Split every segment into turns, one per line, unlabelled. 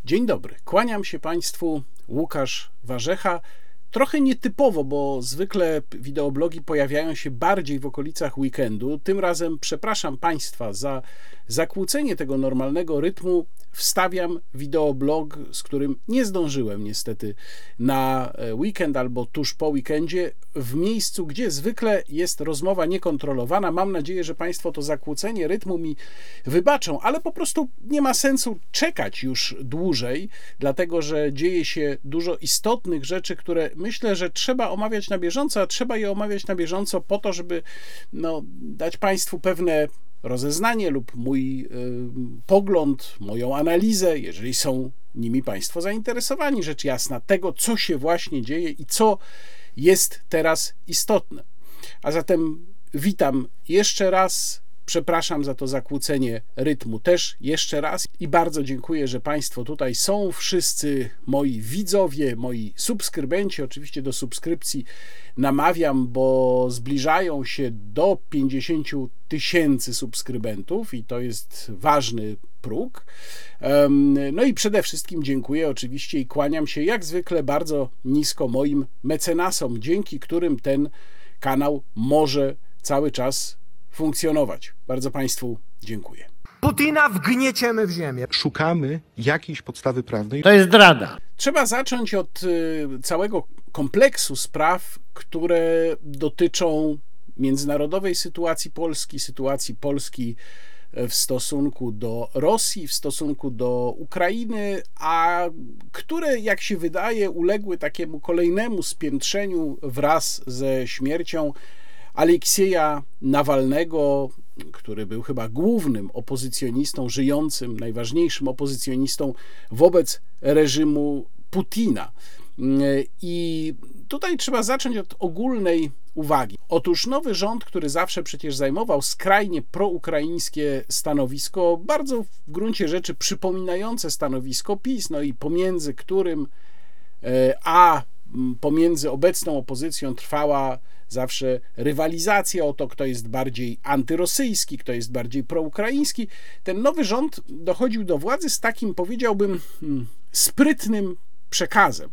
Dzień dobry, kłaniam się Państwu, Łukasz Warzecha. Trochę nietypowo, bo zwykle wideoblogi pojawiają się bardziej w okolicach weekendu. Tym razem przepraszam Państwa za zakłócenie tego normalnego rytmu. Wstawiam wideoblog, z którym nie zdążyłem niestety na weekend albo tuż po weekendzie, w miejscu, gdzie zwykle jest rozmowa niekontrolowana. Mam nadzieję, że Państwo to zakłócenie rytmu mi wybaczą, ale po prostu nie ma sensu czekać już dłużej, dlatego że dzieje się dużo istotnych rzeczy, które myślę, że trzeba omawiać na bieżąco, a trzeba je omawiać na bieżąco po to, żeby dać Państwu pewne rozeznanie lub mój pogląd, moją analizę, jeżeli są nimi Państwo zainteresowani, rzecz jasna, tego, co się właśnie dzieje i co jest teraz istotne. A zatem witam jeszcze raz, przepraszam za to zakłócenie rytmu też jeszcze raz i bardzo dziękuję, że Państwo tutaj są, wszyscy moi widzowie, moi subskrybenci. Oczywiście do subskrypcji namawiam, bo zbliżają się do 50 000 subskrybentów i to jest ważny próg. No i przede wszystkim dziękuję oczywiście i kłaniam się jak zwykle bardzo nisko moim mecenasom, dzięki którym ten kanał może cały czas funkcjonować. Bardzo Państwu dziękuję.
Putina wgnieciemy w ziemię.
Szukamy jakiejś podstawy prawnej.
To jest zdrada.
Trzeba zacząć od całego kompleksu spraw, które dotyczą międzynarodowej sytuacji Polski w stosunku do Rosji, w stosunku do Ukrainy, a które, jak się wydaje, uległy takiemu kolejnemu spiętrzeniu wraz ze śmiercią Aleksieja Nawalnego, który był chyba głównym opozycjonistą żyjącym, najważniejszym opozycjonistą wobec reżimu Putina. I tutaj trzeba zacząć od ogólnej uwagi. Otóż nowy rząd, który zawsze przecież zajmował skrajnie proukraińskie stanowisko, bardzo w gruncie rzeczy przypominające stanowisko PiS, no i pomiędzy którym a pomiędzy obecną opozycją trwała zawsze rywalizacja o to, kto jest bardziej antyrosyjski, kto jest bardziej proukraiński. Ten nowy rząd dochodził do władzy z takim, powiedziałbym, sprytnym przekazem,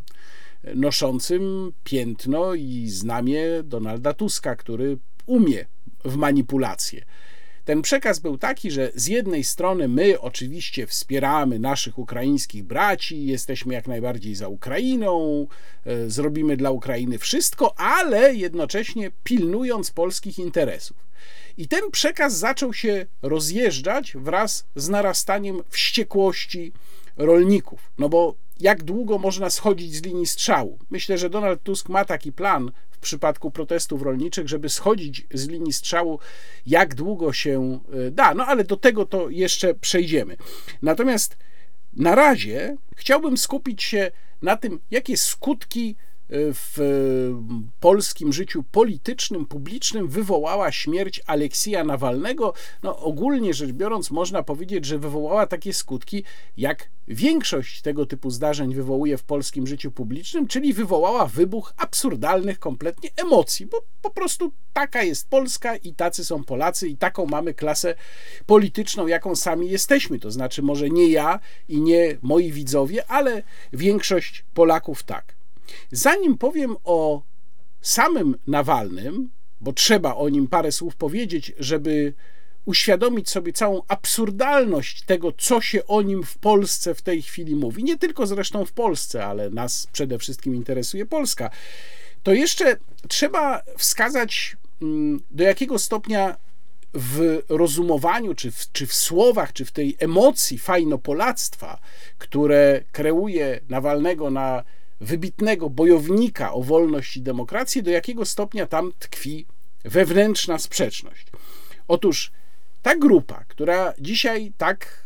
noszącym piętno i znamię Donalda Tuska, który umie w manipulacje. Ten przekaz był taki, że z jednej strony my oczywiście wspieramy naszych ukraińskich braci, jesteśmy jak najbardziej za Ukrainą, zrobimy dla Ukrainy wszystko, ale jednocześnie pilnując polskich interesów. I ten przekaz zaczął się rozjeżdżać wraz z narastaniem wściekłości rolników. No bo jak długo można schodzić z linii strzału? Myślę, że Donald Tusk ma taki plan w przypadku protestów rolniczych, żeby schodzić z linii strzału jak długo się da. No ale do tego to jeszcze przejdziemy. Natomiast na razie chciałbym skupić się na tym, jakie skutki w polskim życiu politycznym, publicznym wywołała śmierć Aleksieja Nawalnego. No, ogólnie rzecz biorąc, można powiedzieć, że wywołała takie skutki, jak większość tego typu zdarzeń wywołuje w polskim życiu publicznym, czyli wywołała wybuch absurdalnych kompletnie emocji, bo po prostu taka jest Polska i tacy są Polacy i taką mamy klasę polityczną, jaką sami jesteśmy. To znaczy może nie ja i nie moi widzowie, ale większość Polaków tak. Zanim powiem o samym Nawalnym, bo trzeba o nim parę słów powiedzieć, żeby uświadomić sobie całą absurdalność tego, co się o nim w Polsce w tej chwili mówi, nie tylko zresztą w Polsce, ale nas przede wszystkim interesuje Polska, to jeszcze trzeba wskazać, do jakiego stopnia w rozumowaniu, czy w słowach, czy w tej emocji fajnopolactwa, które kreuje Nawalnego na wybitnego bojownika o wolność i demokrację, do jakiego stopnia tam tkwi wewnętrzna sprzeczność. Otóż ta grupa, która dzisiaj tak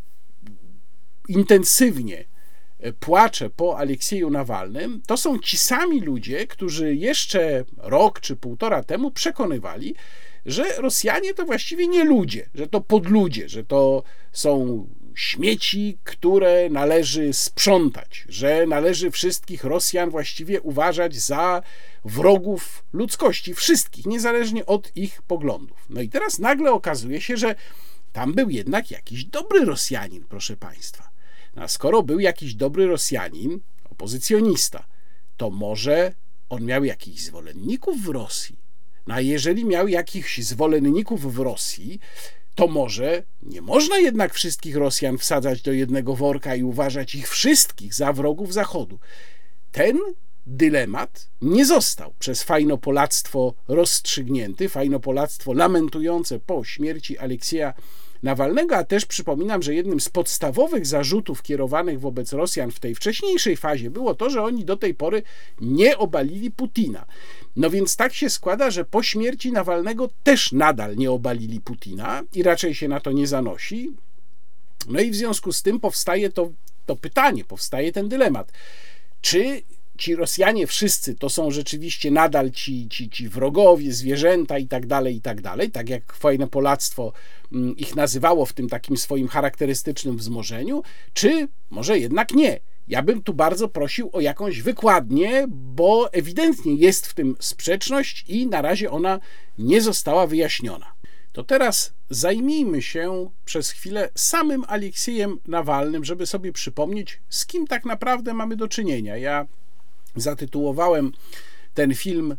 intensywnie płacze po Aleksieju Nawalnym, to są ci sami ludzie, którzy jeszcze rok czy półtora temu przekonywali, że Rosjanie to właściwie nie ludzie, że to podludzie, że to są śmieci, które należy sprzątać, że należy wszystkich Rosjan właściwie uważać za wrogów ludzkości, wszystkich, niezależnie od ich poglądów. No i teraz nagle okazuje się, że tam był jednak jakiś dobry Rosjanin, proszę Państwa. No a skoro był jakiś dobry Rosjanin, opozycjonista, to może on miał jakichś zwolenników w Rosji. No a jeżeli miał jakichś zwolenników w Rosji, to może nie można jednak wszystkich Rosjan wsadzać do jednego worka i uważać ich wszystkich za wrogów Zachodu. Ten dylemat nie został przez fajnopolactwo rozstrzygnięty, fajnopolactwo lamentujące po śmierci Aleksieja Nawalnego, a też przypominam, że jednym z podstawowych zarzutów kierowanych wobec Rosjan w tej wcześniejszej fazie było to, że oni do tej pory nie obalili Putina. No więc tak się składa, że po śmierci Nawalnego też nadal nie obalili Putina i raczej się na to nie zanosi. No i w związku z tym powstaje to pytanie, powstaje ten dylemat. Czy ci Rosjanie wszyscy to są rzeczywiście nadal ci wrogowie, zwierzęta i tak dalej, tak jak fajnopolactwo ich nazywało w tym takim swoim charakterystycznym wzmożeniu, czy może jednak nie? Ja bym tu bardzo prosił o jakąś wykładnię, bo ewidentnie jest w tym sprzeczność i na razie ona nie została wyjaśniona. To teraz zajmijmy się przez chwilę samym Aleksiejem Nawalnym, żeby sobie przypomnieć, z kim tak naprawdę mamy do czynienia. Ja zatytułowałem ten film,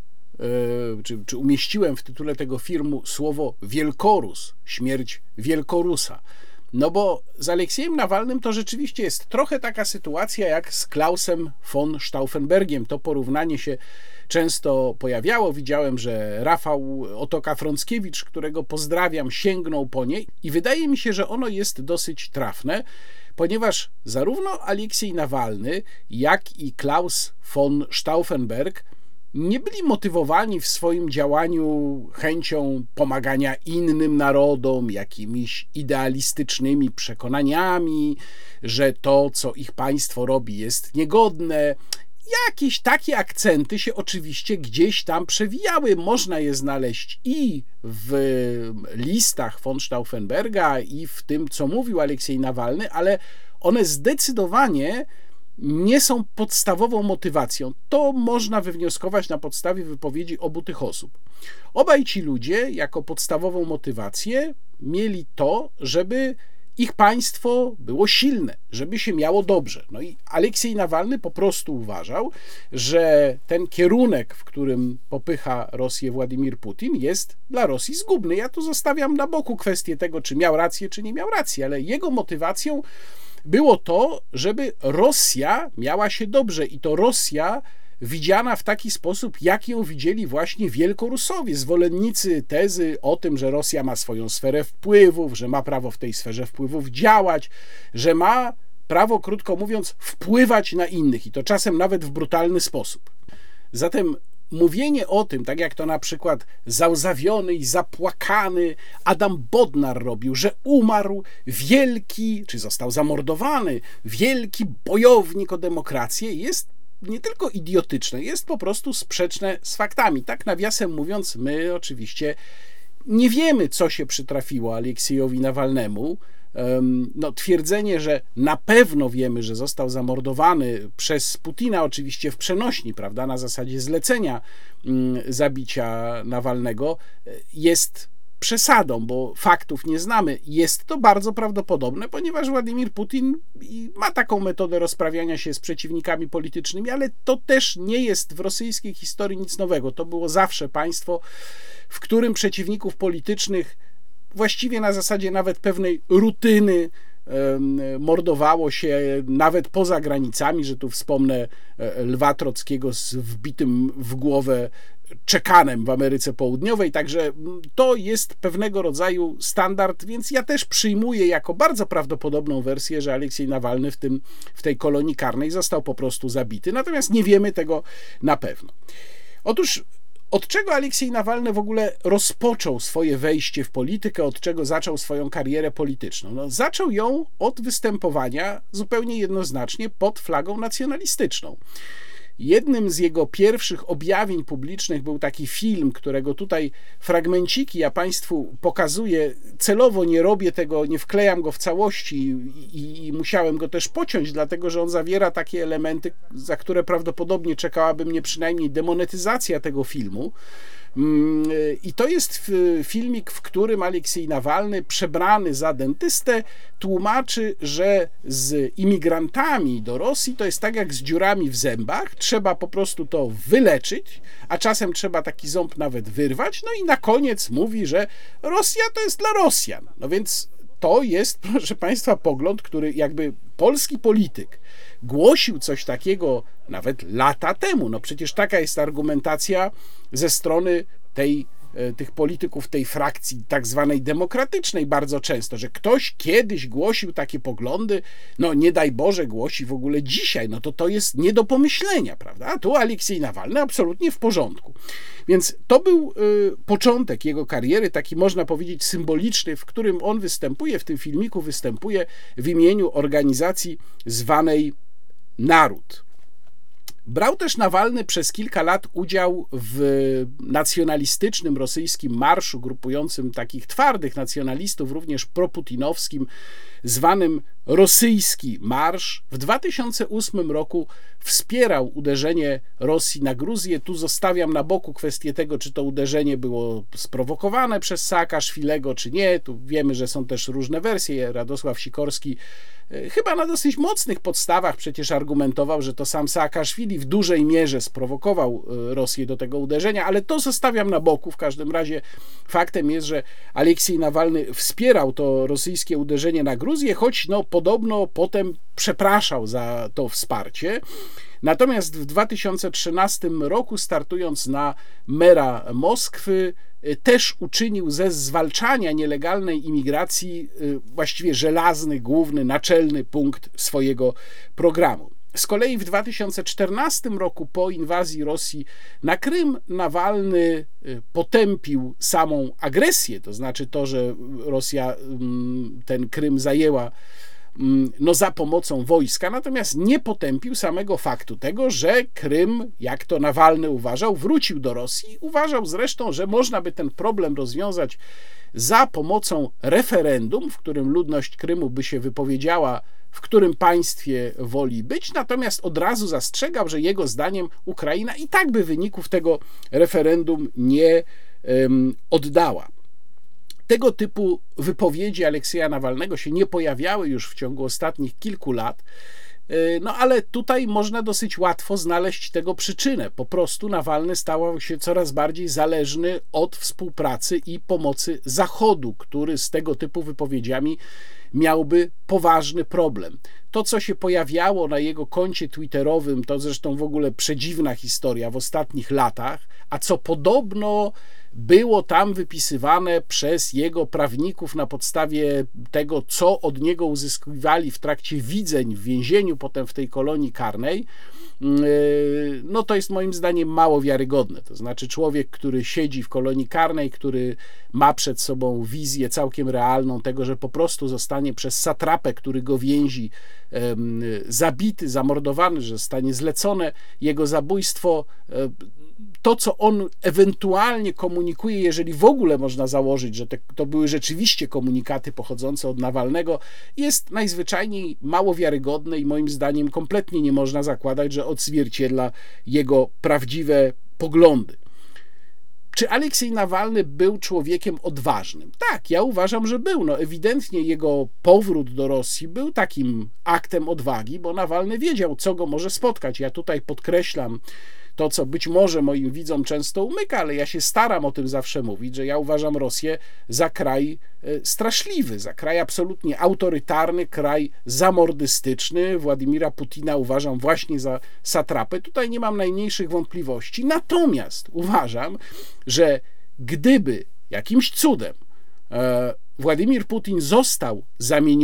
czy umieściłem w tytule tego filmu słowo Wielkorus, śmierć Wielkorusa. No bo z Aleksiejem Nawalnym to rzeczywiście jest trochę taka sytuacja jak z Klausem von Stauffenbergiem. To porównanie się często pojawiało. Widziałem, że Rafał Otoka-Frąckiewicz, którego pozdrawiam, sięgnął po nie i wydaje mi się, że ono jest dosyć trafne, ponieważ zarówno Aleksiej Nawalny, jak i Klaus von Stauffenberg nie byli motywowani w swoim działaniu chęcią pomagania innym narodom, jakimiś idealistycznymi przekonaniami, że to, co ich państwo robi, jest niegodne. Jakieś takie akcenty się oczywiście gdzieś tam przewijały. Można je znaleźć i w listach von Stauffenberga, i w tym, co mówił Aleksiej Nawalny, ale one zdecydowanie nie są podstawową motywacją. To można wywnioskować na podstawie wypowiedzi obu tych osób. Obaj ci ludzie jako podstawową motywację mieli to, żeby ich państwo było silne, żeby się miało dobrze. No i Aleksiej Nawalny po prostu uważał, że ten kierunek, w którym popycha Rosję Władimir Putin, jest dla Rosji zgubny. Ja tu zostawiam na boku kwestię tego, czy miał rację, czy nie miał racji, ale jego motywacją było to, żeby Rosja miała się dobrze i to Rosja widziana w taki sposób, jak ją widzieli właśnie Wielkorusowie, zwolennicy tezy o tym, że Rosja ma swoją sferę wpływów, że ma prawo w tej sferze wpływów działać, że ma prawo, krótko mówiąc, wpływać na innych i to czasem nawet w brutalny sposób. Zatem mówienie o tym, tak jak to na przykład załzawiony i zapłakany Adam Bodnar robił, że umarł wielki, czy został zamordowany, wielki bojownik o demokrację, jest nie tylko idiotyczne, jest po prostu sprzeczne z faktami. Tak nawiasem mówiąc, my oczywiście nie wiemy, co się przytrafiło Aleksiejowi Nawalnemu. No, twierdzenie, że na pewno wiemy, że został zamordowany przez Putina, oczywiście w przenośni, prawda, na zasadzie zlecenia zabicia Nawalnego, jest przesadą, bo faktów nie znamy. Jest to bardzo prawdopodobne, ponieważ Władimir Putin ma taką metodę rozprawiania się z przeciwnikami politycznymi, ale to też nie jest w rosyjskiej historii nic nowego. To było zawsze państwo, w którym przeciwników politycznych właściwie na zasadzie nawet pewnej rutyny mordowało się nawet poza granicami, że tu wspomnę Lwa Trockiego z wbitym w głowę czekanem w Ameryce Południowej, także to jest pewnego rodzaju standard, więc ja też przyjmuję jako bardzo prawdopodobną wersję, że Aleksiej Nawalny w tej kolonii karnej został po prostu zabity, natomiast nie wiemy tego na pewno. Otóż od czego Aleksiej Nawalny w ogóle rozpoczął swoje wejście w politykę, od czego zaczął swoją karierę polityczną? No, zaczął ją od występowania zupełnie jednoznacznie pod flagą nacjonalistyczną. Jednym z jego pierwszych objawień publicznych był taki film, którego tutaj fragmenciki ja Państwu pokazuję. Celowo nie robię tego, nie wklejam go w całości i musiałem go też pociąć, dlatego że on zawiera takie elementy, za które prawdopodobnie czekałaby mnie przynajmniej demonetyzacja tego filmu. I to jest filmik, w którym Aleksiej Nawalny, przebrany za dentystę, tłumaczy, że z imigrantami do Rosji to jest tak jak z dziurami w zębach, trzeba po prostu to wyleczyć, a czasem trzeba taki ząb nawet wyrwać, no i na koniec mówi, że Rosja to jest dla Rosjan. No więc to jest, proszę Państwa, pogląd, który jakby polski polityk głosił coś takiego nawet lata temu. No przecież taka jest argumentacja ze strony tych polityków tej frakcji tak zwanej demokratycznej bardzo często, że ktoś kiedyś głosił takie poglądy, no nie daj Boże głosi w ogóle dzisiaj, no to jest nie do pomyślenia, prawda? A tu Aleksiej Nawalny absolutnie w porządku. Więc to był początek jego kariery, taki można powiedzieć symboliczny, w którym on występuje, w tym filmiku występuje w imieniu organizacji zwanej Naród. Brał też Nawalny przez kilka lat udział w nacjonalistycznym rosyjskim marszu grupującym takich twardych nacjonalistów, również proputinowskim, zwanym Rosyjski Marsz. W 2008 roku wspierał uderzenie Rosji na Gruzję. Tu zostawiam na boku kwestię tego, czy to uderzenie było sprowokowane przez Saakaszwilego, czy nie. Tu wiemy, że są też różne wersje. Radosław Sikorski chyba na dosyć mocnych podstawach przecież argumentował, że to sam Saakaszwili w dużej mierze sprowokował Rosję do tego uderzenia, ale to zostawiam na boku. W każdym razie faktem jest, że Aleksiej Nawalny wspierał to rosyjskie uderzenie na Gruzję, choć podobno potem przepraszał za to wsparcie. Natomiast w 2013 roku, startując na mera Moskwy, też uczynił ze zwalczania nielegalnej imigracji właściwie żelazny, główny, naczelny punkt swojego programu. Z kolei w 2014 roku, po inwazji Rosji na Krym, Nawalny potępił samą agresję, to znaczy to, że Rosja ten Krym zajęła za pomocą wojska, natomiast nie potępił samego faktu tego, że Krym, jak to Nawalny uważał, wrócił do Rosji. Uważał zresztą, że można by ten problem rozwiązać za pomocą referendum, w którym ludność Krymu by się wypowiedziała, w którym państwie woli być, natomiast od razu zastrzegał, że jego zdaniem Ukraina i tak by wyników tego referendum nie oddała. Tego typu wypowiedzi Aleksieja Nawalnego się nie pojawiały już w ciągu ostatnich kilku lat, ale tutaj można dosyć łatwo znaleźć tego przyczynę. Po prostu Nawalny stał się coraz bardziej zależny od współpracy i pomocy Zachodu, który z tego typu wypowiedziami miałby poważny problem. To, co się pojawiało na jego koncie twitterowym, to zresztą w ogóle przedziwna historia w ostatnich latach, a co podobno było tam wypisywane przez jego prawników na podstawie tego, co od niego uzyskiwali w trakcie widzeń w więzieniu, potem w tej kolonii karnej, to jest moim zdaniem mało wiarygodne. To znaczy człowiek, który siedzi w kolonii karnej, który ma przed sobą wizję całkiem realną tego, że po prostu zostanie przez satrapę, który go więzi, zabity, zamordowany, że zostanie zlecone jego zabójstwo. To, co on ewentualnie komunikuje, jeżeli w ogóle można założyć, że to były rzeczywiście komunikaty pochodzące od Nawalnego, jest najzwyczajniej mało wiarygodne i moim zdaniem kompletnie nie można zakładać, że odzwierciedla jego prawdziwe poglądy. Czy Aleksiej Nawalny był człowiekiem odważnym? Tak, ja uważam, że był. Ewidentnie jego powrót do Rosji był takim aktem odwagi, bo Nawalny wiedział, co go może spotkać. Ja tutaj podkreślam to, co być może moim widzom często umyka, ale ja się staram o tym zawsze mówić, że ja uważam Rosję za kraj straszliwy, za kraj absolutnie autorytarny, kraj zamordystyczny. Władimira Putina uważam właśnie za satrapę. Tutaj nie mam najmniejszych wątpliwości. Natomiast uważam, że gdyby jakimś cudem Władimir Putin został zamieniony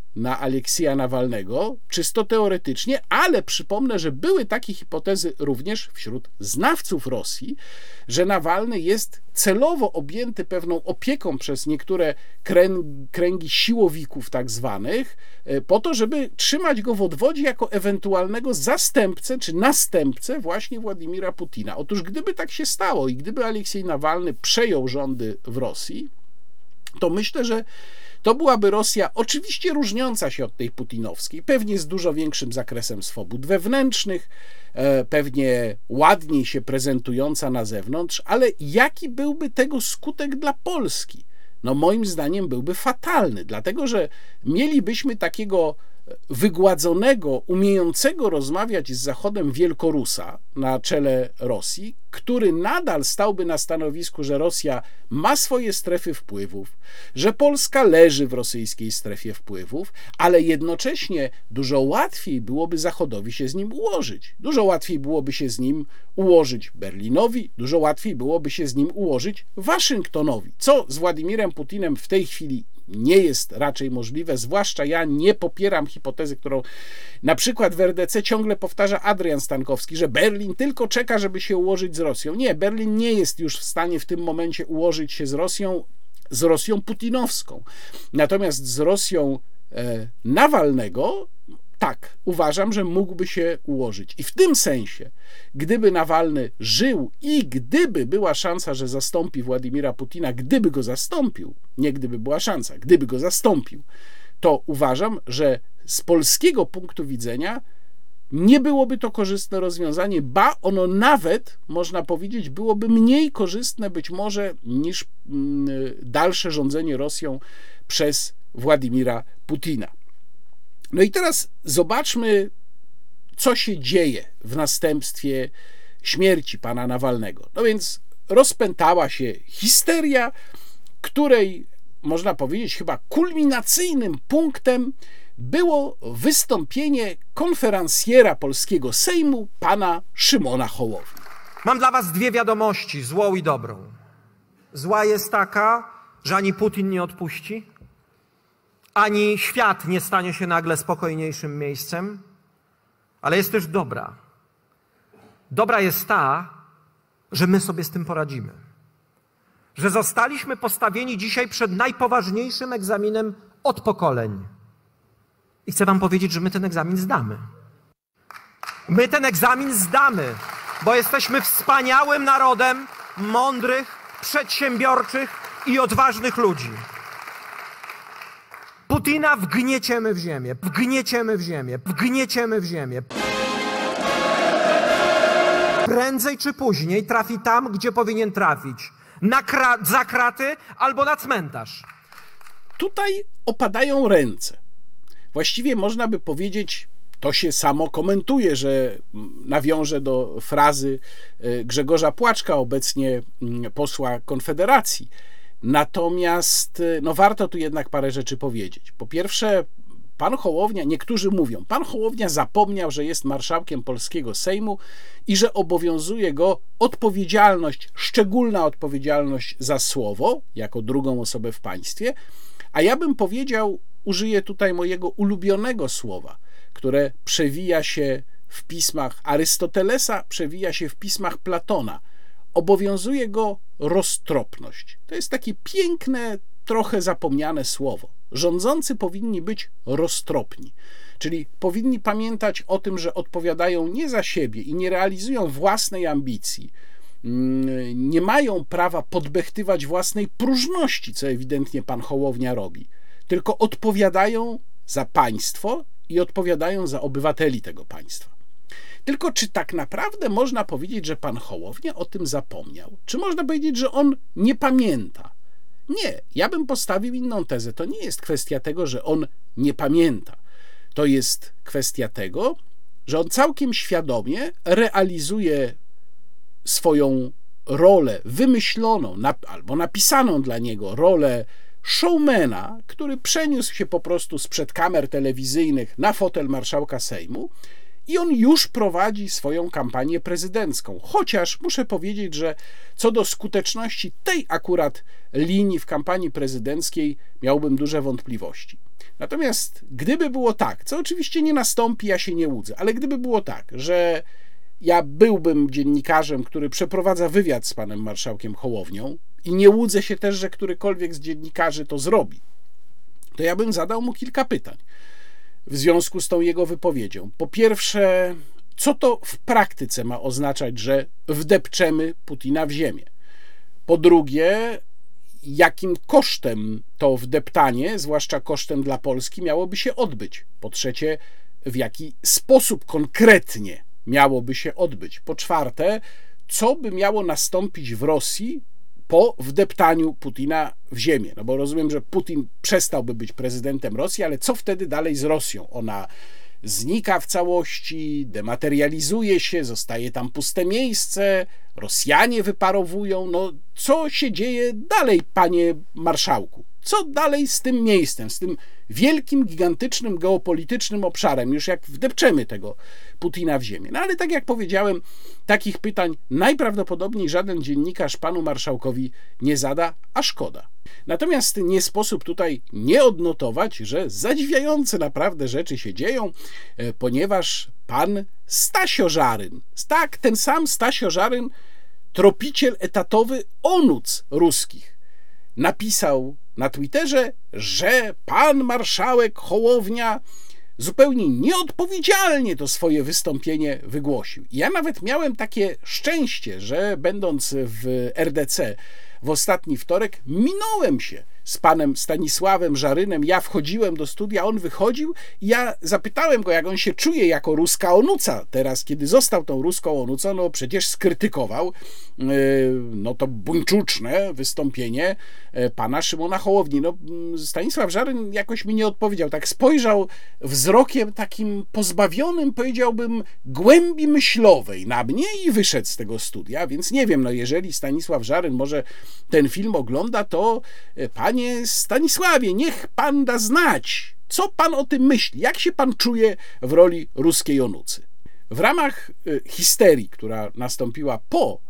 na Aleksieja Nawalnego, czysto teoretycznie, ale przypomnę, że były takie hipotezy również wśród znawców Rosji, że Nawalny jest celowo objęty pewną opieką przez niektóre kręgi siłowików tak zwanych, po to, żeby trzymać go w odwodzie jako ewentualnego zastępcę czy następcę właśnie Władimira Putina. Otóż gdyby tak się stało i gdyby Aleksiej Nawalny przejął rządy w Rosji, to myślę, że to byłaby Rosja oczywiście różniąca się od tej putinowskiej, pewnie z dużo większym zakresem swobód wewnętrznych, pewnie ładniej się prezentująca na zewnątrz, ale jaki byłby tego skutek dla Polski? No moim zdaniem byłby fatalny, dlatego że mielibyśmy takiego wygładzonego, umiejącego rozmawiać z Zachodem wielkorusa na czele Rosji, który nadal stałby na stanowisku, że Rosja ma swoje strefy wpływów, że Polska leży w rosyjskiej strefie wpływów, ale jednocześnie dużo łatwiej byłoby Zachodowi się z nim ułożyć. Dużo łatwiej byłoby się z nim ułożyć Berlinowi, dużo łatwiej byłoby się z nim ułożyć Waszyngtonowi, co z Władimirem Putinem w tej chwili nie jest raczej możliwe, zwłaszcza ja nie popieram hipotezy, którą na przykład w RDC ciągle powtarza Adrian Stankowski, że Berlin tylko czeka, żeby się ułożyć z Rosją. Nie, Berlin nie jest już w stanie w tym momencie ułożyć się z Rosją putinowską. Natomiast z Rosją Nawalnego tak, uważam, że mógłby się ułożyć. I w tym sensie, gdyby Nawalny żył i gdyby była szansa, że zastąpi Władimira Putina, gdyby go zastąpił, nie gdyby była szansa, gdyby go zastąpił, to uważam, że z polskiego punktu widzenia nie byłoby to korzystne rozwiązanie, ba ono nawet, można powiedzieć, byłoby mniej korzystne być może niż dalsze rządzenie Rosją przez Władimira Putina. No i teraz zobaczmy, co się dzieje w następstwie śmierci pana Nawalnego. No więc rozpętała się histeria, której, można powiedzieć, chyba kulminacyjnym punktem było wystąpienie konferencjera polskiego Sejmu, pana Szymona Hołowni.
Mam dla was dwie wiadomości, złą i dobrą. Zła jest taka, że ani Putin nie odpuści, ani świat nie stanie się nagle spokojniejszym miejscem, ale jest też dobra. Dobra jest ta, że my sobie z tym poradzimy. Że zostaliśmy postawieni dzisiaj przed najpoważniejszym egzaminem od pokoleń. I chcę wam powiedzieć, że my ten egzamin zdamy. My ten egzamin zdamy, bo jesteśmy wspaniałym narodem mądrych, przedsiębiorczych i odważnych ludzi. Putina wgnieciemy w ziemię, wgnieciemy w ziemię, wgnieciemy w ziemię. Prędzej czy później trafi tam, gdzie powinien trafić. Za kraty albo na cmentarz.
Tutaj opadają ręce. Właściwie można by powiedzieć, to się samo komentuje, że nawiążę do frazy Grzegorza Płaczka, obecnie posła Konfederacji. Natomiast no warto tu jednak parę rzeczy powiedzieć. Po pierwsze, pan Hołownia, niektórzy mówią, pan Hołownia zapomniał, że jest marszałkiem polskiego Sejmu i że obowiązuje go odpowiedzialność, szczególna odpowiedzialność za słowo, jako drugą osobę w państwie, a ja bym powiedział, użyję tutaj mojego ulubionego słowa, które przewija się w pismach Arystotelesa, przewija się w pismach Platona. Obowiązuje go roztropność. To jest takie piękne, trochę zapomniane słowo. Rządzący powinni być roztropni, czyli powinni pamiętać o tym, że odpowiadają nie za siebie i nie realizują własnej ambicji, nie mają prawa podbechtywać własnej próżności, co ewidentnie pan Hołownia robi, tylko odpowiadają za państwo i odpowiadają za obywateli tego państwa. Tylko czy tak naprawdę można powiedzieć, że pan Hołownia o tym zapomniał? Czy można powiedzieć, że on nie pamięta? Nie, ja bym postawił inną tezę. To nie jest kwestia tego, że on nie pamięta. To jest kwestia tego, że on całkiem świadomie realizuje swoją rolę wymyśloną albo napisaną dla niego rolę showmana, który przeniósł się po prostu sprzed kamer telewizyjnych na fotel marszałka Sejmu i on już prowadzi swoją kampanię prezydencką. Chociaż muszę powiedzieć, że co do skuteczności tej akurat linii w kampanii prezydenckiej miałbym duże wątpliwości. Natomiast gdyby było tak, co oczywiście nie nastąpi, ja się nie łudzę, ale gdyby było tak, że ja byłbym dziennikarzem, który przeprowadza wywiad z panem marszałkiem Hołownią i nie łudzę się też, że którykolwiek z dziennikarzy to zrobi, to ja bym zadał mu kilka pytań w związku z tą jego wypowiedzią. Po pierwsze, co to w praktyce ma oznaczać, że wdepczemy Putina w ziemię? Po drugie, jakim kosztem to wdeptanie, zwłaszcza kosztem dla Polski, miałoby się odbyć? Po trzecie, w jaki sposób konkretnie miałoby się odbyć? Po czwarte, co by miało nastąpić w Rosji po wdeptaniu Putina w ziemię? No bo rozumiem, że Putin przestałby być prezydentem Rosji, ale co wtedy dalej z Rosją? Ona znika w całości, dematerializuje się, zostaje tam puste miejsce, Rosjanie wyparowują. No co się dzieje dalej, panie marszałku? Co dalej z tym miejscem, z tym wielkim, gigantycznym, geopolitycznym obszarem, już jak wdepczemy tego Putina w ziemię? No ale tak jak powiedziałem, takich pytań najprawdopodobniej żaden dziennikarz panu marszałkowi nie zada, a szkoda. Natomiast nie sposób tutaj nie odnotować, że zadziwiające naprawdę rzeczy się dzieją, ponieważ pan Stasio Żaryn, tak, ten sam Stasio Żaryn, tropiciel etatowy onuc ruskich, napisał na Twitterze, że pan marszałek Hołownia zupełnie nieodpowiedzialnie to swoje wystąpienie wygłosił. Ja nawet miałem takie szczęście, że będąc w RDC w ostatni wtorek minąłem się z panem Stanisławem Żarynem. Ja wchodziłem do studia, on wychodził i ja zapytałem go, jak on się czuje jako ruska onuca teraz, kiedy został tą ruską onucą. No przecież skrytykował no to buńczuczne wystąpienie pana Szymona Hołowni. No Stanisław Żaryn jakoś mi nie odpowiedział, tak spojrzał wzrokiem takim pozbawionym, powiedziałbym, głębi myślowej na mnie i wyszedł z tego studia, więc nie wiem, no jeżeli Stanisław Żaryn może ten film ogląda, to panie Stanisławie, niech pan da znać, co pan o tym myśli, jak się pan czuje w roli ruskiej onucy. W ramach histerii, która nastąpiła po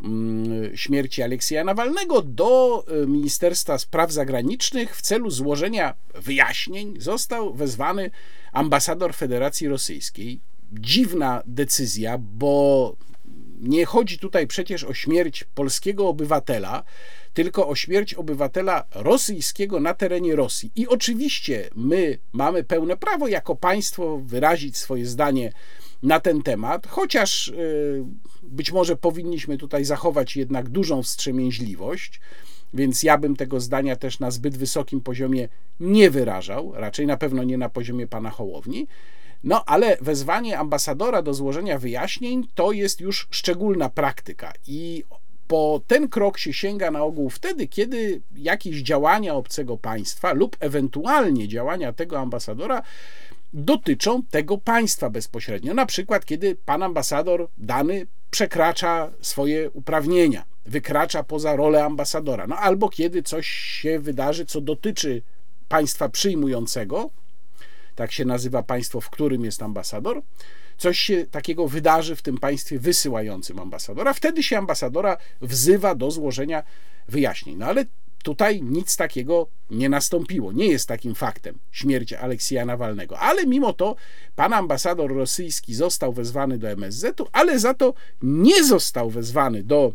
śmierci Aleksieja Nawalnego, do Ministerstwa Spraw Zagranicznych w celu złożenia wyjaśnień został wezwany ambasador Federacji Rosyjskiej. Dziwna decyzja, bo nie chodzi tutaj przecież o śmierć polskiego obywatela, tylko o śmierć obywatela rosyjskiego na terenie Rosji. I oczywiście my mamy pełne prawo jako państwo wyrazić swoje zdanie na ten temat, chociaż być może powinniśmy tutaj zachować jednak dużą wstrzemięźliwość, więc ja bym tego zdania też na zbyt wysokim poziomie nie wyrażał, raczej na pewno nie na poziomie pana Hołowni. No ale wezwanie ambasadora do złożenia wyjaśnień to jest już szczególna praktyka i po ten krok się sięga na ogół wtedy, kiedy jakieś działania obcego państwa lub ewentualnie działania tego ambasadora dotyczą tego państwa bezpośrednio. Na przykład, kiedy pan ambasador dany przekracza swoje uprawnienia, wykracza poza rolę ambasadora, no albo kiedy coś się wydarzy, co dotyczy państwa przyjmującego, tak się nazywa państwo, w którym jest ambasador, coś się takiego wydarzy w tym państwie wysyłającym ambasadora, wtedy się ambasadora wzywa do złożenia wyjaśnień. No ale tutaj nic takiego nie nastąpiło. Nie jest takim faktem śmierć Aleksieja Nawalnego. Ale mimo to pan ambasador rosyjski został wezwany do MSZ-u, ale za to nie został wezwany do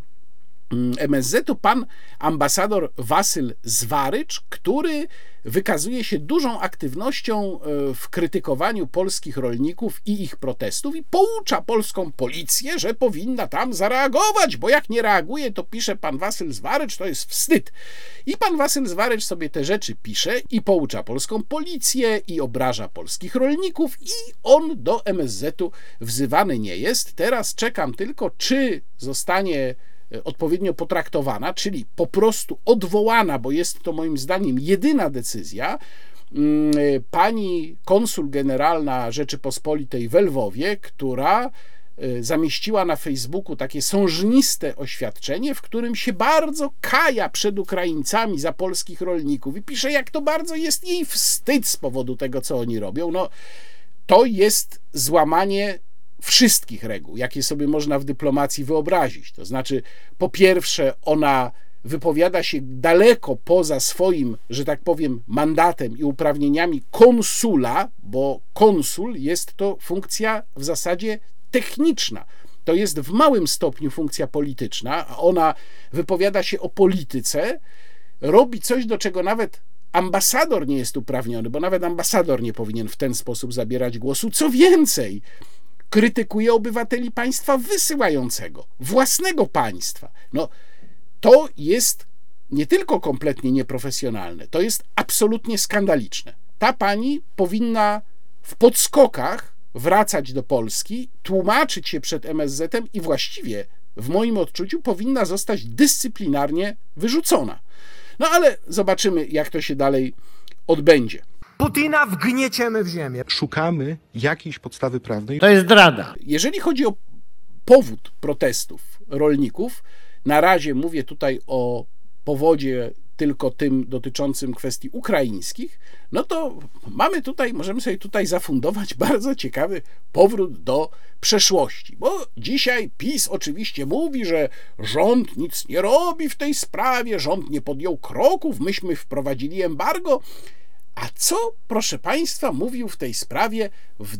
MSZ-u pan ambasador Wasyl Zwarycz, który wykazuje się dużą aktywnością w krytykowaniu polskich rolników i ich protestów i poucza polską policję, że powinna tam zareagować, bo jak nie reaguje, to pisze pan Wasyl Zwarycz, to jest wstyd. I pan Wasyl Zwarycz sobie te rzeczy pisze i poucza polską policję i obraża polskich rolników i on do MSZ-u wzywany nie jest. Teraz czekam tylko, czy zostanie odpowiednio potraktowana, czyli po prostu odwołana, bo jest to moim zdaniem jedyna decyzja, pani konsul generalna Rzeczypospolitej w Lwowie, która zamieściła na Facebooku takie sążniste oświadczenie, w którym się bardzo kaja przed Ukraińcami za polskich rolników i pisze, jak to bardzo jest jej wstyd z powodu tego, co oni robią. No, to jest złamanie wszystkich reguł, jakie sobie można w dyplomacji wyobrazić. To znaczy, po pierwsze, ona wypowiada się daleko poza swoim, że tak powiem, mandatem i uprawnieniami konsula, bo konsul jest to funkcja w zasadzie techniczna. To jest w małym stopniu funkcja polityczna, a ona wypowiada się o polityce, robi coś, do czego nawet ambasador nie jest uprawniony, bo nawet ambasador nie powinien w ten sposób zabierać głosu. Co więcej, krytykuje obywateli państwa wysyłającego, własnego państwa. No, to jest nie tylko kompletnie nieprofesjonalne, to jest absolutnie skandaliczne. Ta pani powinna w podskokach wracać do Polski, tłumaczyć się przed MSZ-em i właściwie, w moim odczuciu, powinna zostać dyscyplinarnie wyrzucona. No ale zobaczymy, jak to się dalej odbędzie.
Putina wgnieciemy w ziemię.
Szukamy jakiejś podstawy prawnej.
To jest zdrada.
Jeżeli chodzi o powód protestów rolników, na razie mówię tutaj o powodzie tylko tym dotyczącym kwestii ukraińskich, no to możemy sobie tutaj zafundować bardzo ciekawy powrót do przeszłości, bo dzisiaj PiS oczywiście mówi, że rząd nic nie robi w tej sprawie, rząd nie podjął kroków, myśmy wprowadzili embargo. A co, proszę Państwa, mówił w tej sprawie w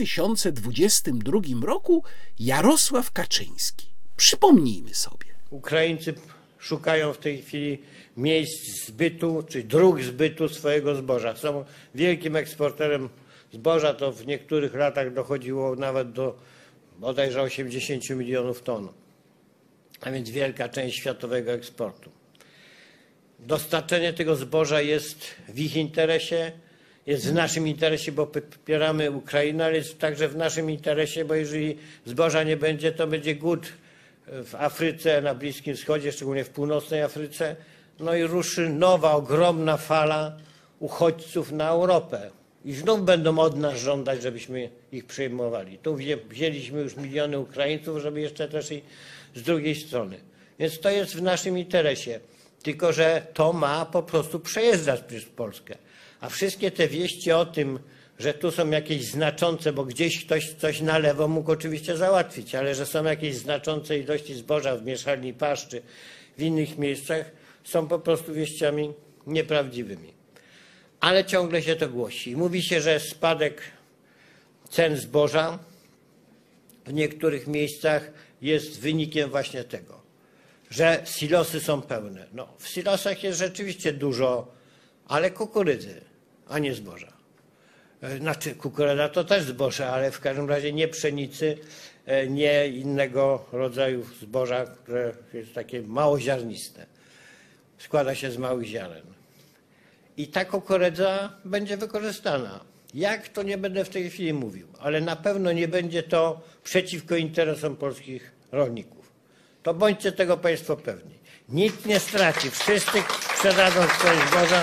2022 roku Jarosław Kaczyński? Przypomnijmy sobie.
Ukraińcy szukają w tej chwili miejsc zbytu, czy dróg zbytu swojego zboża. Są wielkim eksporterem zboża, to w niektórych latach dochodziło nawet do bodajże 80 milionów ton, a więc wielka część światowego eksportu. Dostarczenie tego zboża jest w ich interesie, jest w naszym interesie, bo popieramy Ukrainę, ale jest także w naszym interesie, bo jeżeli zboża nie będzie, to będzie głód w Afryce, na Bliskim Wschodzie, szczególnie w północnej Afryce. No i ruszy nowa, ogromna fala uchodźców na Europę. I znów będą od nas żądać, żebyśmy ich przyjmowali. Tu wzięliśmy już miliony Ukraińców, żeby jeszcze też i z drugiej strony. Więc to jest w naszym interesie. Tylko że to ma po prostu przejeżdżać przez Polskę. A wszystkie te wieści o tym, że tu są jakieś znaczące, bo gdzieś ktoś coś na lewo mógł oczywiście załatwić, ale że są jakieś znaczące ilości zboża w Mieszalni Paszczy, w innych miejscach, są po prostu wieściami nieprawdziwymi. Ale ciągle się to głosi. Mówi się, że spadek cen zboża w niektórych miejscach jest wynikiem właśnie tego, że silosy są pełne. No, w silosach jest rzeczywiście dużo, ale kukurydzy, a nie zboża. Znaczy kukurydza to też zboże, ale w każdym razie nie pszenicy, nie innego rodzaju zboża, które jest takie małoziarniste. Składa się z małych ziaren. I ta kukurydza będzie wykorzystana. Jak, to nie będę w tej chwili mówił, ale na pewno nie będzie to przeciwko interesom polskich rolników. To bądźcie tego Państwo pewni. Nikt nie straci, wszyscy sprzedadzą swoje zboża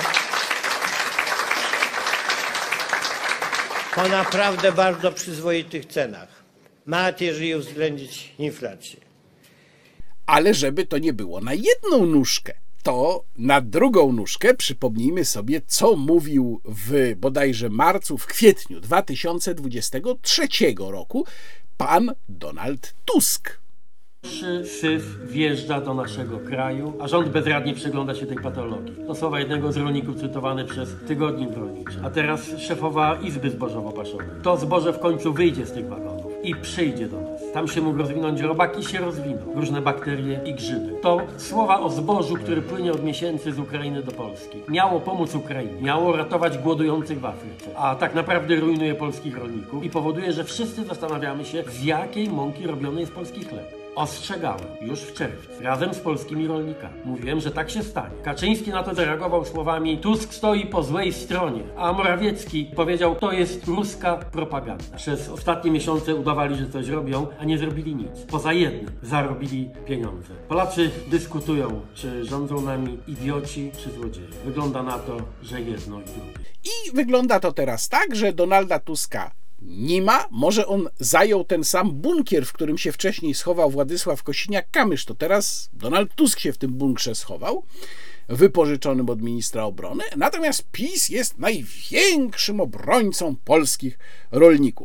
po naprawdę bardzo przyzwoitych cenach, nawet jeżeli uwzględnić inflację.
Ale żeby to nie było na jedną nóżkę, to na drugą nóżkę przypomnijmy sobie, co mówił w bodajże marcu, w kwietniu 2023 roku pan Donald Tusk.
Syf wjeżdża do naszego kraju, a rząd bezradnie przygląda się tej patologii. To słowa jednego z rolników cytowane przez Tygodnik Rolniczy. A teraz szefowa Izby Zbożowo-Paszowej. To zboże w końcu wyjdzie z tych wagonów i przyjdzie do nas. Tam się mógł rozwinąć robaki, się rozwiną. Różne bakterie i grzyby. To słowa o zbożu, który płynie od miesięcy z Ukrainy do Polski. Miało pomóc Ukrainie. Miało ratować głodujących w Afryce. A tak naprawdę rujnuje polskich rolników i powoduje, że wszyscy zastanawiamy się, z jakiej mąki robiony jest polski chleb. Ostrzegałem już w czerwcu, razem z polskimi rolnikami. Mówiłem, że tak się stanie. Kaczyński na to zareagował słowami: Tusk stoi po złej stronie, a Morawiecki powiedział: to jest ruska propaganda. Przez ostatnie miesiące udawali, że coś robią, a nie zrobili nic. Poza jednym, zarobili pieniądze. Polacy dyskutują, czy rządzą nami idioci, czy złodzieje. Wygląda na to, że jedno i drugie.
I wygląda to teraz tak, że Donalda Tuska nie ma. Może on zajął ten sam bunkier, w którym się wcześniej schował Władysław Kosiniak-Kamysz, to teraz Donald Tusk się w tym bunkrze schował, wypożyczonym od ministra obrony. Natomiast PiS jest największym obrońcą polskich rolników.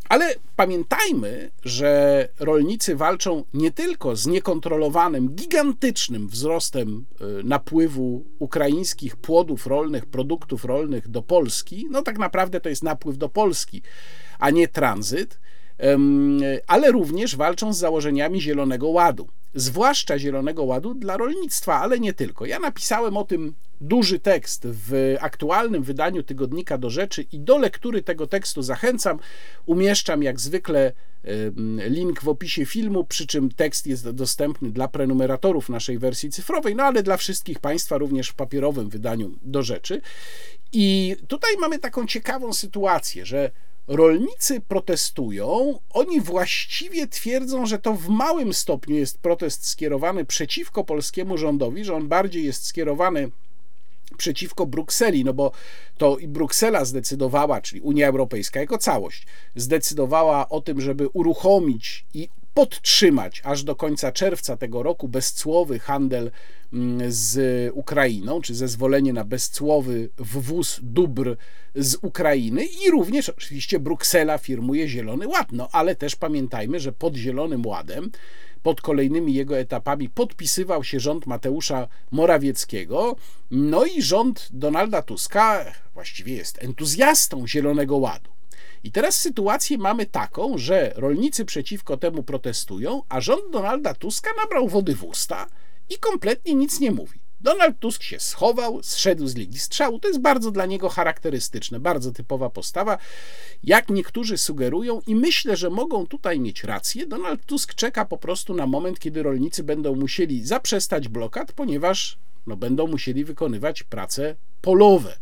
Ale pamiętajmy, że rolnicy walczą nie tylko z niekontrolowanym, gigantycznym wzrostem napływu ukraińskich płodów rolnych, produktów rolnych do Polski, no tak naprawdę to jest napływ do Polski, a nie tranzyt, ale również walczą z założeniami Zielonego Ładu, zwłaszcza Zielonego Ładu dla rolnictwa, ale nie tylko. Ja napisałem o tym duży tekst w aktualnym wydaniu tygodnika Do Rzeczy i do lektury tego tekstu zachęcam. Umieszczam jak zwykle link w opisie filmu, przy czym tekst jest dostępny dla prenumeratorów naszej wersji cyfrowej, no ale dla wszystkich Państwa również w papierowym wydaniu Do Rzeczy. I tutaj mamy taką ciekawą sytuację, że rolnicy protestują, oni właściwie twierdzą, że to w małym stopniu jest protest skierowany przeciwko polskiemu rządowi, że on bardziej jest skierowany przeciwko Brukseli, no bo to i Bruksela zdecydowała, czyli Unia Europejska jako całość, zdecydowała o tym, żeby uruchomić i podtrzymać aż do końca czerwca tego roku bezcłowy handel z Ukrainą, czy zezwolenie na bezcłowy wwóz dóbr z Ukrainy i również oczywiście Bruksela firmuje Zielony Ład, no ale też pamiętajmy, że pod Zielonym Ładem, pod kolejnymi jego etapami podpisywał się rząd Mateusza Morawieckiego, no i rząd Donalda Tuska właściwie jest entuzjastą Zielonego Ładu. I teraz sytuację mamy taką, że rolnicy przeciwko temu protestują, a rząd Donalda Tuska nabrał wody w usta i kompletnie nic nie mówi. Donald Tusk się schował, zszedł z linii strzału. To jest bardzo dla niego charakterystyczne, bardzo typowa postawa. Jak niektórzy sugerują i myślę, że mogą tutaj mieć rację, Donald Tusk czeka po prostu na moment, kiedy rolnicy będą musieli zaprzestać blokad, ponieważ będą musieli wykonywać prace polowe.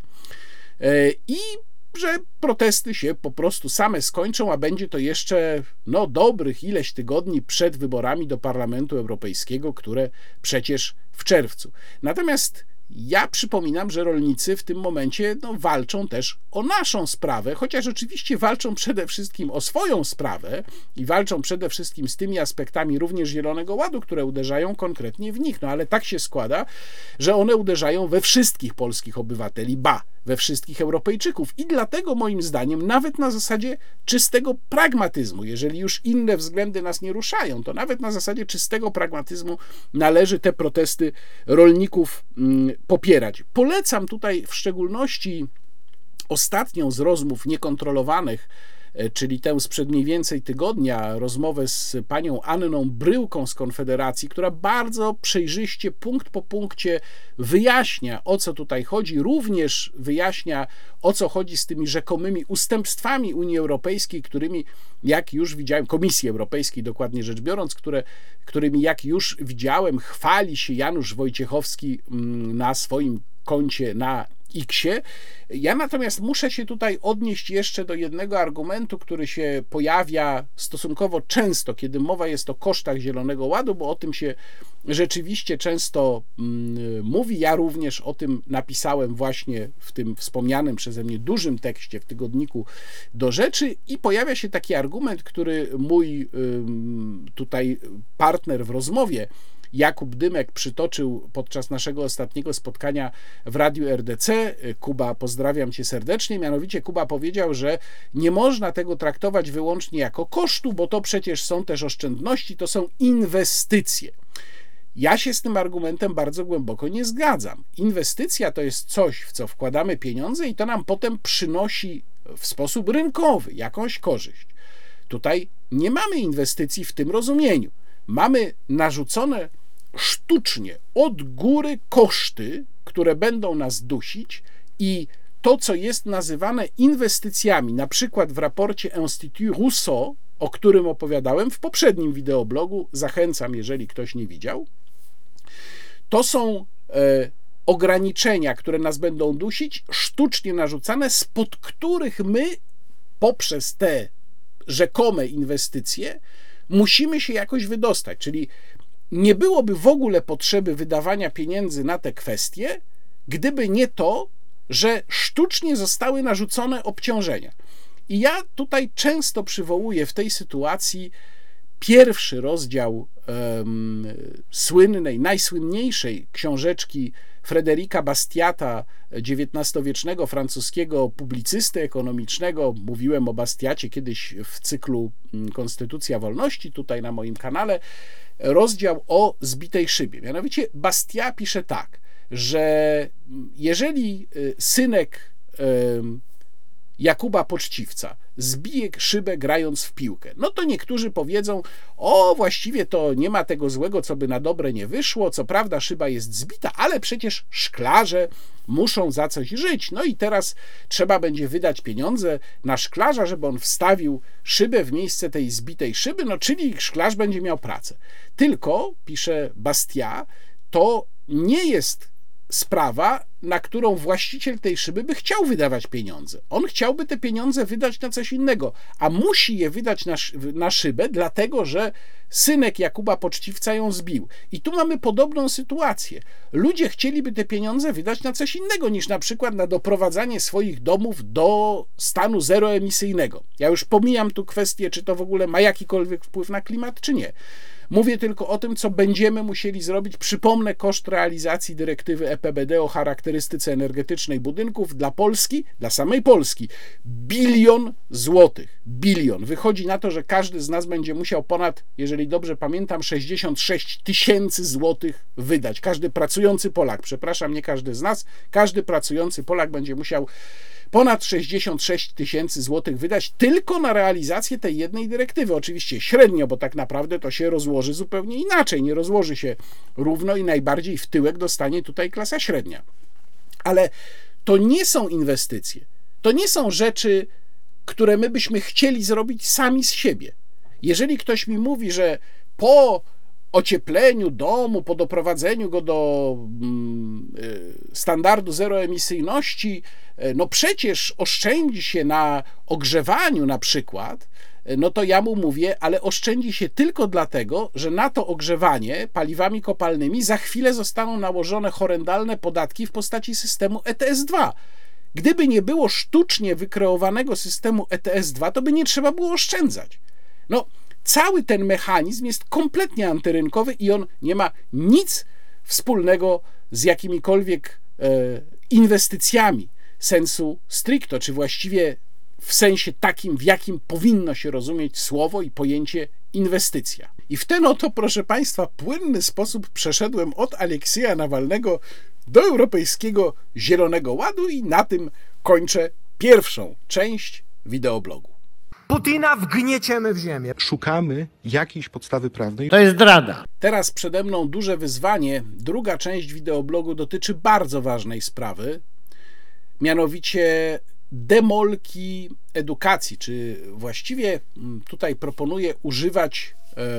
I że protesty się po prostu same skończą, a będzie to jeszcze dobrych ileś tygodni przed wyborami do Parlamentu Europejskiego, które przecież w czerwcu. Natomiast ja przypominam, że rolnicy w tym momencie walczą też o naszą sprawę, chociaż oczywiście walczą przede wszystkim o swoją sprawę i walczą przede wszystkim z tymi aspektami również Zielonego Ładu, które uderzają konkretnie w nich. Ale tak się składa, że one uderzają we wszystkich polskich obywateli, we wszystkich Europejczyków. I dlatego moim zdaniem nawet na zasadzie czystego pragmatyzmu, jeżeli już inne względy nas nie ruszają, to nawet na zasadzie czystego pragmatyzmu należy te protesty rolników popierać. Polecam tutaj w szczególności ostatnią z rozmów niekontrolowanych, czyli tę sprzed mniej więcej tygodnia, rozmowę z panią Anną Bryłką z Konfederacji, która bardzo przejrzyście, punkt po punkcie wyjaśnia, o co tutaj chodzi, również wyjaśnia, o co chodzi z tymi rzekomymi ustępstwami Unii Europejskiej, którymi, jak już widziałem, Komisji Europejskiej dokładnie rzecz biorąc, którymi, jak już widziałem, chwali się Janusz Wojciechowski na swoim koncie na X-ie. Ja natomiast muszę się tutaj odnieść jeszcze do jednego argumentu, który się pojawia stosunkowo często, kiedy mowa jest o kosztach Zielonego Ładu, bo o tym się rzeczywiście często mówi. Ja również o tym napisałem właśnie w tym wspomnianym przeze mnie dużym tekście w tygodniku Do Rzeczy i pojawia się taki argument, który mój tutaj partner w rozmowie Jakub Dymek przytoczył podczas naszego ostatniego spotkania w Radiu RDC. Kuba, pozdrawiam cię serdecznie. Mianowicie Kuba powiedział, że nie można tego traktować wyłącznie jako kosztu, bo to przecież są też oszczędności, to są inwestycje. Ja się z tym argumentem bardzo głęboko nie zgadzam. Inwestycja to jest coś, w co wkładamy pieniądze i to nam potem przynosi w sposób rynkowy jakąś korzyść. Tutaj nie mamy inwestycji w tym rozumieniu. Mamy narzucone sztucznie od góry koszty, które będą nas dusić i to, co jest nazywane inwestycjami, na przykład w raporcie Institut Rousseau, o którym opowiadałem w poprzednim wideoblogu, zachęcam, jeżeli ktoś nie widział, to są ograniczenia, które nas będą dusić, sztucznie narzucane, spod których my poprzez te rzekome inwestycje musimy się jakoś wydostać, czyli nie byłoby w ogóle potrzeby wydawania pieniędzy na te kwestie, gdyby nie to, że sztucznie zostały narzucone obciążenia. I ja tutaj często przywołuję w tej sytuacji pierwszy rozdział słynnej, najsłynniejszej książeczki Frédérica Bastiata, XIX-wiecznego francuskiego publicysty ekonomicznego. Mówiłem o Bastiacie kiedyś w cyklu Konstytucja Wolności, tutaj na moim kanale. Rozdział o zbitej szybie. Mianowicie Bastiat pisze tak, że jeżeli synek Jakuba Poczciwca zbije szybę grając w piłkę, no to niektórzy powiedzą, o właściwie to nie ma tego złego, co by na dobre nie wyszło, co prawda szyba jest zbita, ale przecież szklarze muszą za coś żyć, no i teraz trzeba będzie wydać pieniądze na szklarza, żeby on wstawił szybę w miejsce tej zbitej szyby, no czyli szklarz będzie miał pracę. Tylko, pisze Bastiat, to nie jest sprawa, na którą właściciel tej szyby by chciał wydawać pieniądze. On chciałby te pieniądze wydać na coś innego, a musi je wydać na szybę, dlatego że synek Jakuba Poczciwca ją zbił. I tu mamy podobną sytuację. Ludzie chcieliby te pieniądze wydać na coś innego, niż na przykład na doprowadzanie swoich domów do stanu zeroemisyjnego. Ja już pomijam tu kwestię, czy to w ogóle ma jakikolwiek wpływ na klimat, czy nie. Mówię tylko o tym, co będziemy musieli zrobić. Przypomnę koszt realizacji dyrektywy EPBD o charakterystyce energetycznej budynków dla Polski, dla samej Polski. 1 bilion złotych. Bilion. Wychodzi na to, że każdy z nas będzie musiał ponad, jeżeli dobrze pamiętam, 66 000 złotych wydać. Każdy pracujący Polak, przepraszam, nie każdy z nas, każdy pracujący Polak będzie musiał ponad 66 000 złotych wydać tylko na realizację tej jednej dyrektywy. Oczywiście średnio, bo tak naprawdę to się rozłoży zupełnie inaczej. Nie rozłoży się równo i najbardziej w tyłek dostanie tutaj klasa średnia. Ale to nie są inwestycje. To nie są rzeczy, które my byśmy chcieli zrobić sami z siebie. Jeżeli ktoś mi mówi, że po ociepleniu domu, po doprowadzeniu go do standardu zeroemisyjności, no przecież oszczędzi się na ogrzewaniu na przykład, no to ja mu mówię, ale oszczędzi się tylko dlatego, że na to ogrzewanie paliwami kopalnymi za chwilę zostaną nałożone horrendalne podatki w postaci systemu ETS-2. Gdyby nie było sztucznie wykreowanego systemu ETS-2, to by nie trzeba było oszczędzać. No, cały ten mechanizm jest kompletnie antyrynkowy i on nie ma nic wspólnego z jakimikolwiek inwestycjami sensu stricto, czy właściwie w sensie takim, w jakim powinno się rozumieć słowo i pojęcie inwestycja. I w ten oto, proszę Państwa, płynny sposób przeszedłem od Aleksieja Nawalnego do Europejskiego Zielonego Ładu i na tym kończę pierwszą część wideoblogu.
Putina wgnieciemy w ziemię.
Szukamy jakiejś podstawy prawnej.
To jest zdrada.
Teraz przede mną duże wyzwanie. Druga część wideoblogu dotyczy bardzo ważnej sprawy, mianowicie demolki edukacji, czy właściwie tutaj proponuję używać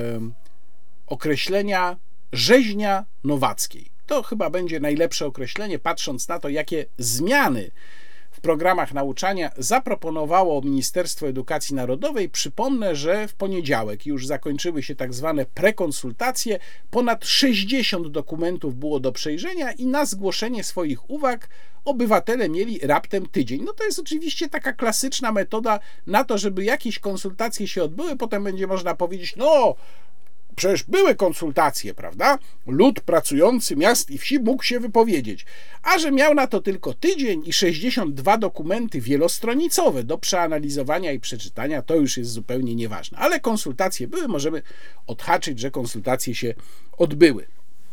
określenia rzeźnia nowackiej. To chyba będzie najlepsze określenie, patrząc na to, jakie zmiany w programach nauczania zaproponowało Ministerstwo Edukacji Narodowej. Przypomnę, że w poniedziałek już zakończyły się tak zwane prekonsultacje. Ponad 60 dokumentów było do przejrzenia i na zgłoszenie swoich uwag obywatele mieli raptem tydzień. No to jest oczywiście taka klasyczna metoda na to, żeby jakieś konsultacje się odbyły. Potem będzie można powiedzieć, no przecież były konsultacje, prawda? Lud pracujący miast i wsi mógł się wypowiedzieć. A że miał na to tylko tydzień i 62 dokumenty wielostronicowe do przeanalizowania i przeczytania, to już jest zupełnie nieważne. Ale konsultacje były, możemy odhaczyć, że konsultacje się odbyły.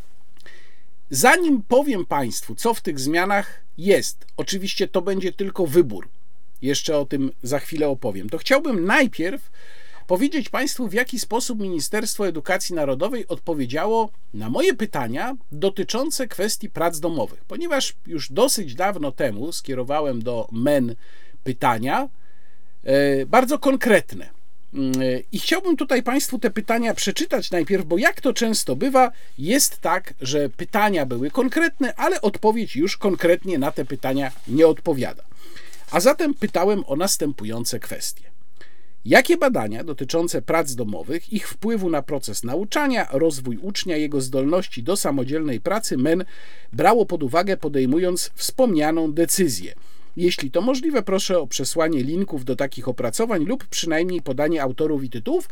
Zanim powiem Państwu, co w tych zmianach jest, oczywiście to będzie tylko wybór, jeszcze o tym za chwilę opowiem, to chciałbym najpierw powiedzieć Państwu, w jaki sposób Ministerstwo Edukacji Narodowej odpowiedziało na moje pytania dotyczące kwestii prac domowych. Ponieważ już dosyć dawno temu skierowałem do MEN pytania bardzo konkretne. I chciałbym tutaj Państwu te pytania przeczytać najpierw, bo jak to często bywa, jest tak, że pytania były konkretne, ale odpowiedź już konkretnie na te pytania nie odpowiada. A zatem pytałem o następujące kwestie. Jakie badania dotyczące prac domowych, ich wpływu na proces nauczania, rozwój ucznia, jego zdolności do samodzielnej pracy MEN brało pod uwagę, podejmując wspomnianą decyzję? Jeśli to możliwe, proszę o przesłanie linków do takich opracowań lub przynajmniej podanie autorów i tytułów.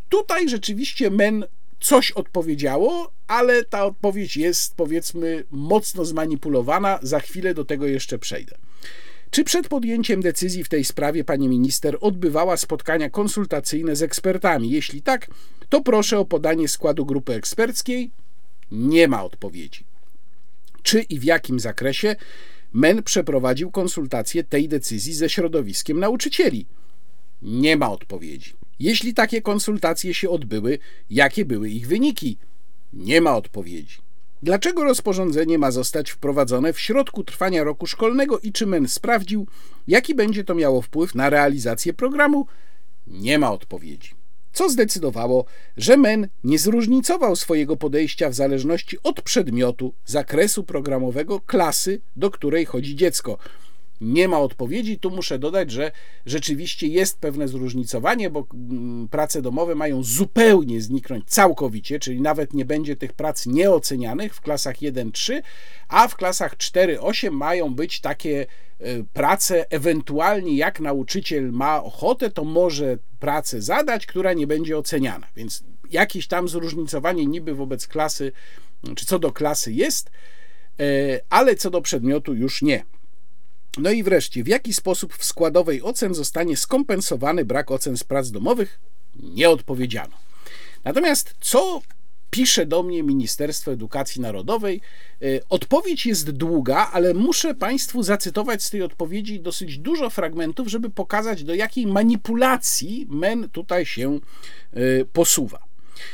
Tutaj rzeczywiście MEN coś odpowiedziało, ale ta odpowiedź jest, powiedzmy, mocno zmanipulowana. Za chwilę do tego jeszcze przejdę. Czy przed podjęciem decyzji w tej sprawie pani minister odbywała spotkania konsultacyjne z ekspertami? Jeśli tak, to proszę o podanie składu grupy eksperckiej. Nie ma odpowiedzi. Czy i w jakim zakresie MEN przeprowadził konsultacje tej decyzji ze środowiskiem nauczycieli? Nie ma odpowiedzi. Jeśli takie konsultacje się odbyły, jakie były ich wyniki? Nie ma odpowiedzi. Dlaczego rozporządzenie ma zostać wprowadzone w środku trwania roku szkolnego i czy MEN sprawdził, jaki będzie to miało wpływ na realizację programu? Nie ma odpowiedzi. Co zdecydowało, że MEN nie zróżnicował swojego podejścia w zależności od przedmiotu, zakresu programowego, klasy, do której chodzi dziecko? Nie ma odpowiedzi. Tu muszę dodać, że rzeczywiście jest pewne zróżnicowanie, bo prace domowe mają zupełnie zniknąć całkowicie, czyli nawet nie będzie tych prac nieocenianych w klasach 1-3, a w klasach 4-8 mają być takie prace, ewentualnie jak nauczyciel ma ochotę, to może pracę zadać, która nie będzie oceniana. Więc jakieś tam zróżnicowanie niby wobec klasy, czy co do klasy jest, ale co do przedmiotu już nie. No i wreszcie, w jaki sposób w składowej ocen zostanie skompensowany brak ocen z prac domowych? Nie odpowiedziano. Natomiast co pisze do mnie Ministerstwo Edukacji Narodowej? Odpowiedź jest długa, ale muszę Państwu zacytować z tej odpowiedzi dosyć dużo fragmentów, żeby pokazać, do jakiej manipulacji MEN tutaj się posuwa.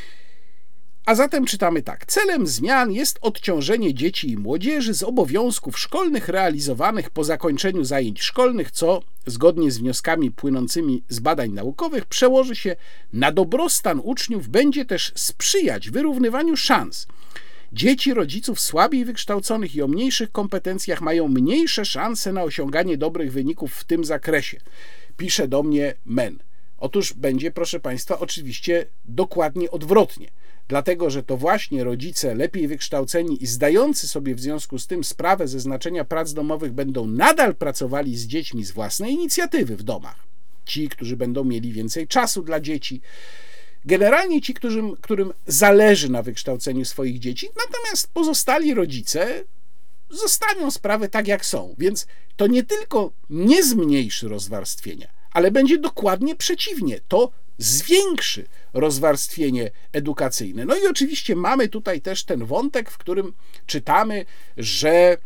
A zatem czytamy tak. Celem zmian jest odciążenie dzieci i młodzieży z obowiązków szkolnych realizowanych po zakończeniu zajęć szkolnych, co zgodnie z wnioskami płynącymi z badań naukowych przełoży się na dobrostan uczniów, będzie też sprzyjać wyrównywaniu szans. Dzieci rodziców słabiej wykształconych i o mniejszych kompetencjach mają mniejsze szanse na osiąganie dobrych wyników w tym zakresie. Pisze do mnie MEN. Otóż będzie, proszę Państwa, oczywiście dokładnie odwrotnie. Dlatego, że to właśnie rodzice lepiej wykształceni i zdający sobie w związku z tym sprawę ze znaczenia prac domowych będą nadal pracowali z dziećmi z własnej inicjatywy w domach. Ci, którzy będą mieli więcej czasu dla dzieci. Generalnie ci, którym zależy na wykształceniu swoich dzieci, natomiast pozostali rodzice zostawią sprawę tak, jak są. Więc to nie tylko nie zmniejszy rozwarstwienia, ale będzie dokładnie przeciwnie. To zwiększy rozwarstwienie edukacyjne. No i oczywiście mamy tutaj też ten wątek, w którym czytamy, że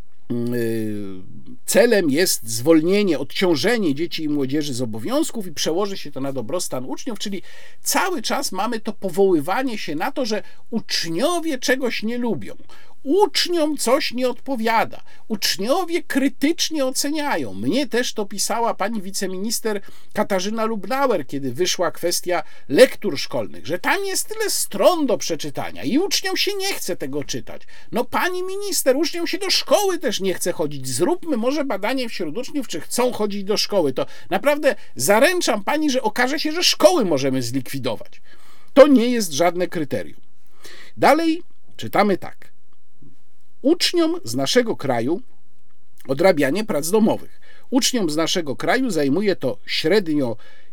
celem jest zwolnienie, odciążenie dzieci i młodzieży z obowiązków i przełoży się to na dobrostan uczniów, czyli cały czas mamy to powoływanie się na to, że uczniowie czegoś nie lubią. Uczniom coś nie odpowiada. Uczniowie krytycznie oceniają. Mnie też to pisała pani wiceminister Katarzyna Lubnauer, kiedy wyszła kwestia lektur szkolnych, że tam jest tyle stron do przeczytania i uczniom się nie chce tego czytać. No pani minister, uczniom się do szkoły też nie chce chodzić. Zróbmy może badanie wśród uczniów, czy chcą chodzić do szkoły. To naprawdę zaręczam pani, że okaże się, że szkoły możemy zlikwidować. To nie jest żadne kryterium. Dalej czytamy tak. Uczniom z naszego kraju odrabianie prac domowych. Uczniom z naszego kraju zajmuje to średnio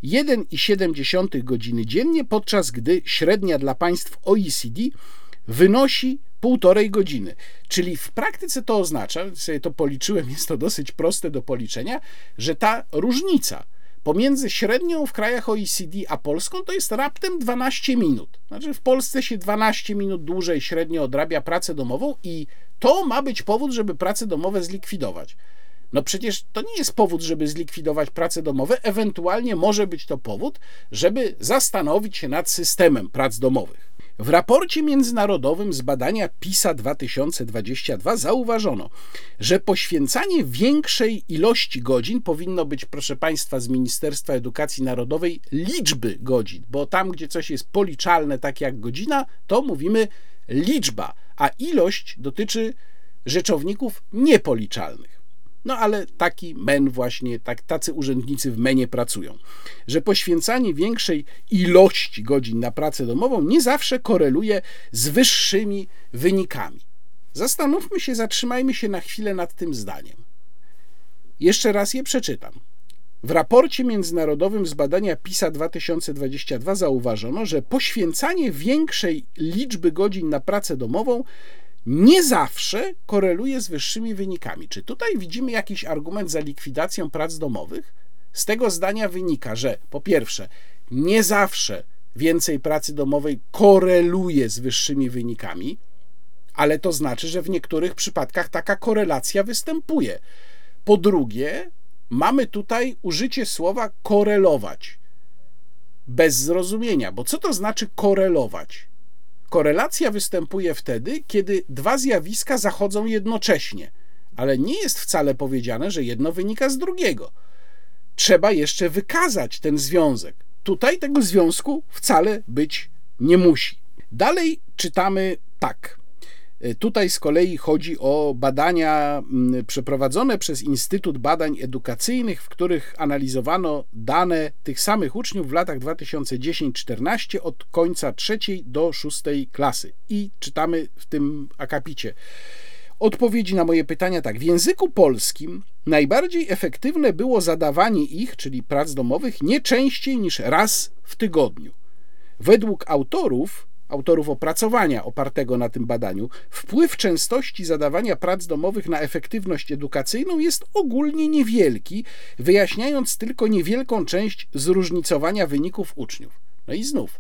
1,7 godziny dziennie, podczas gdy średnia dla państw OECD wynosi 1,5 godziny. Czyli w praktyce to oznacza, sobie to policzyłem, jest to dosyć proste do policzenia, że ta różnica pomiędzy średnią w krajach OECD a Polską to jest raptem 12 minut. Znaczy w Polsce się 12 minut dłużej średnio odrabia pracę domową i to ma być powód, żeby prace domowe zlikwidować. No przecież to nie jest powód, żeby zlikwidować prace domowe, ewentualnie może być to powód, żeby zastanowić się nad systemem prac domowych. W raporcie międzynarodowym z badania PISA 2022 zauważono, że poświęcanie większej ilości godzin powinno być, proszę Państwa, z Ministerstwa Edukacji Narodowej liczby godzin, bo tam, gdzie coś jest policzalne, tak jak godzina, to mówimy liczba, a ilość dotyczy rzeczowników niepoliczalnych. No ale taki MEN właśnie, tacy urzędnicy w MEN-ie pracują, że poświęcanie większej ilości godzin na pracę domową nie zawsze koreluje z wyższymi wynikami. Zastanówmy się, zatrzymajmy się na chwilę nad tym zdaniem. Jeszcze raz je przeczytam. W raporcie międzynarodowym z badania PISA 2022 zauważono, że poświęcanie większej liczby godzin na pracę domową nie zawsze koreluje z wyższymi wynikami. Czy tutaj widzimy jakiś argument za likwidacją prac domowych? Z tego zdania wynika, że po pierwsze, nie zawsze więcej pracy domowej koreluje z wyższymi wynikami, ale to znaczy, że w niektórych przypadkach taka korelacja występuje. Po drugie, mamy tutaj użycie słowa korelować bez zrozumienia, bo co to znaczy korelować? Korelacja występuje wtedy, kiedy dwa zjawiska zachodzą jednocześnie, ale nie jest wcale powiedziane, że jedno wynika z drugiego. Trzeba jeszcze wykazać ten związek. Tutaj tego związku wcale być nie musi. Dalej czytamy tak. Tutaj z kolei chodzi o badania przeprowadzone przez Instytut Badań Edukacyjnych, w których analizowano dane tych samych uczniów w latach 2010-14 od końca 3. do 6. klasy. I czytamy w tym akapicie odpowiedzi na moje pytania tak. W języku polskim najbardziej efektywne było zadawanie ich, czyli prac domowych, nie częściej niż raz w tygodniu. Według autorów opracowania opartego na tym badaniu, wpływ częstości zadawania prac domowych na efektywność edukacyjną jest ogólnie niewielki, wyjaśniając tylko niewielką część zróżnicowania wyników uczniów. No i znów,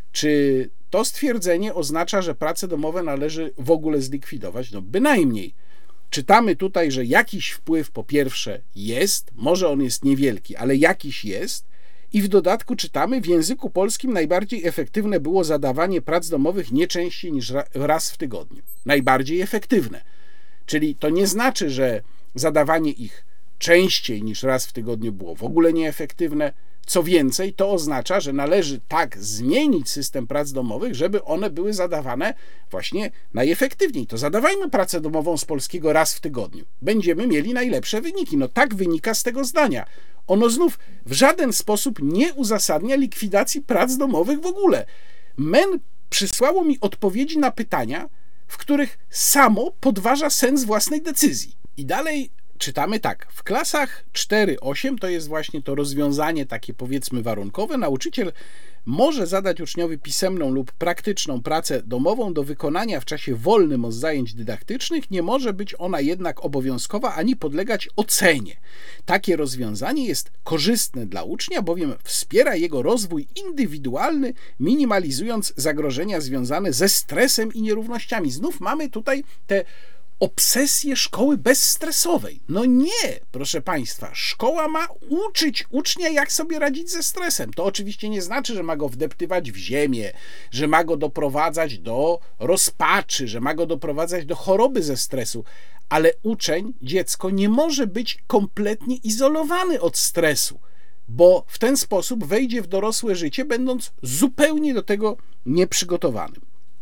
czy to stwierdzenie oznacza, że prace domowe należy w ogóle zlikwidować? No bynajmniej. Czytamy tutaj, że jakiś wpływ po pierwsze jest, może on jest niewielki, ale jakiś jest, i w dodatku czytamy, w języku polskim najbardziej efektywne było zadawanie prac domowych nie częściej niż raz w tygodniu. Najbardziej efektywne. Czyli to nie znaczy, że zadawanie ich częściej niż raz w tygodniu było w ogóle nieefektywne. Co więcej, to oznacza, że należy tak zmienić system prac domowych, żeby one były zadawane właśnie najefektywniej. To zadawajmy pracę domową z polskiego raz w tygodniu. Będziemy mieli najlepsze wyniki. No tak wynika z tego zdania. Ono znów w żaden sposób nie uzasadnia likwidacji prac domowych w ogóle. MEN przysłało mi odpowiedzi na pytania, w których samo podważa sens własnej decyzji. I dalej czytamy tak. W klasach 4-8, to jest właśnie to rozwiązanie takie powiedzmy warunkowe, nauczyciel może zadać uczniowi pisemną lub praktyczną pracę domową do wykonania w czasie wolnym od zajęć dydaktycznych, nie może być ona jednak obowiązkowa ani podlegać ocenie. Takie rozwiązanie jest korzystne dla ucznia, bowiem wspiera jego rozwój indywidualny, minimalizując zagrożenia związane ze stresem i nierównościami. Znów mamy tutaj te obsesję szkoły bezstresowej. No nie, proszę Państwa, szkoła ma uczyć ucznia, jak sobie radzić ze stresem. To oczywiście nie znaczy, że ma go wdeptywać w ziemię, że ma go doprowadzać do rozpaczy, że ma go doprowadzać do choroby ze stresu, ale uczeń, dziecko nie może być kompletnie izolowany od stresu, bo w ten sposób wejdzie w dorosłe życie, będąc zupełnie do tego nieprzygotowanym.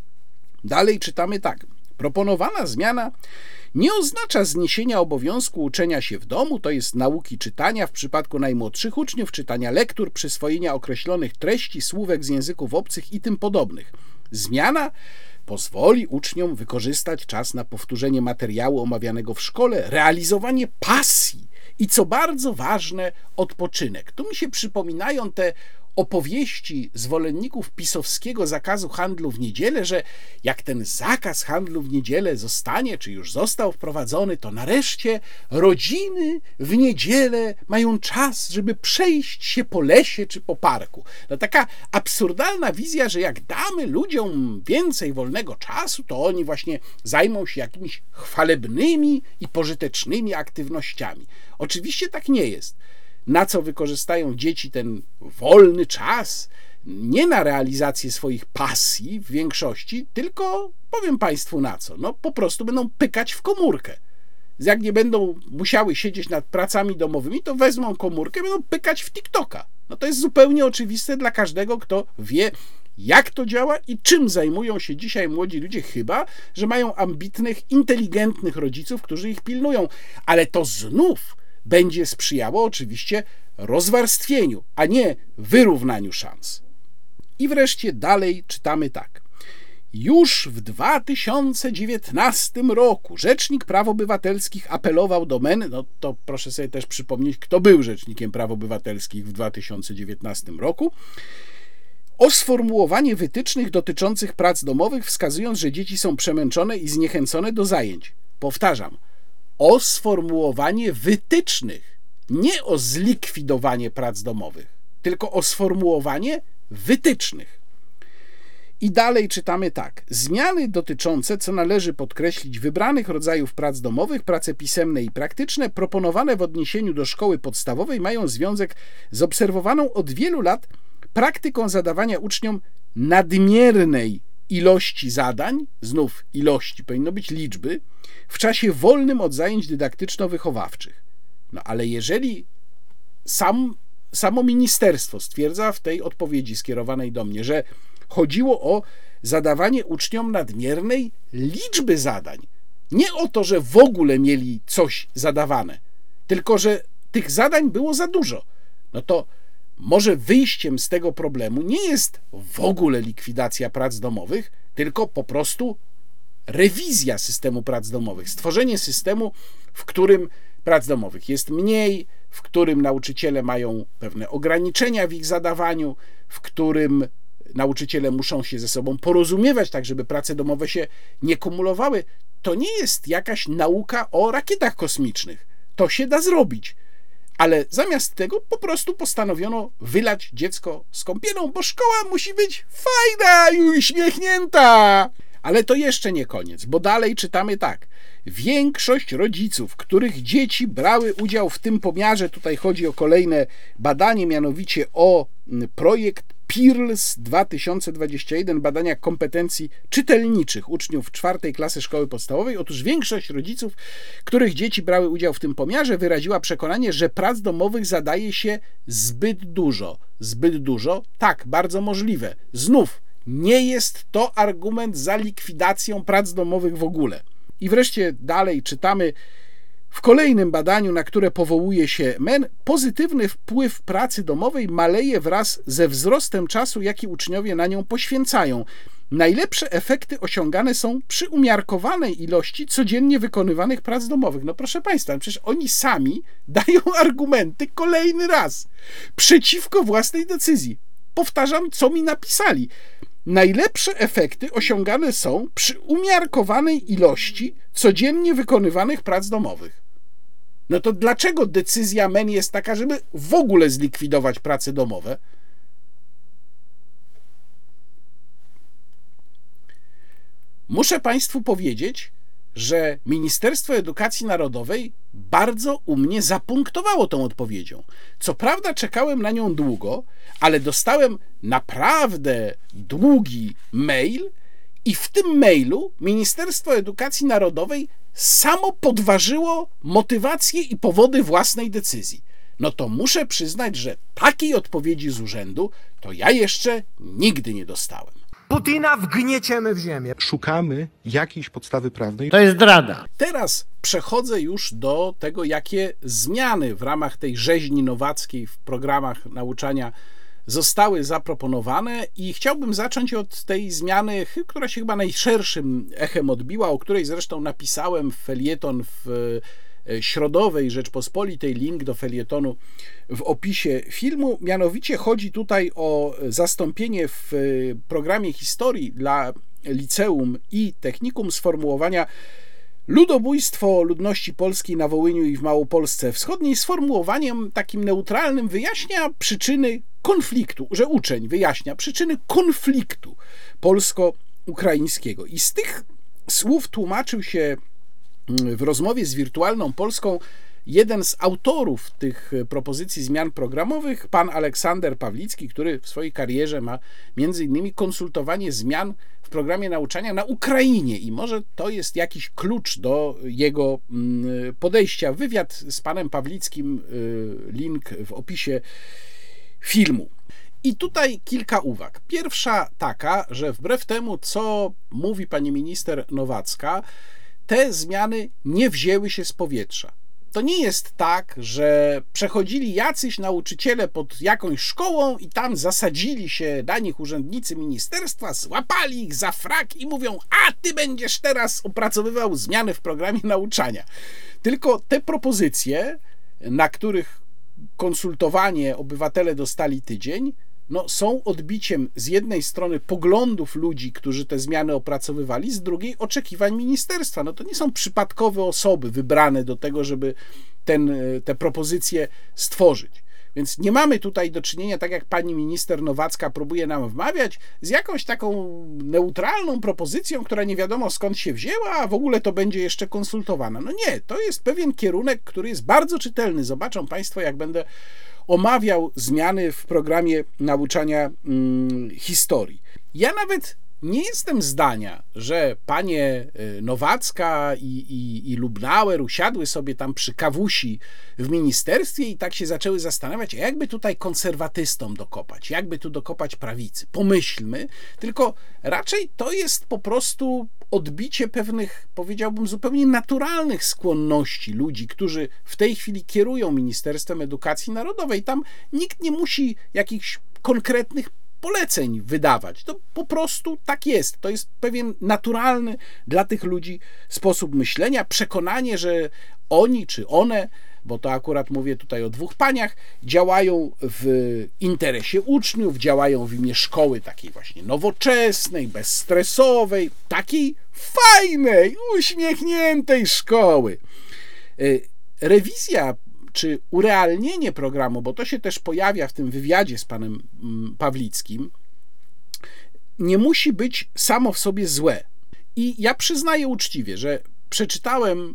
Dalej czytamy tak. Proponowana zmiana nie oznacza zniesienia obowiązku uczenia się w domu, to jest nauki czytania w przypadku najmłodszych uczniów, czytania lektur, przyswojenia określonych treści, słówek z języków obcych i tym podobnych. Zmiana pozwoli uczniom wykorzystać czas na powtórzenie materiału omawianego w szkole, realizowanie pasji i, co bardzo ważne, odpoczynek. Tu mi się przypominają te opowieści zwolenników pisowskiego zakazu handlu w niedzielę, że jak ten zakaz handlu w niedzielę zostanie, czy już został wprowadzony, to nareszcie rodziny w niedzielę mają czas, żeby przejść się po lesie czy po parku. No taka absurdalna wizja, że jak damy ludziom więcej wolnego czasu, to oni właśnie zajmą się jakimiś chwalebnymi i pożytecznymi aktywnościami. Oczywiście tak nie jest. Na co wykorzystają dzieci ten wolny czas? Nie na realizację swoich pasji w większości, tylko powiem Państwu na co. No po prostu będą pykać w komórkę. Jak nie będą musiały siedzieć nad pracami domowymi, to wezmą komórkę i będą pykać w TikToka. No to jest zupełnie oczywiste dla każdego, kto wie, jak to działa i czym zajmują się dzisiaj młodzi ludzie, chyba że mają ambitnych, inteligentnych rodziców, którzy ich pilnują. Ale to znów będzie sprzyjało oczywiście rozwarstwieniu, a nie wyrównaniu szans. I wreszcie dalej czytamy tak. Już w 2019 roku Rzecznik Praw Obywatelskich apelował do MEN, no to proszę sobie też przypomnieć, kto był Rzecznikiem Praw Obywatelskich w 2019 roku, o sformułowanie wytycznych dotyczących prac domowych, wskazując, że dzieci są przemęczone i zniechęcone do zajęć. Powtarzam, o sformułowanie wytycznych, nie o zlikwidowanie prac domowych, tylko o sformułowanie wytycznych. I dalej czytamy tak. Zmiany dotyczące, co należy podkreślić, wybranych rodzajów prac domowych, prace pisemne i praktyczne, proponowane w odniesieniu do szkoły podstawowej, mają związek z obserwowaną od wielu lat praktyką zadawania uczniom nadmiernej ilości zadań, znów ilości, powinno być liczby, w czasie wolnym od zajęć dydaktyczno-wychowawczych. No ale jeżeli samo ministerstwo stwierdza w tej odpowiedzi skierowanej do mnie, że chodziło o zadawanie uczniom nadmiernej liczby zadań, nie o to, że w ogóle mieli coś zadawane, tylko że tych zadań było za dużo, no to może wyjściem z tego problemu nie jest w ogóle likwidacja prac domowych, tylko po prostu rewizja systemu prac domowych, stworzenie systemu, w którym prac domowych jest mniej, w którym nauczyciele mają pewne ograniczenia w ich zadawaniu, w którym nauczyciele muszą się ze sobą porozumiewać, tak żeby prace domowe się nie kumulowały. To nie jest jakaś nauka o rakietach kosmicznych. To się da zrobić. Ale zamiast tego po prostu postanowiono wylać dziecko z kąpielą, bo szkoła musi być fajna i uśmiechnięta. Ale to jeszcze nie koniec, bo dalej czytamy tak. Większość rodziców, których dzieci brały udział w tym pomiarze, tutaj chodzi o kolejne badanie, mianowicie o projekt PIRLS 2021, badania kompetencji czytelniczych uczniów 4. klasy szkoły podstawowej. Otóż większość rodziców, których dzieci brały udział w tym pomiarze, wyraziła przekonanie, że prac domowych zadaje się zbyt dużo. Zbyt dużo? Tak, bardzo możliwe. Znów, nie jest to argument za likwidacją prac domowych w ogóle. I wreszcie dalej czytamy w kolejnym badaniu, na które powołuje się MEN, pozytywny wpływ pracy domowej maleje wraz ze wzrostem czasu, jaki uczniowie na nią poświęcają. Najlepsze efekty osiągane są przy umiarkowanej ilości codziennie wykonywanych prac domowych. No proszę Państwa, przecież oni sami dają argumenty kolejny raz przeciwko własnej decyzji. Powtarzam, co mi napisali. Najlepsze efekty osiągane są przy umiarkowanej ilości codziennie wykonywanych prac domowych. No to dlaczego decyzja MEN jest taka, żeby w ogóle zlikwidować prace domowe? Muszę Państwu powiedzieć, że Ministerstwo Edukacji Narodowej bardzo umnie zapunktowało tą odpowiedzią. Co prawda czekałem na nią długo, ale dostałem naprawdę długi mail i w tym mailu Ministerstwo Edukacji Narodowej samo podważyło motywację i powody własnej decyzji. No to muszę przyznać, że takiej odpowiedzi z urzędu to ja jeszcze nigdy nie dostałem.
Putina wgnieciemy w ziemię.
Szukamy jakiejś podstawy prawnej.
To jest zdrada.
Teraz przechodzę już do tego, jakie zmiany w ramach tej rzeźni nowackiej w programach nauczania zostały zaproponowane i chciałbym zacząć od tej zmiany, która się chyba najszerszym echem odbiła, o której zresztą napisałem felieton w środowej Rzeczpospolitej, link do felietonu w opisie filmu. Mianowicie chodzi tutaj o zastąpienie w programie historii dla liceum i technikum sformułowania ludobójstwo ludności polskiej na Wołyniu i w Małopolsce Wschodniej sformułowaniem takim neutralnym wyjaśnia przyczyny konfliktu, że uczeń wyjaśnia przyczyny konfliktu polsko-ukraińskiego. I z tych słów tłumaczył się w rozmowie z Wirtualną Polską jeden z autorów tych propozycji zmian programowych, pan Aleksander Pawlicki, który w swojej karierze ma między innymi konsultowanie zmian w programie nauczania na Ukrainie i może to jest jakiś klucz do jego podejścia. Wywiad z panem Pawlickim, link w opisie filmu. I tutaj kilka uwag. Pierwsza taka, że wbrew temu, co mówi pani minister Nowacka, te zmiany nie wzięły się z powietrza. to nie jest tak, że przechodzili jacyś nauczyciele pod jakąś szkołą i tam zasadzili się na nich urzędnicy ministerstwa, złapali ich za frak i mówią: a ty będziesz teraz opracowywał zmiany w programie nauczania. Tylko te propozycje, na których konsultowanie obywatele dostali tydzień, no, są odbiciem z jednej strony poglądów ludzi, którzy te zmiany opracowywali, z drugiej oczekiwań ministerstwa. No to nie są przypadkowe osoby wybrane do tego, żeby te propozycje stworzyć. Więc nie mamy tutaj do czynienia, tak jak pani minister Nowacka próbuje nam wmawiać, z jakąś taką neutralną propozycją, która nie wiadomo skąd się wzięła, a w ogóle to będzie jeszcze konsultowana. No nie, to jest pewien kierunek, który jest bardzo czytelny. Zobaczą państwo, jak będę omawiał zmiany w programie nauczania historii. Ja nawet nie jestem zdania, że panie Nowacka i Lubnauer usiadły sobie tam przy kawusi w ministerstwie i tak się zaczęły zastanawiać, jakby tutaj konserwatystom dokopać, jakby tu dokopać prawicy. Pomyślmy, tylko raczej to jest po prostu odbicie pewnych, powiedziałbym, zupełnie naturalnych skłonności ludzi, którzy w tej chwili kierują Ministerstwem Edukacji Narodowej. Tam nikt nie musi jakichś konkretnych poleceń wydawać. To po prostu tak jest. To jest pewien naturalny dla tych ludzi sposób myślenia, przekonanie, że oni czy one, bo to akurat mówię tutaj o dwóch paniach, działają w interesie uczniów, działają w imię szkoły takiej właśnie nowoczesnej, bezstresowej, takiej fajnej, uśmiechniętej szkoły. Rewizja czy urealnienie programu, bo to się też pojawia w tym wywiadzie z panem Pawlickim, nie musi być samo w sobie złe. I ja przyznaję uczciwie, że przeczytałem,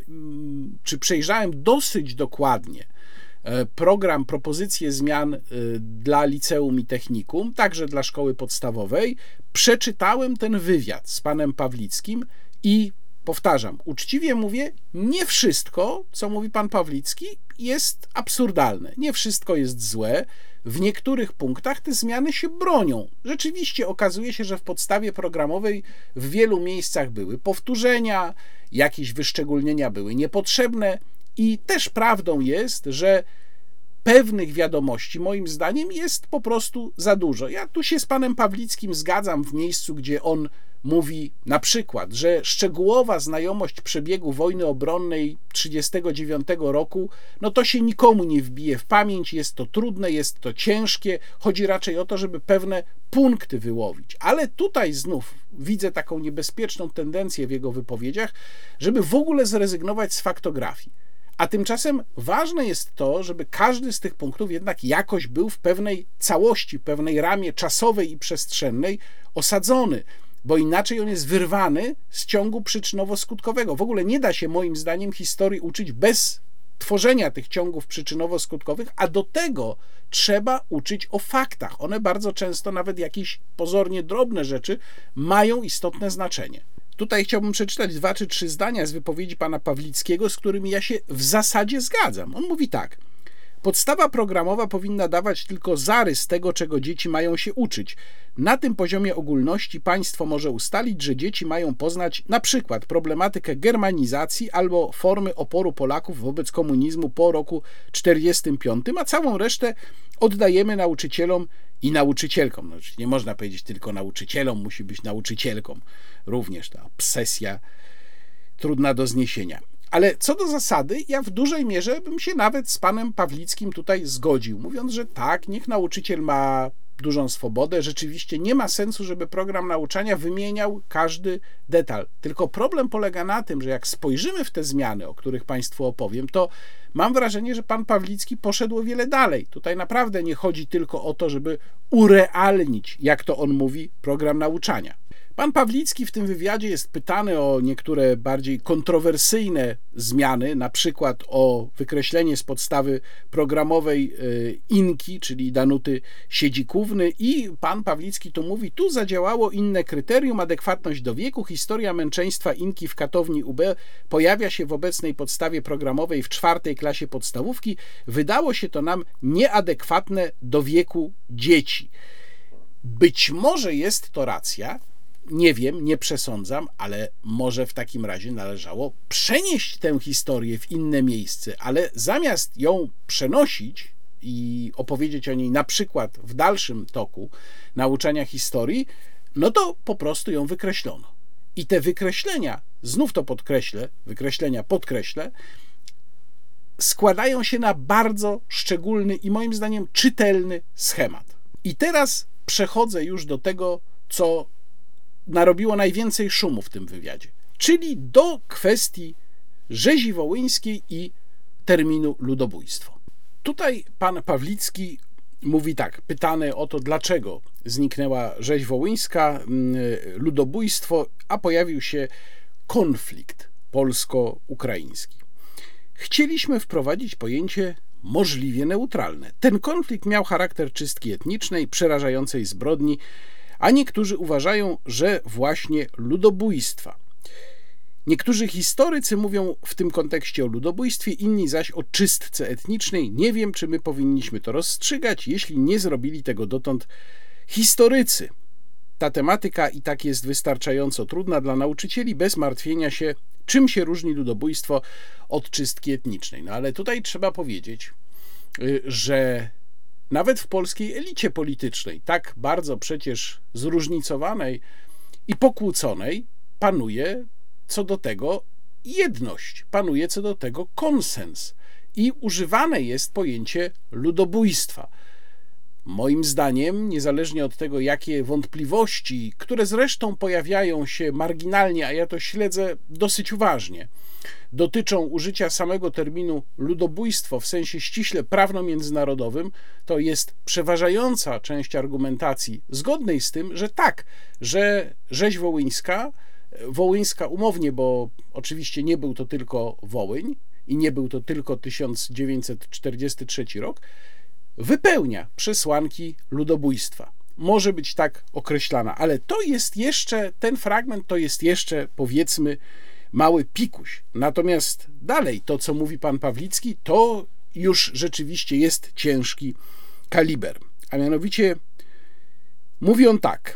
czy przejrzałem dosyć dokładnie program, propozycje zmian dla liceum i technikum, także dla szkoły podstawowej. Przeczytałem ten wywiad z panem Pawlickim i powtarzam, uczciwie mówię, nie wszystko, co mówi pan Pawlicki, jest absurdalne. Nie wszystko jest złe. W niektórych punktach te zmiany się bronią. Rzeczywiście okazuje się, że w podstawie programowej w wielu miejscach były powtórzenia, jakieś wyszczególnienia były niepotrzebne i też prawdą jest, że pewnych wiadomości, moim zdaniem, jest po prostu za dużo. Ja tu się z panem Pawlickim zgadzam w miejscu, gdzie on mówi na przykład, że szczegółowa znajomość przebiegu wojny obronnej 1939 roku, no to się nikomu nie wbije w pamięć, jest to trudne, jest to ciężkie, chodzi raczej o to, żeby pewne punkty wyłowić. Ale tutaj znów widzę taką niebezpieczną tendencję w jego wypowiedziach, żeby w ogóle zrezygnować z faktografii. A tymczasem ważne jest to, żeby każdy z tych punktów jednak jakoś był w pewnej całości, w pewnej ramie czasowej i przestrzennej osadzony, bo inaczej on jest wyrwany z ciągu przyczynowo-skutkowego. W ogóle nie da się moim zdaniem historii uczyć bez tworzenia tych ciągów przyczynowo-skutkowych, a do tego trzeba uczyć o faktach. One bardzo często, nawet jakieś pozornie drobne rzeczy, mają istotne znaczenie. Tutaj chciałbym przeczytać 2 czy 3 zdania z wypowiedzi pana Pawlickiego, z którymi ja się w zasadzie zgadzam. On mówi tak: podstawa programowa powinna dawać tylko zarys tego, czego dzieci mają się uczyć. Na tym poziomie ogólności państwo może ustalić, że dzieci mają poznać na przykład problematykę germanizacji albo formy oporu Polaków wobec komunizmu po roku 1945, a całą resztę oddajemy nauczycielom i nauczycielkom. No, nie można powiedzieć tylko nauczycielom, musi być nauczycielkom. Również ta obsesja trudna do zniesienia. Ale co do zasady, ja w dużej mierze bym się nawet z panem Pawlickim tutaj zgodził, mówiąc, że tak, niech nauczyciel ma dużą swobodę. Rzeczywiście nie ma sensu, żeby program nauczania wymieniał każdy detal. Tylko problem polega na tym, że jak spojrzymy w te zmiany, o których państwu opowiem, to mam wrażenie, że pan Pawlicki poszedł o wiele dalej. Tutaj naprawdę nie chodzi tylko o to, żeby urealnić, jak to on mówi, program nauczania. Pan Pawlicki w tym wywiadzie jest pytany o niektóre bardziej kontrowersyjne zmiany, na przykład o wykreślenie z podstawy programowej INKI, czyli Danuty Siedzikówny, i pan Pawlicki tu mówi: tu zadziałało inne kryterium, adekwatność do wieku, historia męczeństwa INKI w Katowni UB pojawia się w obecnej podstawie programowej w 4. klasie podstawówki. Wydało się to nam nieadekwatne do wieku dzieci. Być może jest to racja, Nie wiem, nie przesądzam, ale może w takim razie należało przenieść tę historię w inne miejsce, ale zamiast ją przenosić i opowiedzieć o niej na przykład w dalszym toku nauczania historii, no to po prostu ją wykreślono. I te wykreślenia, znów to podkreślę, składają się na bardzo szczególny i moim zdaniem czytelny schemat. I teraz przechodzę już do tego, co narobiło najwięcej szumu w tym wywiadzie, czyli do kwestii rzezi wołyńskiej i terminu ludobójstwo. Tutaj pan Pawlicki mówi tak, pytany o to, dlaczego zniknęła rzeź wołyńska, ludobójstwo, a pojawił się konflikt polsko-ukraiński. Chcieliśmy wprowadzić pojęcie możliwie neutralne. Ten konflikt miał charakter czystki etnicznej, przerażającej zbrodni, a niektórzy uważają, że właśnie ludobójstwa. Niektórzy historycy mówią w tym kontekście o ludobójstwie, inni zaś o czystce etnicznej. Nie wiem, czy my powinniśmy to rozstrzygać, jeśli nie zrobili tego dotąd historycy. Ta tematyka i tak jest wystarczająco trudna dla nauczycieli, bez martwienia się, czym się różni ludobójstwo od czystki etnicznej. No ale tutaj trzeba powiedzieć, że nawet w polskiej elicie politycznej, tak bardzo przecież zróżnicowanej i pokłóconej, panuje co do tego jedność, panuje co do tego konsens i używane jest pojęcie ludobójstwa. Moim zdaniem, niezależnie od tego, jakie wątpliwości, które zresztą pojawiają się marginalnie, a ja to śledzę dosyć uważnie, dotyczą użycia samego terminu ludobójstwo w sensie ściśle prawno-międzynarodowym, to jest przeważająca część argumentacji zgodnej z tym, że tak, że rzeź wołyńska umownie, bo oczywiście nie był to tylko Wołyń i nie był to tylko 1943 rok, wypełnia przesłanki ludobójstwa. Może być tak określana, ale to jest jeszcze, ten fragment to jest jeszcze, powiedzmy, mały pikuś. Natomiast dalej, to co mówi pan Pawlicki, to już rzeczywiście jest ciężki kaliber. A mianowicie mówi on tak: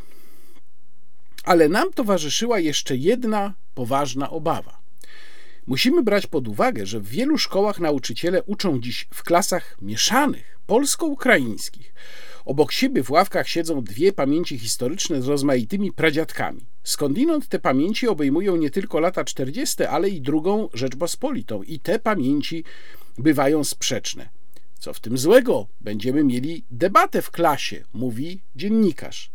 ale nam towarzyszyła jeszcze jedna poważna obawa. Musimy brać pod uwagę, że w wielu szkołach nauczyciele uczą dziś w klasach mieszanych, polsko-ukraińskich. Obok siebie w ławkach siedzą dwie pamięci historyczne z rozmaitymi pradziadkami. Skądinąd te pamięci obejmują nie tylko lata 40., ale i II Rzeczpospolitą. I te pamięci bywają sprzeczne. Co w tym złego? Będziemy mieli debatę w klasie, mówi dziennikarz.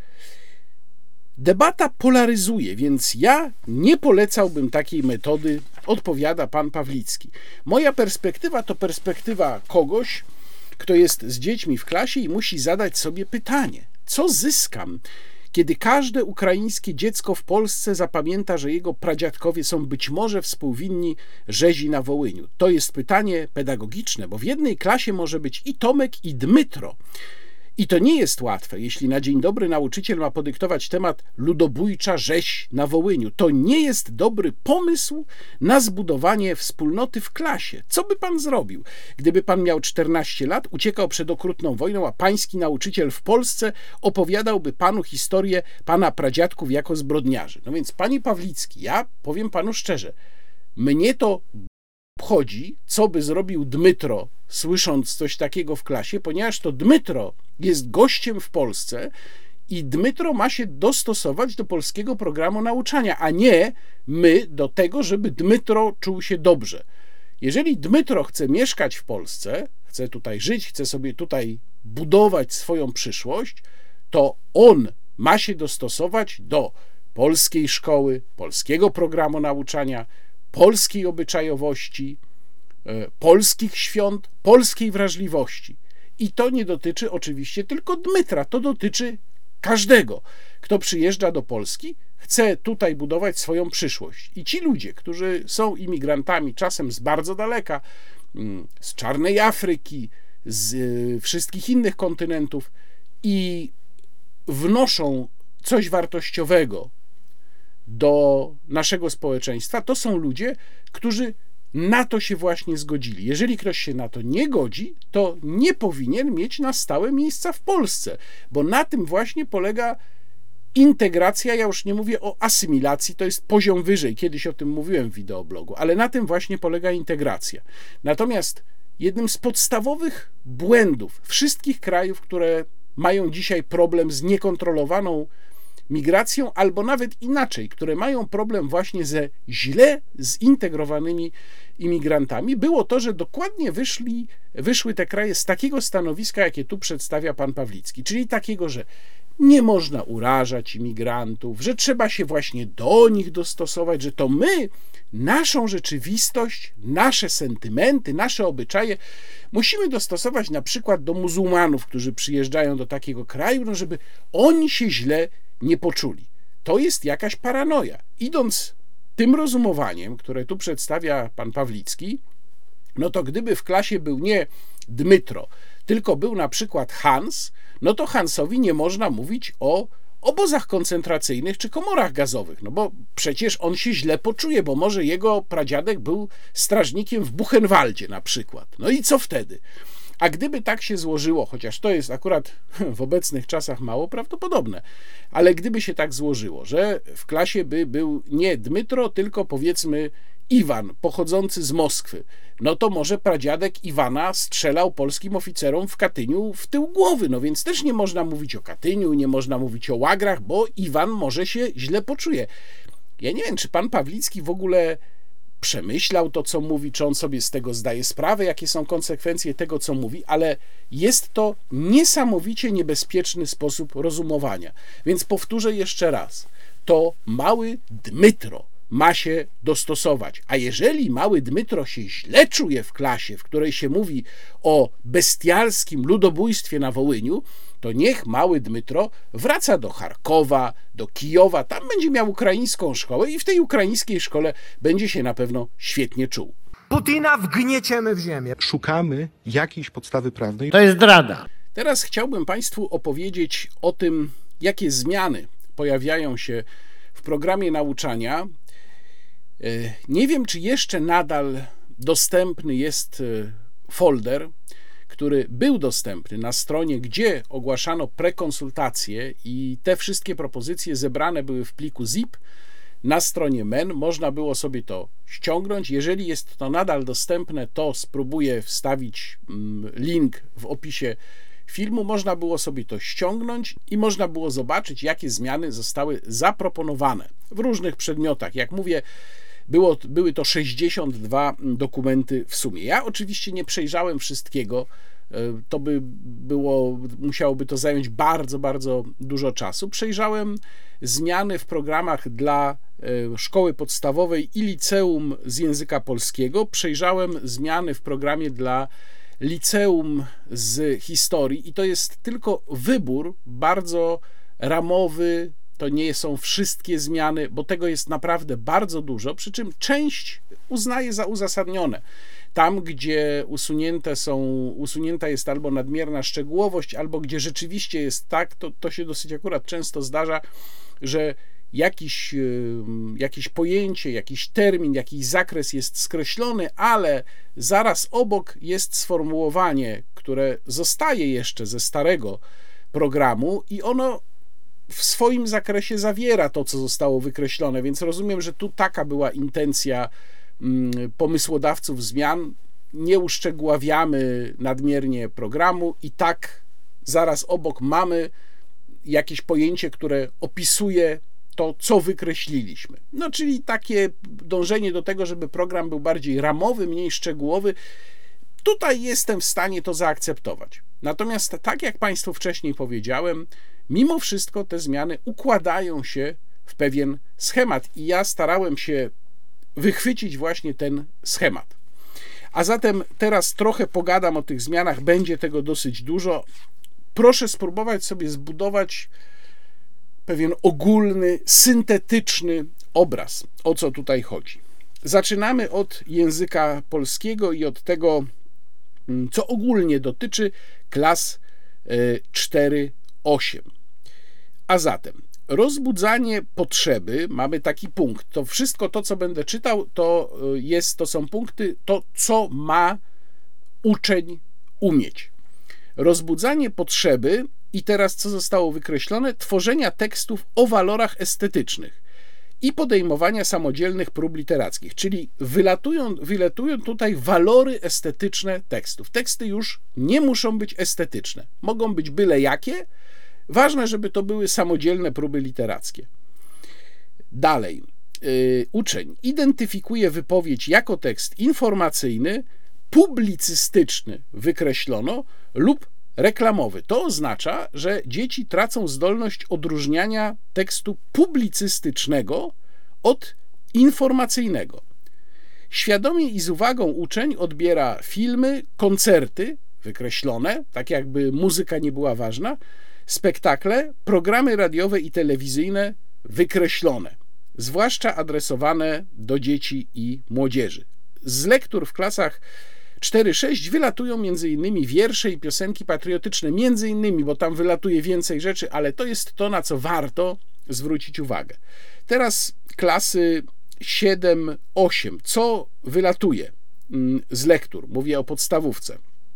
Debata polaryzuje, więc ja nie polecałbym takiej metody, odpowiada pan Pawlicki. Moja perspektywa to perspektywa kogoś, kto jest z dziećmi w klasie i musi zadać sobie pytanie, co zyskam, kiedy każde ukraińskie dziecko w Polsce zapamięta, że jego pradziadkowie są być może współwinni rzezi na Wołyniu. To jest pytanie pedagogiczne, bo w jednej klasie może być i Tomek, i Dmytro. I to nie jest łatwe, jeśli na dzień dobry nauczyciel ma podyktować temat ludobójcza rzeź na Wołyniu. To nie jest dobry pomysł na zbudowanie wspólnoty w klasie. Co by pan zrobił, gdyby pan miał 14 lat, uciekał przed okrutną wojną, a pański nauczyciel w Polsce opowiadałby panu historię pana pradziadków jako zbrodniarzy? No więc, panie Pawlicki, ja powiem panu szczerze, mnie to obchodzi, co by zrobił Dmytro, słysząc coś takiego w klasie, ponieważ to Dmytro jest gościem w Polsce i Dmytro ma się dostosować do polskiego programu nauczania, a nie my do tego, żeby Dmytro czuł się dobrze. Jeżeli Dmytro chce mieszkać w Polsce, chce tutaj żyć, chce sobie tutaj budować swoją przyszłość, to on ma się dostosować do polskiej szkoły, polskiego programu nauczania, polskiej obyczajowości, polskich świąt, polskiej wrażliwości. I to nie dotyczy oczywiście tylko Dmytra, to dotyczy każdego, kto przyjeżdża do Polski, chce tutaj budować swoją przyszłość. I ci ludzie, którzy są imigrantami, czasem z bardzo daleka, z czarnej Afryki, z wszystkich innych kontynentów i wnoszą coś wartościowego do naszego społeczeństwa, to są ludzie, którzy na to się właśnie zgodzili. Jeżeli ktoś się na to nie godzi, to nie powinien mieć na stałe miejsca w Polsce, bo na tym właśnie polega integracja, ja już nie mówię o asymilacji, to jest poziom wyżej, kiedyś o tym mówiłem w wideoblogu, ale na tym właśnie polega integracja. Natomiast jednym z podstawowych błędów wszystkich krajów, które mają dzisiaj problem z niekontrolowaną migracją, albo nawet inaczej, które mają problem właśnie ze źle zintegrowanymi imigrantami, było to, że dokładnie wyszły te kraje z takiego stanowiska, jakie tu przedstawia pan Pawlicki, czyli takiego, że nie można urażać imigrantów, że trzeba się właśnie do nich dostosować, że to my, naszą rzeczywistość, nasze sentymenty, nasze obyczaje musimy dostosować na przykład do muzułmanów, którzy przyjeżdżają do takiego kraju, no żeby oni się źle nie poczuli. To jest jakaś paranoja. Idąc tym rozumowaniem, które tu przedstawia pan Pawlicki, no to gdyby w klasie był nie Dmytro, tylko był na przykład Hans, no to Hansowi nie można mówić o obozach koncentracyjnych czy komorach gazowych, no bo przecież on się źle poczuje, bo może jego pradziadek był strażnikiem w Buchenwaldzie na przykład. No i co wtedy? A gdyby tak się złożyło, chociaż to jest akurat w obecnych czasach mało prawdopodobne, ale gdyby się tak złożyło, że w klasie by był nie Dmytro, tylko powiedzmy Iwan, pochodzący z Moskwy, no to może pradziadek Iwana strzelał polskim oficerom w Katyniu w tył głowy, no więc też nie można mówić o Katyniu, nie można mówić o łagrach, bo Iwan może się źle poczuje. Ja nie wiem, czy pan Pawlicki w ogóle przemyślał to, co mówi, czy on sobie z tego zdaje sprawę, jakie są konsekwencje tego, co mówi, ale jest to niesamowicie niebezpieczny sposób rozumowania. Więc powtórzę jeszcze raz, to mały Dmytro ma się dostosować, a jeżeli mały Dmytro się źle czuje w klasie, w której się mówi o bestialskim ludobójstwie na Wołyniu, to niech mały Dmytro wraca do Charkowa, do Kijowa, tam będzie miał ukraińską szkołę i w tej ukraińskiej szkole będzie się na pewno świetnie czuł.
Putina wgnieciemy w ziemię.
Szukamy jakiejś podstawy prawnej.
To jest zdrada.
Teraz chciałbym Państwu opowiedzieć o tym, jakie zmiany pojawiają się w programie nauczania. Nie wiem, czy jeszcze nadal dostępny jest folder, który był dostępny na stronie, gdzie ogłaszano prekonsultacje i te wszystkie propozycje zebrane były w pliku zip na stronie MEN. Można było sobie to ściągnąć. Jeżeli jest to nadal dostępne, to spróbuję wstawić link w opisie filmu. Można było sobie to ściągnąć i można było zobaczyć, jakie zmiany zostały zaproponowane w różnych przedmiotach. Jak mówię, były to 62 dokumenty w sumie. Ja oczywiście nie przejrzałem wszystkiego, musiałoby to zająć bardzo, bardzo dużo czasu. Przejrzałem zmiany w programach dla szkoły podstawowej i liceum z języka polskiego. Przejrzałem zmiany w programie dla liceum z historii i to jest tylko wybór bardzo ramowy. To nie są wszystkie zmiany, bo tego jest naprawdę bardzo dużo, przy czym część uznaję za uzasadnione. Tam, gdzie usunięta jest albo nadmierna szczegółowość, albo gdzie rzeczywiście jest tak, to się dosyć akurat często zdarza, że jakieś pojęcie, jakiś termin, jakiś zakres jest skreślony, ale zaraz obok jest sformułowanie, które zostaje jeszcze ze starego programu i ono w swoim zakresie zawiera to, co zostało wykreślone, więc rozumiem, że tu taka była intencja pomysłodawców zmian. Nie uszczegóławiamy nadmiernie programu i tak zaraz obok mamy jakieś pojęcie, które opisuje to, co wykreśliliśmy. No, czyli takie dążenie do tego, żeby program był bardziej ramowy, mniej szczegółowy. Tutaj jestem w stanie to zaakceptować. Natomiast tak jak Państwu wcześniej powiedziałem, mimo wszystko te zmiany układają się w pewien schemat i ja starałem się wychwycić właśnie ten schemat. A zatem teraz trochę pogadam o tych zmianach, będzie tego dosyć dużo. Proszę spróbować sobie zbudować pewien ogólny, syntetyczny obraz, o co tutaj chodzi. Zaczynamy od języka polskiego i od tego, co ogólnie dotyczy klas 4-8. A zatem rozbudzanie potrzeby, mamy taki punkt. To wszystko to, co będę czytał, to są punkty, to co ma uczeń umieć. Rozbudzanie potrzeby I teraz co zostało wykreślone? Tworzenia tekstów o walorach estetycznych i podejmowania samodzielnych prób literackich, czyli wylatują tutaj walory estetyczne tekstów. Teksty już nie muszą być estetyczne, mogą być byle jakie, ważne, żeby to były samodzielne próby literackie. Dalej, uczeń identyfikuje wypowiedź jako tekst informacyjny, publicystyczny wykreślono lub reklamowy. To oznacza, że dzieci tracą zdolność odróżniania tekstu publicystycznego od informacyjnego. Świadomie i z uwagą uczeń odbiera filmy, koncerty wykreślone, tak jakby muzyka nie była ważna, spektakle, programy radiowe i telewizyjne wykreślone, zwłaszcza adresowane do dzieci i młodzieży. Z lektur w klasach 4-6 wylatują m.in. wiersze i piosenki patriotyczne, m.in., bo tam wylatuje więcej rzeczy, ale to jest to, na co warto zwrócić uwagę. Teraz klasy 7-8. Co wylatuje z lektur? Mówię o podstawówce.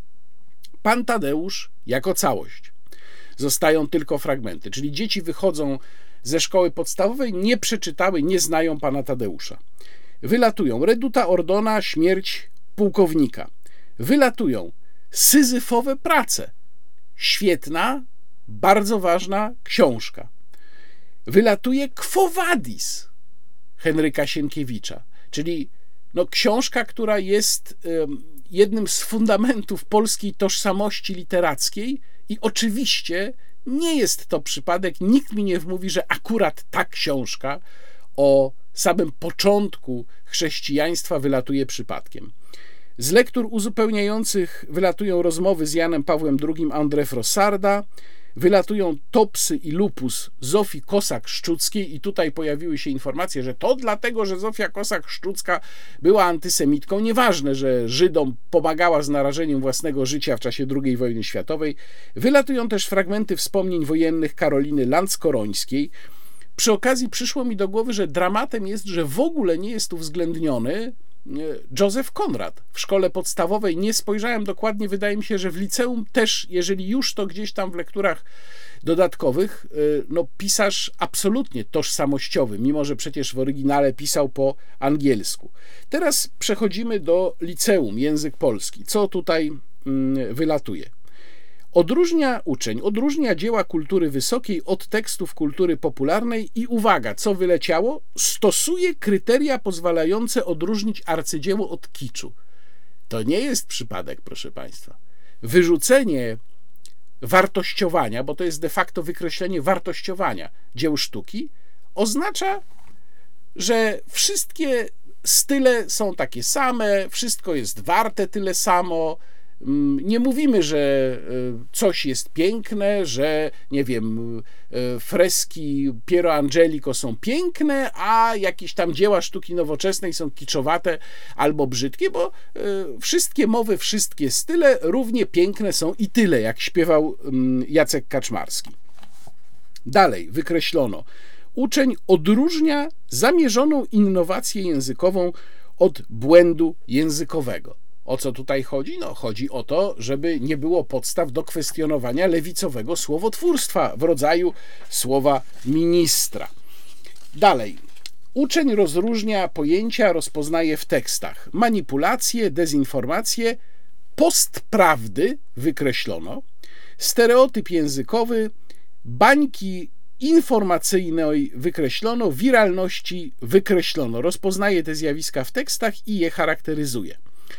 Pan Tadeusz jako całość. Zostają tylko fragmenty, czyli dzieci wychodzą ze szkoły podstawowej, nie przeczytały, nie znają pana Tadeusza. Wylatują Reduta Ordona, śmierć pułkownika. Wylatują Syzyfowe prace. Świetna, bardzo ważna książka. Wylatuje Quo Vadis Henryka Sienkiewicza, czyli książka, która jest jednym z fundamentów polskiej tożsamości literackiej i oczywiście nie jest to przypadek, nikt mi nie wmówi, że akurat ta książka o samym początku chrześcijaństwa wylatuje przypadkiem. Z lektur uzupełniających wylatują rozmowy z Janem Pawłem II André Frossarda, wylatują Topsy i Lupus Zofii Kosak-Szczuckiej i tutaj pojawiły się informacje, że to dlatego, że Zofia Kosak-Szczucka była antysemitką. Nieważne, że Żydom pomagała z narażeniem własnego życia w czasie II wojny światowej. Wylatują też fragmenty wspomnień wojennych Karoliny Lanckorońskiej. Przy okazji przyszło mi do głowy, że dramatem jest, że w ogóle nie jest uwzględniony Józef Konrad. W szkole podstawowej nie spojrzałem dokładnie, wydaje mi się, że w liceum też, jeżeli już to gdzieś tam w lekturach dodatkowych, pisarz absolutnie tożsamościowy, mimo że przecież w oryginale pisał po angielsku. Teraz przechodzimy do liceum, język polski. Co tutaj wylatuje? Uczeń odróżnia dzieła kultury wysokiej od tekstów kultury popularnej i uwaga, co wyleciało? Stosuje kryteria pozwalające odróżnić arcydzieło od kiczu. To nie jest przypadek, proszę Państwa. Wyrzucenie wartościowania, bo to jest de facto wykreślenie wartościowania dzieł sztuki, oznacza, że wszystkie style są takie same, wszystko jest warte tyle samo. Nie mówimy, że coś jest piękne, że nie wiem, freski Piero Angelico są piękne, a jakieś tam dzieła sztuki nowoczesnej są kiczowate albo brzydkie, bo wszystkie mowy, wszystkie style równie piękne są i tyle, jak śpiewał Jacek Kaczmarski. Dalej wykreślono. Uczeń odróżnia zamierzoną innowację językową od błędu językowego. O co tutaj chodzi? Chodzi o to, żeby nie było podstaw do kwestionowania lewicowego słowotwórstwa w rodzaju słowa ministra. Dalej. Uczeń rozróżnia pojęcia, rozpoznaje w tekstach manipulacje, dezinformacje, postprawdy wykreślono, stereotyp językowy, bańki informacyjnej wykreślono, wiralności wykreślono. Rozpoznaje te zjawiska w tekstach i je charakteryzuje.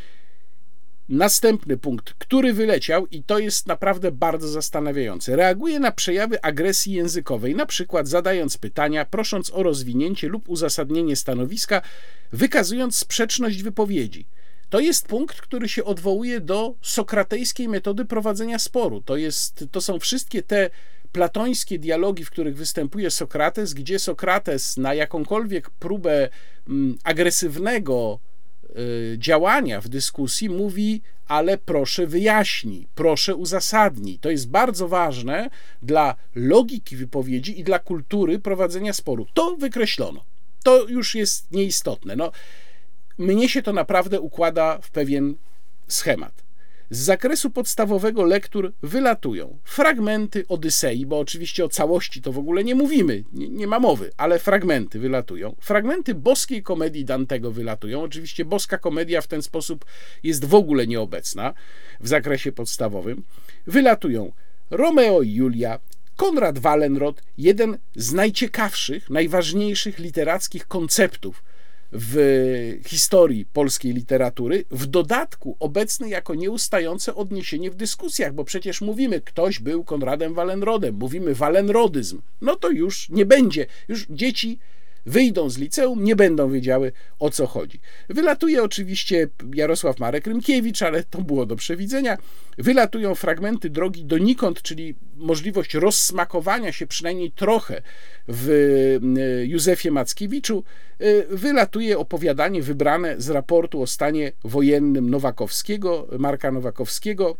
Następny punkt, który wyleciał i to jest naprawdę bardzo zastanawiające. Reaguje na przejawy agresji językowej, na przykład zadając pytania, prosząc o rozwinięcie lub uzasadnienie stanowiska, wykazując sprzeczność wypowiedzi. To jest punkt, który się odwołuje do sokratejskiej metody prowadzenia sporu. To są wszystkie te platońskie dialogi, w których występuje Sokrates, gdzie Sokrates na jakąkolwiek próbę agresywnego działania w dyskusji mówi, ale proszę wyjaśnij, proszę uzasadnij. To jest bardzo ważne dla logiki wypowiedzi i dla kultury prowadzenia sporu. To wykreślono. To już jest nieistotne. Mnie się to naprawdę układa w pewien schemat. Z zakresu podstawowego lektur wylatują fragmenty Odysei, bo oczywiście o całości to w ogóle nie mówimy, nie ma mowy, ale fragmenty wylatują. Fragmenty boskiej komedii Dantego wylatują. Oczywiście boska komedia w ten sposób jest w ogóle nieobecna w zakresie podstawowym. Wylatują Romeo i Julia, Konrad Wallenrod, jeden z najciekawszych, najważniejszych literackich konceptów w historii polskiej literatury, w dodatku obecny jako nieustające odniesienie w dyskusjach, bo przecież mówimy, ktoś był Konradem Wallenrodem, mówimy wallenrodyzm, no to już nie będzie, już dzieci wyjdą z liceum, nie będą wiedziały, o co chodzi. Wylatuje oczywiście Jarosław Marek Rymkiewicz, ale to było do przewidzenia. Wylatują fragmenty Drogi donikąd, czyli możliwość rozsmakowania się przynajmniej trochę w Józefie Mackiewiczu. Wylatuje opowiadanie wybrane z raportu o stanie wojennym Nowakowskiego, Marka Nowakowskiego,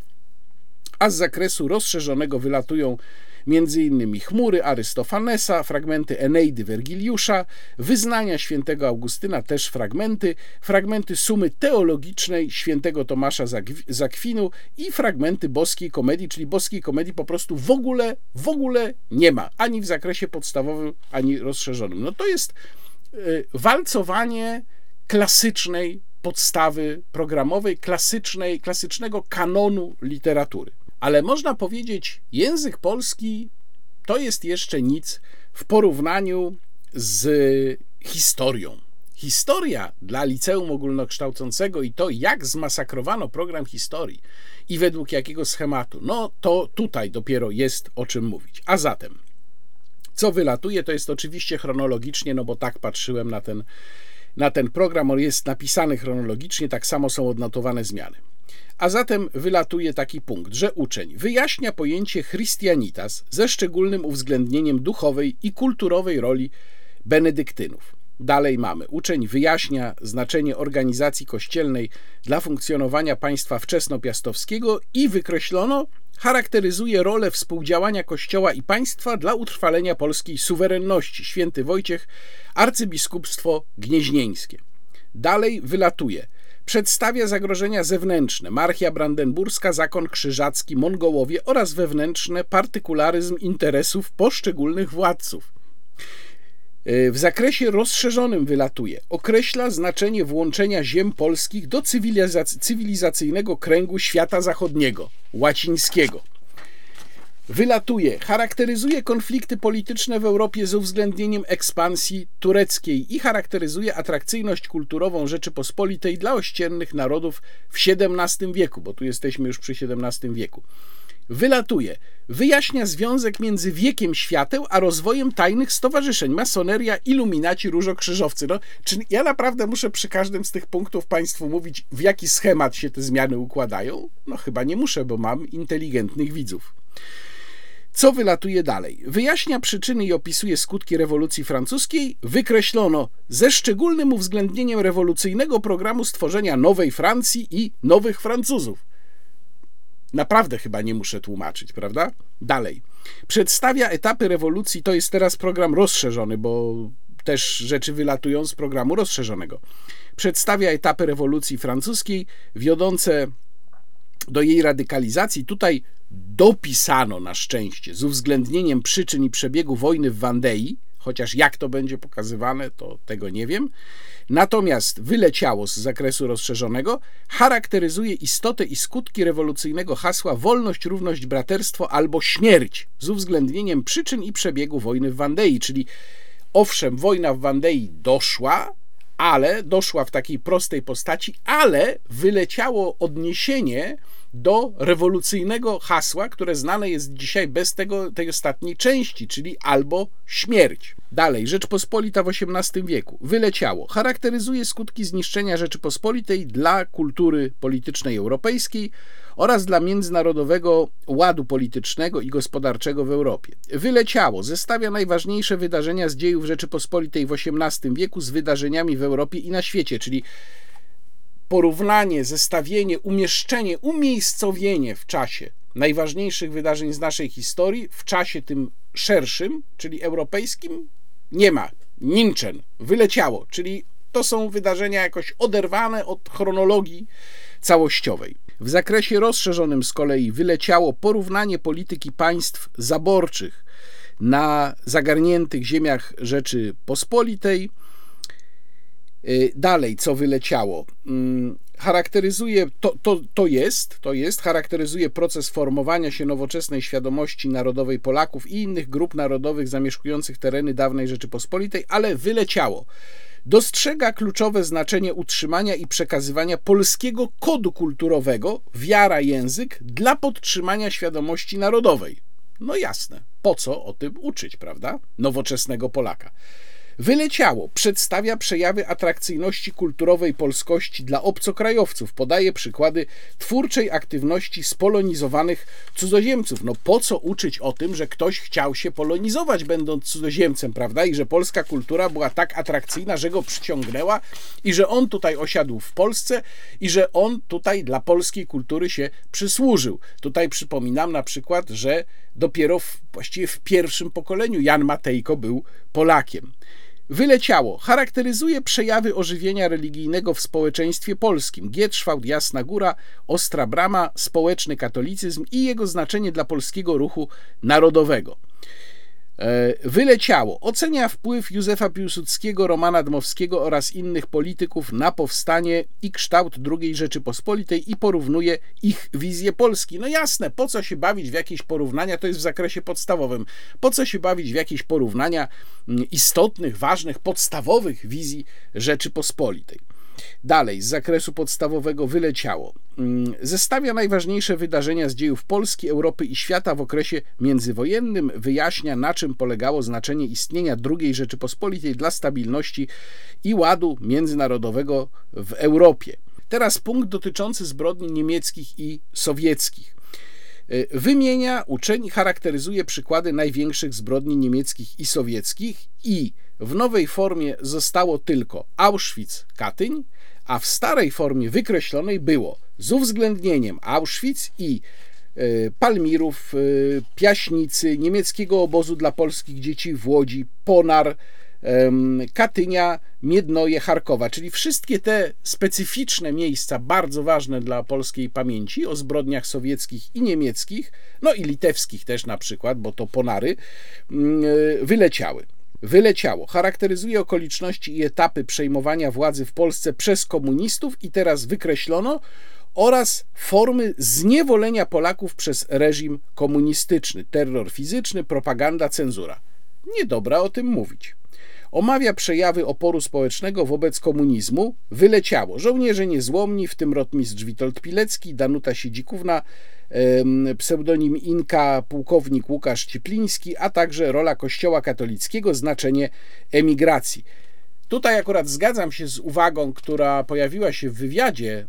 a z zakresu rozszerzonego wylatują m.in. Chmury Arystofanesa, fragmenty Eneidy Wergiliusza, Wyznania świętego Augustyna, też fragmenty Sumy teologicznej świętego Tomasza z Akwinu i fragmenty boskiej komedii, czyli boskiej komedii po prostu w ogóle nie ma, ani w zakresie podstawowym, ani rozszerzonym. No to jest walcowanie klasycznej podstawy programowej, klasycznego kanonu literatury. Ale można powiedzieć, język polski to jest jeszcze nic w porównaniu z historią. Historia dla liceum ogólnokształcącego i to, jak zmasakrowano program historii i według jakiego schematu, no to tutaj dopiero jest o czym mówić. A zatem, co wylatuje, to jest oczywiście chronologicznie, no bo tak patrzyłem na ten program, on jest napisany chronologicznie, tak samo są odnotowane zmiany. A zatem wylatuje taki punkt, że uczeń wyjaśnia pojęcie Christianitas ze szczególnym uwzględnieniem duchowej i kulturowej roli benedyktynów. Dalej mamy, uczeń wyjaśnia znaczenie organizacji kościelnej dla funkcjonowania państwa wczesnopiastowskiego i wykreślono, charakteryzuje rolę współdziałania Kościoła i państwa dla utrwalenia polskiej suwerenności. Święty Wojciech, arcybiskupstwo gnieźnieńskie. Dalej wylatuje, przedstawia zagrożenia zewnętrzne, Marchia Brandenburska, zakon krzyżacki, Mongołowie oraz wewnętrzne, partykularyzm interesów poszczególnych władców. W zakresie rozszerzonym wylatuje, określa znaczenie włączenia ziem polskich do cywilizacyjnego kręgu świata zachodniego, łacińskiego. Wylatuje, charakteryzuje konflikty polityczne w Europie z uwzględnieniem ekspansji tureckiej i charakteryzuje atrakcyjność kulturową Rzeczypospolitej dla ościennych narodów w XVII wieku, bo tu jesteśmy już przy XVII wieku. Wylatuje, wyjaśnia związek między wiekiem świateł a rozwojem tajnych stowarzyszeń, masoneria, iluminaci, różokrzyżowcy. No, czy ja naprawdę muszę przy każdym z tych punktów Państwu mówić, w jaki schemat się te zmiany układają? No chyba nie muszę, bo mam inteligentnych widzów. Co wylatuje dalej? Wyjaśnia przyczyny i opisuje skutki rewolucji francuskiej. Wykreślono ze szczególnym uwzględnieniem rewolucyjnego programu stworzenia nowej Francji i nowych Francuzów. Naprawdę chyba nie muszę tłumaczyć, prawda? Dalej. Przedstawia etapy rewolucji, to jest teraz program rozszerzony, bo też rzeczy wylatują z programu rozszerzonego. Przedstawia etapy rewolucji francuskiej wiodące do jej radykalizacji. Tutaj dopisano na szczęście z uwzględnieniem przyczyn i przebiegu wojny w Wandei, chociaż jak to będzie pokazywane, to tego nie wiem. Natomiast wyleciało z zakresu rozszerzonego, charakteryzuje istotę i skutki rewolucyjnego hasła wolność, równość, braterstwo albo śmierć z uwzględnieniem przyczyn i przebiegu wojny w Wandei, czyli owszem, wojna w Wandei doszła w takiej prostej postaci, ale wyleciało odniesienie do rewolucyjnego hasła, które znane jest dzisiaj bez tej ostatniej części, czyli albo śmierć. Dalej, Rzeczpospolita w XVIII wieku. Wyleciało. Charakteryzuje skutki zniszczenia Rzeczypospolitej dla kultury politycznej europejskiej oraz dla międzynarodowego ładu politycznego i gospodarczego w Europie. Wyleciało. Zestawia najważniejsze wydarzenia z dziejów Rzeczypospolitej w XVIII wieku z wydarzeniami w Europie i na świecie, czyli porównanie, zestawienie, umieszczenie, umiejscowienie w czasie najważniejszych wydarzeń z naszej historii, w czasie tym szerszym, czyli europejskim, nie ma. Ninczen. Wyleciało, czyli to są wydarzenia jakoś oderwane od chronologii całościowej. W zakresie rozszerzonym z kolei wyleciało porównanie polityki państw zaborczych na zagarniętych ziemiach Rzeczypospolitej. Dalej, co wyleciało? Charakteryzuje, charakteryzuje proces formowania się nowoczesnej świadomości narodowej Polaków i innych grup narodowych zamieszkujących tereny dawnej Rzeczypospolitej, ale wyleciało. Dostrzega kluczowe znaczenie utrzymania i przekazywania polskiego kodu kulturowego, wiara, język, dla podtrzymania świadomości narodowej. No jasne, po co o tym uczyć, prawda? Nowoczesnego Polaka. Wyleciało, przedstawia przejawy atrakcyjności kulturowej polskości dla obcokrajowców, podaje przykłady twórczej aktywności spolonizowanych cudzoziemców. No po co uczyć o tym, że ktoś chciał się polonizować, będąc cudzoziemcem, prawda? I że polska kultura była tak atrakcyjna, że go przyciągnęła i że on tutaj osiadł w Polsce i że on tutaj dla polskiej kultury się przysłużył. Tutaj przypominam na przykład, że dopiero właściwie w pierwszym pokoleniu Jan Matejko był Polakiem. Wyleciało. Charakteryzuje przejawy ożywienia religijnego w społeczeństwie polskim. Gietrzwałt, Jasna Góra, Ostra Brama, społeczny katolicyzm i jego znaczenie dla polskiego ruchu narodowego. Wyleciało. Ocenia wpływ Józefa Piłsudskiego, Romana Dmowskiego oraz innych polityków na powstanie i kształt II Rzeczypospolitej i porównuje ich wizję Polski. No jasne, po co się bawić w jakieś porównania, to jest w zakresie podstawowym, po co się bawić w jakieś porównania istotnych, ważnych, podstawowych wizji Rzeczypospolitej. Dalej, z zakresu podstawowego wyleciało. Zestawia najważniejsze wydarzenia z dziejów Polski, Europy i świata w okresie międzywojennym, wyjaśnia, na czym polegało znaczenie istnienia II Rzeczypospolitej dla stabilności i ładu międzynarodowego w Europie. Teraz punkt dotyczący zbrodni niemieckich i sowieckich. Wymienia, uczeń charakteryzuje przykłady największych zbrodni niemieckich i sowieckich i w nowej formie zostało tylko Auschwitz-Katyń, a w starej formie wykreślonej było z uwzględnieniem Auschwitz i Palmirów, Piaśnicy, niemieckiego obozu dla polskich dzieci w Łodzi, Ponar, Katynia, Miednoje, Charkowa, czyli wszystkie te specyficzne miejsca, bardzo ważne dla polskiej pamięci o zbrodniach sowieckich i niemieckich, no i litewskich też na przykład, bo to Ponary, wyleciały. Wyleciało. Charakteryzuje okoliczności i etapy przejmowania władzy w Polsce przez komunistów i teraz wykreślono oraz formy zniewolenia Polaków przez reżim komunistyczny, terror fizyczny, propaganda, cenzura. Niedobra o tym mówić. Omawia przejawy oporu społecznego wobec komunizmu. Wyleciało. Żołnierze niezłomni, w tym rotmistrz Witold Pilecki, Danuta Siedzikówna, pseudonim Inka, pułkownik Łukasz Ciepliński, a także rola Kościoła katolickiego, znaczenie emigracji. Tutaj akurat zgadzam się z uwagą, która pojawiła się w wywiadzie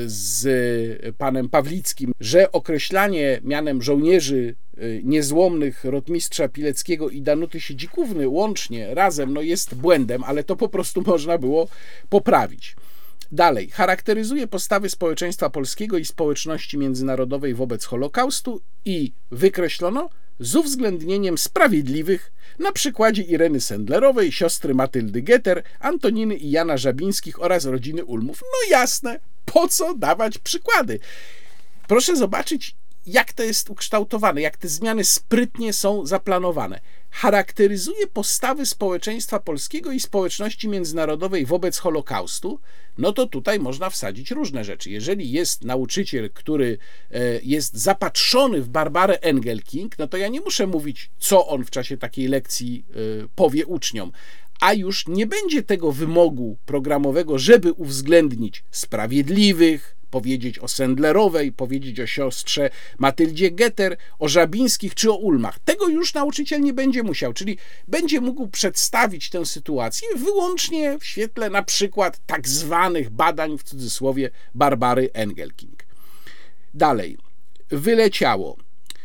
z panem Pawlickim, że określanie mianem żołnierzy niezłomnych rotmistrza Pileckiego i Danuty Siedzikówny łącznie, razem, no jest błędem, ale to po prostu można było poprawić. Dalej, charakteryzuje postawy społeczeństwa polskiego i społeczności międzynarodowej wobec Holokaustu i wykreślono z uwzględnieniem sprawiedliwych na przykładzie Ireny Sendlerowej, siostry Matyldy Getter, Antoniny i Jana Żabińskich oraz rodziny Ulmów. No jasne, po co dawać przykłady? Proszę zobaczyć, jak to jest ukształtowane, jak te zmiany sprytnie są zaplanowane. Charakteryzuje postawy społeczeństwa polskiego i społeczności międzynarodowej wobec Holokaustu, no to tutaj można wsadzić różne rzeczy. Jeżeli jest nauczyciel, który jest zapatrzony w Barbarę Engelking, no to ja nie muszę mówić, co on w czasie takiej lekcji powie uczniom, a już nie będzie tego wymogu programowego, żeby uwzględnić sprawiedliwych, powiedzieć o Sendlerowej, powiedzieć o siostrze Matyldzie Getter, o Żabińskich czy o Ulmach. Tego już nauczyciel nie będzie musiał, czyli będzie mógł przedstawić tę sytuację wyłącznie w świetle na przykład tak zwanych badań, w cudzysłowie, Barbary Engelking. Dalej, wyleciało.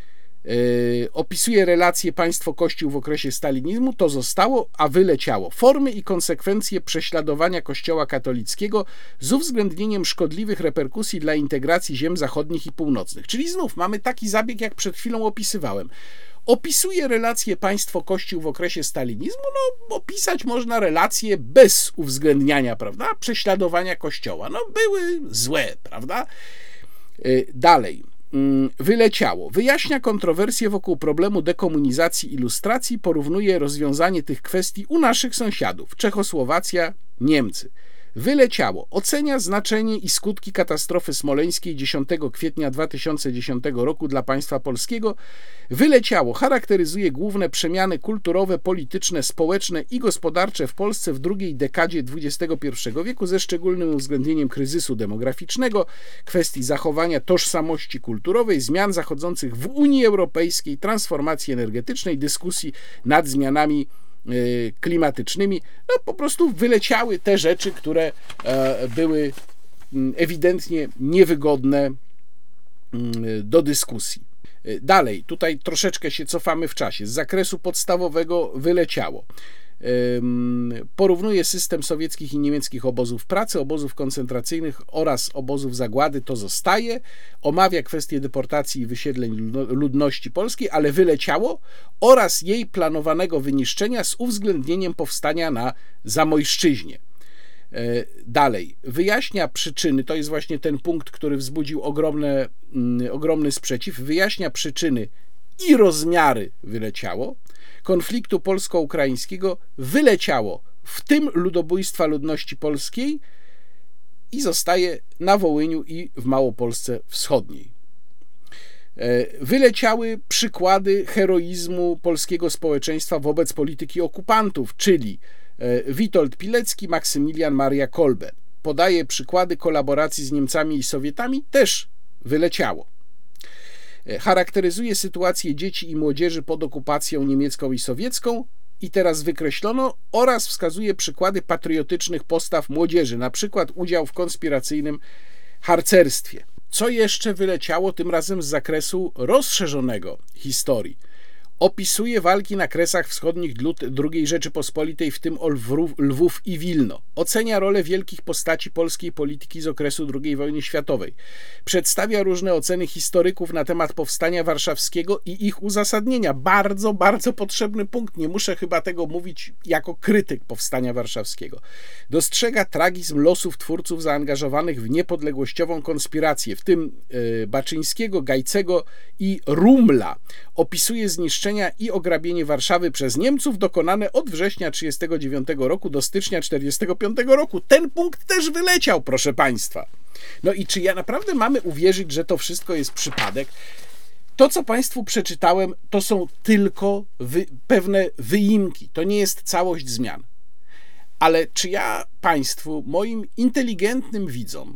Opisuje relacje państwo-kościół w okresie stalinizmu, to zostało, a wyleciało. Formy i konsekwencje prześladowania Kościoła katolickiego z uwzględnieniem szkodliwych reperkusji dla integracji ziem zachodnich i północnych. Czyli znów mamy taki zabieg, jak przed chwilą opisywałem. Opisuje relacje państwo-kościół w okresie stalinizmu, no opisać można relacje bez uwzględniania, prawda, prześladowania Kościoła. No były złe, prawda? Dalej. Wyleciało. Wyjaśnia kontrowersje wokół problemu dekomunizacji i lustracji, porównuje rozwiązanie tych kwestii u naszych sąsiadów, Czechosłowacja, Niemcy. Wyleciało. Ocenia znaczenie i skutki katastrofy smoleńskiej 10 kwietnia 2010 roku dla państwa polskiego. Wyleciało. Charakteryzuje główne przemiany kulturowe, polityczne, społeczne i gospodarcze w Polsce w drugiej dekadzie XXI wieku ze szczególnym uwzględnieniem kryzysu demograficznego, kwestii zachowania tożsamości kulturowej, zmian zachodzących w Unii Europejskiej, transformacji energetycznej, dyskusji nad zmianami klimatycznymi. No po prostu wyleciały te rzeczy, które były ewidentnie niewygodne do dyskusji. Dalej, tutaj troszeczkę się cofamy w czasie. Z zakresu podstawowego wyleciało. Porównuje system sowieckich i niemieckich obozów pracy, obozów koncentracyjnych oraz obozów zagłady, to zostaje. Omawia kwestię deportacji i wysiedleń ludności polskiej, ale wyleciało, oraz jej planowanego wyniszczenia z uwzględnieniem powstania na Zamojszczyźnie. Dalej, wyjaśnia przyczyny, to jest właśnie ten punkt, który wzbudził ogromny sprzeciw, wyjaśnia przyczyny i rozmiary, wyleciało, konfliktu polsko-ukraińskiego, wyleciało, w tym ludobójstwa ludności polskiej, i zostaje na Wołyniu i w Małopolsce Wschodniej. Wyleciały przykłady heroizmu polskiego społeczeństwa wobec polityki okupantów, czyli Witold Pilecki, Maksymilian Maria Kolbe. Podaje przykłady kolaboracji z Niemcami i Sowietami, też wyleciało. Charakteryzuje sytuację dzieci i młodzieży pod okupacją niemiecką i sowiecką, i teraz wykreślono, oraz wskazuje przykłady patriotycznych postaw młodzieży, na przykład udział w konspiracyjnym harcerstwie. Co jeszcze wyleciało, tym razem z zakresu rozszerzonego historii? Opisuje walki na Kresach Wschodnich II Rzeczypospolitej, w tym o Lwów i Wilno. Ocenia rolę wielkich postaci polskiej polityki z okresu II wojny światowej. Przedstawia różne oceny historyków na temat powstania warszawskiego i ich uzasadnienia. Bardzo, bardzo potrzebny punkt. Nie muszę chyba tego mówić jako krytyk powstania warszawskiego. Dostrzega tragizm losów twórców zaangażowanych w niepodległościową konspirację, w tym Baczyńskiego, Gajcego i Rumla. Opisuje zniszczenia i ograbienie Warszawy przez Niemców dokonane od września 1939 roku do stycznia 1945 roku. Ten punkt też wyleciał, proszę Państwa. No i czy naprawdę mamy uwierzyć, że to wszystko jest przypadek? To, co Państwu przeczytałem, to są tylko pewne wyimki. To nie jest całość zmian. Ale czy ja Państwu, moim inteligentnym widzom,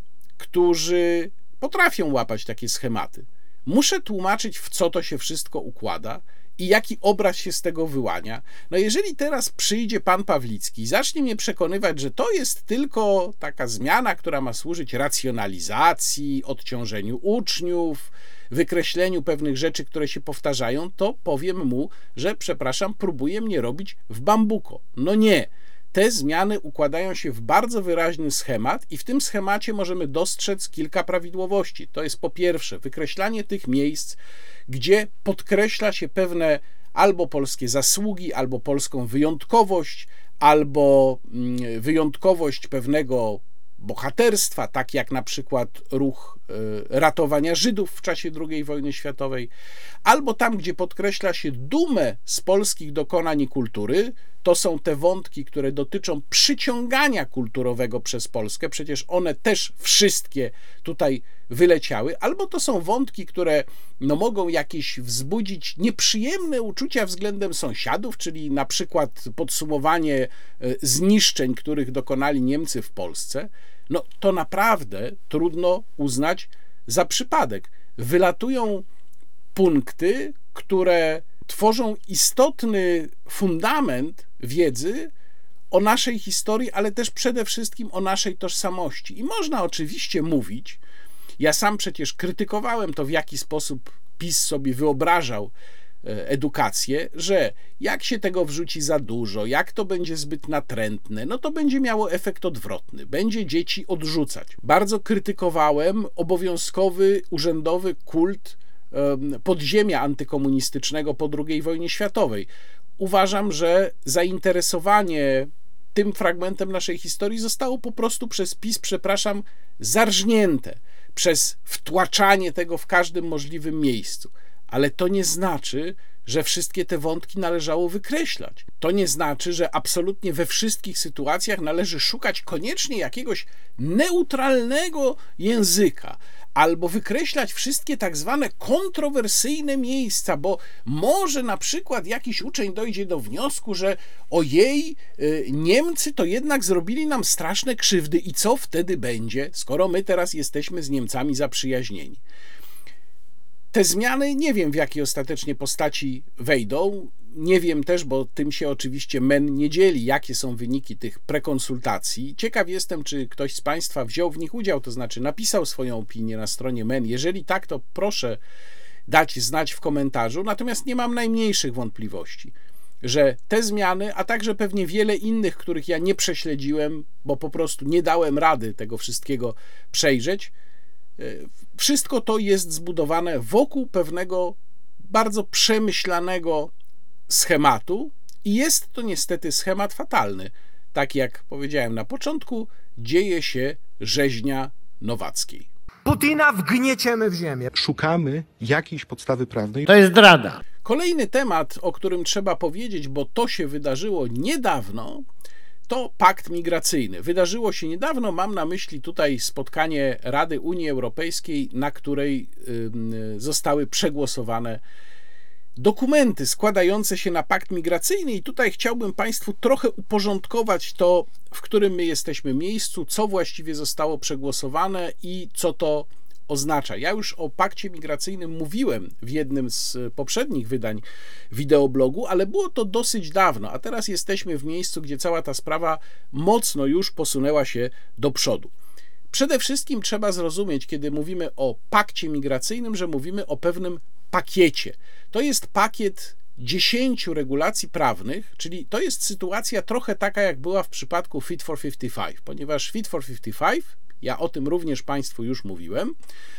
którzy potrafią łapać takie schematy, muszę tłumaczyć, w co to się wszystko układa i jaki obraz się z tego wyłania? No jeżeli teraz przyjdzie pan Pawlicki i zacznie mnie przekonywać, że to jest tylko taka zmiana, która ma służyć racjonalizacji, odciążeniu uczniów, wykreśleniu pewnych rzeczy, które się powtarzają, to powiem mu, że przepraszam, próbuje mnie robić w bambuko. No nie. Te zmiany układają się w bardzo wyraźny schemat i w tym schemacie możemy dostrzec kilka prawidłowości. To jest po pierwsze wykreślanie tych miejsc, gdzie podkreśla się pewne albo polskie zasługi, albo polską wyjątkowość, albo wyjątkowość pewnego bohaterstwa, tak jak na przykład ruch ratowania Żydów w czasie II wojny światowej, albo tam, gdzie podkreśla się dumę z polskich dokonań i kultury. To są te wątki, które dotyczą przyciągania kulturowego przez Polskę, przecież one też wszystkie tutaj wyleciały, albo to są wątki, które mogą jakieś wzbudzić nieprzyjemne uczucia względem sąsiadów, czyli na przykład podsumowanie zniszczeń, których dokonali Niemcy w Polsce. No to naprawdę trudno uznać za przypadek. Wylatują punkty, które tworzą istotny fundament wiedzy o naszej historii, ale też przede wszystkim o naszej tożsamości. I można oczywiście mówić, ja sam przecież krytykowałem to, w jaki sposób PiS sobie wyobrażał edukację, że jak się tego wrzuci za dużo, jak to będzie zbyt natrętne, no to będzie miało efekt odwrotny, będzie dzieci odrzucać. Bardzo krytykowałem obowiązkowy urzędowy kult podziemia antykomunistycznego po II wojnie światowej. Uważam, że zainteresowanie tym fragmentem naszej historii zostało po prostu przez PiS, przepraszam, zarżnięte. przez wtłaczanie tego w każdym możliwym miejscu. Ale to nie znaczy, że wszystkie te wątki należało wykreślać. To nie znaczy, że absolutnie we wszystkich sytuacjach należy szukać koniecznie jakiegoś neutralnego języka, albo wykreślać wszystkie tak zwane kontrowersyjne miejsca, bo może na przykład jakiś uczeń dojdzie do wniosku, że ojej, Niemcy to jednak zrobili nam straszne krzywdy i co wtedy będzie, skoro my teraz jesteśmy z Niemcami zaprzyjaźnieni. Te zmiany nie wiem, w jakiej ostatecznie postaci wejdą. Nie wiem też, bo tym się oczywiście MEN nie dzieli, jakie są wyniki tych prekonsultacji. Ciekaw jestem, czy ktoś z Państwa wziął w nich udział, to znaczy napisał swoją opinię na stronie MEN. Jeżeli tak, to proszę dać znać w komentarzu. Natomiast nie mam najmniejszych wątpliwości, że te zmiany, a także pewnie wiele innych, których ja nie prześledziłem, bo po prostu nie dałem rady tego wszystkiego przejrzeć, wszystko to jest zbudowane wokół pewnego bardzo przemyślanego schematu i jest to niestety schemat fatalny. Tak jak powiedziałem na początku, dzieje się rzeźnia Nowackiej.
Putina wgnieciemy w ziemię.
Szukamy jakiejś podstawy prawnej.
To jest zdrada.
Kolejny temat, o którym trzeba powiedzieć, bo to się wydarzyło niedawno, to pakt migracyjny. Wydarzyło się niedawno, mam na myśli tutaj spotkanie Rady Unii Europejskiej, na której zostały przegłosowane dokumenty składające się na pakt migracyjny i tutaj chciałbym Państwu trochę uporządkować to, w którym my jesteśmy miejscu, co właściwie zostało przegłosowane i co to oznacza. Ja już o pakcie migracyjnym mówiłem w jednym z poprzednich wydań wideoblogu, ale było to dosyć dawno, a teraz jesteśmy w miejscu, gdzie cała ta sprawa mocno już posunęła się do przodu. Przede wszystkim trzeba zrozumieć, kiedy mówimy o pakcie migracyjnym, że mówimy o pewnym pakiecie. To jest pakiet 10 regulacji prawnych, czyli to jest sytuacja trochę taka, jak była w przypadku Fit for 55, ponieważ Fit for 55, ja o tym również Państwu już mówiłem,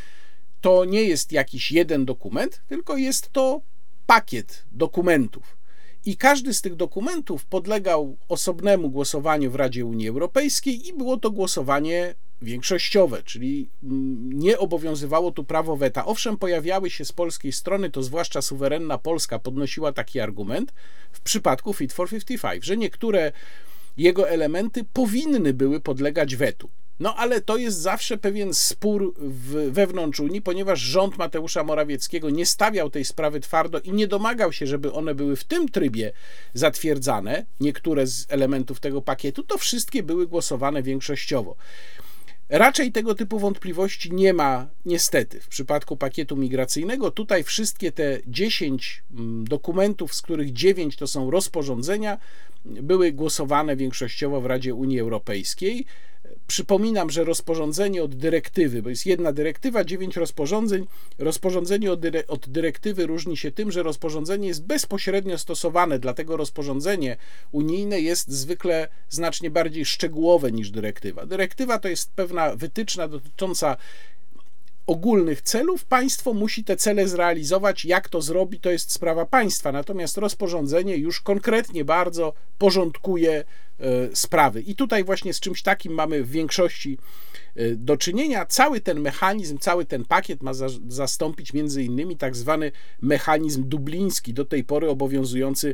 to nie jest jakiś jeden dokument, tylko jest to pakiet dokumentów. I każdy z tych dokumentów podlegał osobnemu głosowaniu w Radzie Unii Europejskiej i było to głosowanie większościowe, czyli nie obowiązywało tu prawo weta. Owszem, pojawiały się z polskiej strony, to zwłaszcza suwerenna Polska podnosiła taki argument w przypadku Fit for 55, że niektóre jego elementy powinny były podlegać wetu. No ale to jest zawsze pewien spór wewnątrz Unii, ponieważ rząd Mateusza Morawieckiego nie stawiał tej sprawy twardo i nie domagał się, żeby one były w tym trybie zatwierdzane, niektóre z elementów tego pakietu, to wszystkie były głosowane większościowo. Raczej tego typu wątpliwości nie ma niestety w przypadku pakietu migracyjnego. Tutaj wszystkie te 10 dokumentów, z których 9 to są rozporządzenia, były głosowane większościowo w Radzie Unii Europejskiej. Przypominam, że rozporządzenie od dyrektywy, bo jest jedna dyrektywa, 9 rozporządzeń. Rozporządzenie od dyrektywy różni się tym, że rozporządzenie jest bezpośrednio stosowane, dlatego rozporządzenie unijne jest zwykle znacznie bardziej szczegółowe niż dyrektywa. Dyrektywa to jest pewna wytyczna dotycząca ogólnych celów, państwo musi te cele zrealizować, jak to zrobi, to jest sprawa państwa, natomiast rozporządzenie już konkretnie bardzo porządkuje sprawy. I tutaj właśnie z czymś takim mamy w większości do czynienia. Cały ten mechanizm, cały ten pakiet ma zastąpić między innymi tak zwany mechanizm dubliński, do tej pory obowiązujący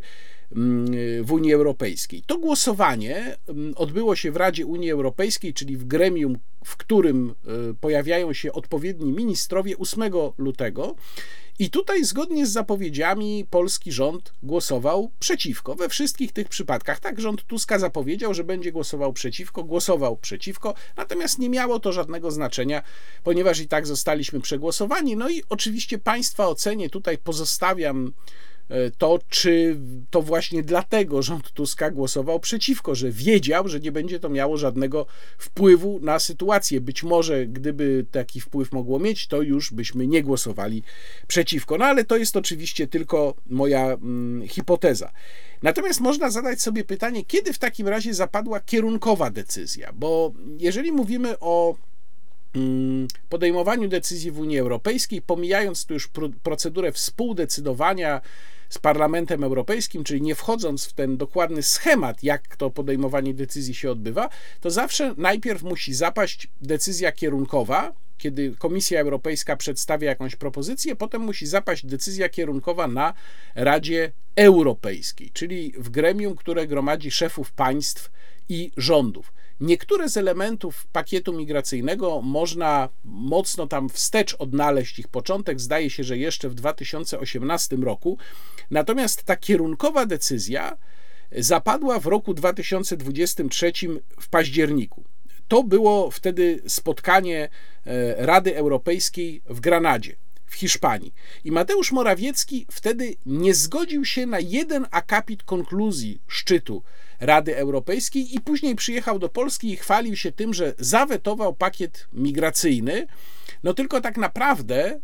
w Unii Europejskiej. To głosowanie odbyło się w Radzie Unii Europejskiej, czyli w gremium, w którym pojawiają się odpowiedni ministrowie 8 lutego. I tutaj zgodnie z zapowiedziami polski rząd głosował przeciwko we wszystkich tych przypadkach. Tak, rząd Tuska zapowiedział, że będzie głosował przeciwko, natomiast nie miało to żadnego znaczenia, ponieważ i tak zostaliśmy przegłosowani. No i oczywiście Państwa ocenie tutaj pozostawiam to, czy to właśnie dlatego rząd Tuska głosował przeciwko, że wiedział, że nie będzie to miało żadnego wpływu na sytuację. Być może gdyby taki wpływ mogło mieć, to już byśmy nie głosowali przeciwko. No ale to jest oczywiście tylko moja hipoteza. Natomiast można zadać sobie pytanie, kiedy w takim razie zapadła kierunkowa decyzja, bo jeżeli mówimy o podejmowaniu decyzji w Unii Europejskiej, pomijając tu już procedurę współdecydowania z Parlamentem Europejskim, czyli nie wchodząc w ten dokładny schemat, jak to podejmowanie decyzji się odbywa, to zawsze najpierw musi zapaść decyzja kierunkowa, kiedy Komisja Europejska przedstawia jakąś propozycję, potem musi zapaść decyzja kierunkowa na Radzie Europejskiej, czyli w gremium, które gromadzi szefów państw i rządów. Niektóre z elementów pakietu migracyjnego można mocno tam wstecz odnaleźć ich początek, zdaje się, że jeszcze w 2018 roku, natomiast ta kierunkowa decyzja zapadła w roku 2023 w październiku. To było wtedy spotkanie Rady Europejskiej w Granadzie, w Hiszpanii. I Mateusz Morawiecki wtedy nie zgodził się na jeden akapit konkluzji szczytu Rady Europejskiej i później przyjechał do Polski i chwalił się tym, że zawetował pakiet migracyjny. No tylko tak naprawdę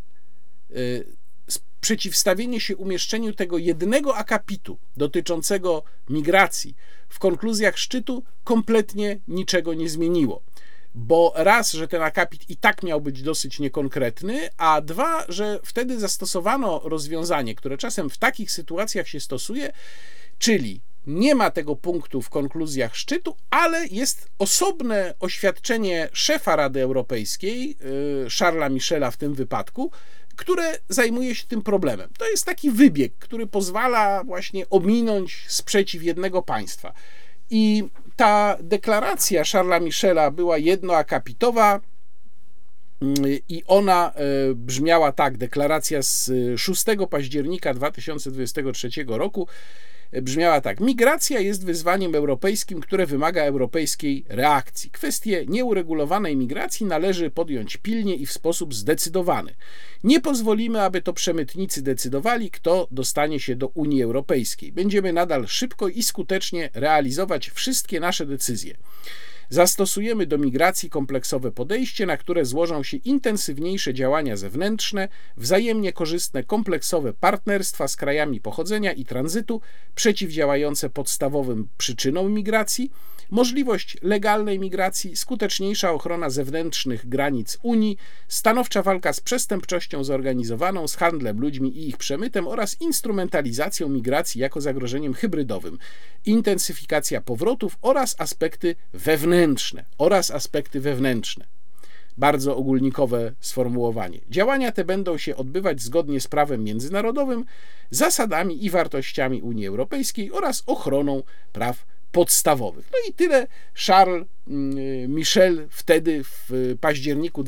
przeciwstawienie się umieszczeniu tego jednego akapitu dotyczącego migracji w konkluzjach szczytu kompletnie niczego nie zmieniło. Bo raz, że ten akapit i tak miał być dosyć niekonkretny, a dwa, że wtedy zastosowano rozwiązanie, które czasem w takich sytuacjach się stosuje, czyli nie ma tego punktu w konkluzjach szczytu, ale jest osobne oświadczenie szefa Rady Europejskiej, Charlesa Michela w tym wypadku, które zajmuje się tym problemem. To jest taki wybieg, który pozwala właśnie ominąć sprzeciw jednego państwa. I ta deklaracja Charlesa Michela była jednoakapitowa i ona brzmiała tak, deklaracja z 6 października 2023 roku brzmiała tak: migracja jest wyzwaniem europejskim, które wymaga europejskiej reakcji. Kwestię nieuregulowanej migracji należy podjąć pilnie i w sposób zdecydowany. Nie pozwolimy, aby to przemytnicy decydowali, kto dostanie się do Unii Europejskiej. Będziemy nadal szybko i skutecznie realizować wszystkie nasze decyzje. Zastosujemy do migracji kompleksowe podejście, na które złożą się intensywniejsze działania zewnętrzne, wzajemnie korzystne kompleksowe partnerstwa z krajami pochodzenia i tranzytu, przeciwdziałające podstawowym przyczynom migracji, możliwość legalnej migracji, skuteczniejsza ochrona zewnętrznych granic Unii, stanowcza walka z przestępczością zorganizowaną, z handlem ludźmi i ich przemytem oraz instrumentalizacją migracji jako zagrożeniem hybrydowym, intensyfikacja powrotów oraz aspekty wewnętrzne. Bardzo ogólnikowe sformułowanie. Działania te będą się odbywać zgodnie z prawem międzynarodowym, zasadami i wartościami Unii Europejskiej oraz ochroną praw podstawowych. No i tyle Charles Michel wtedy w październiku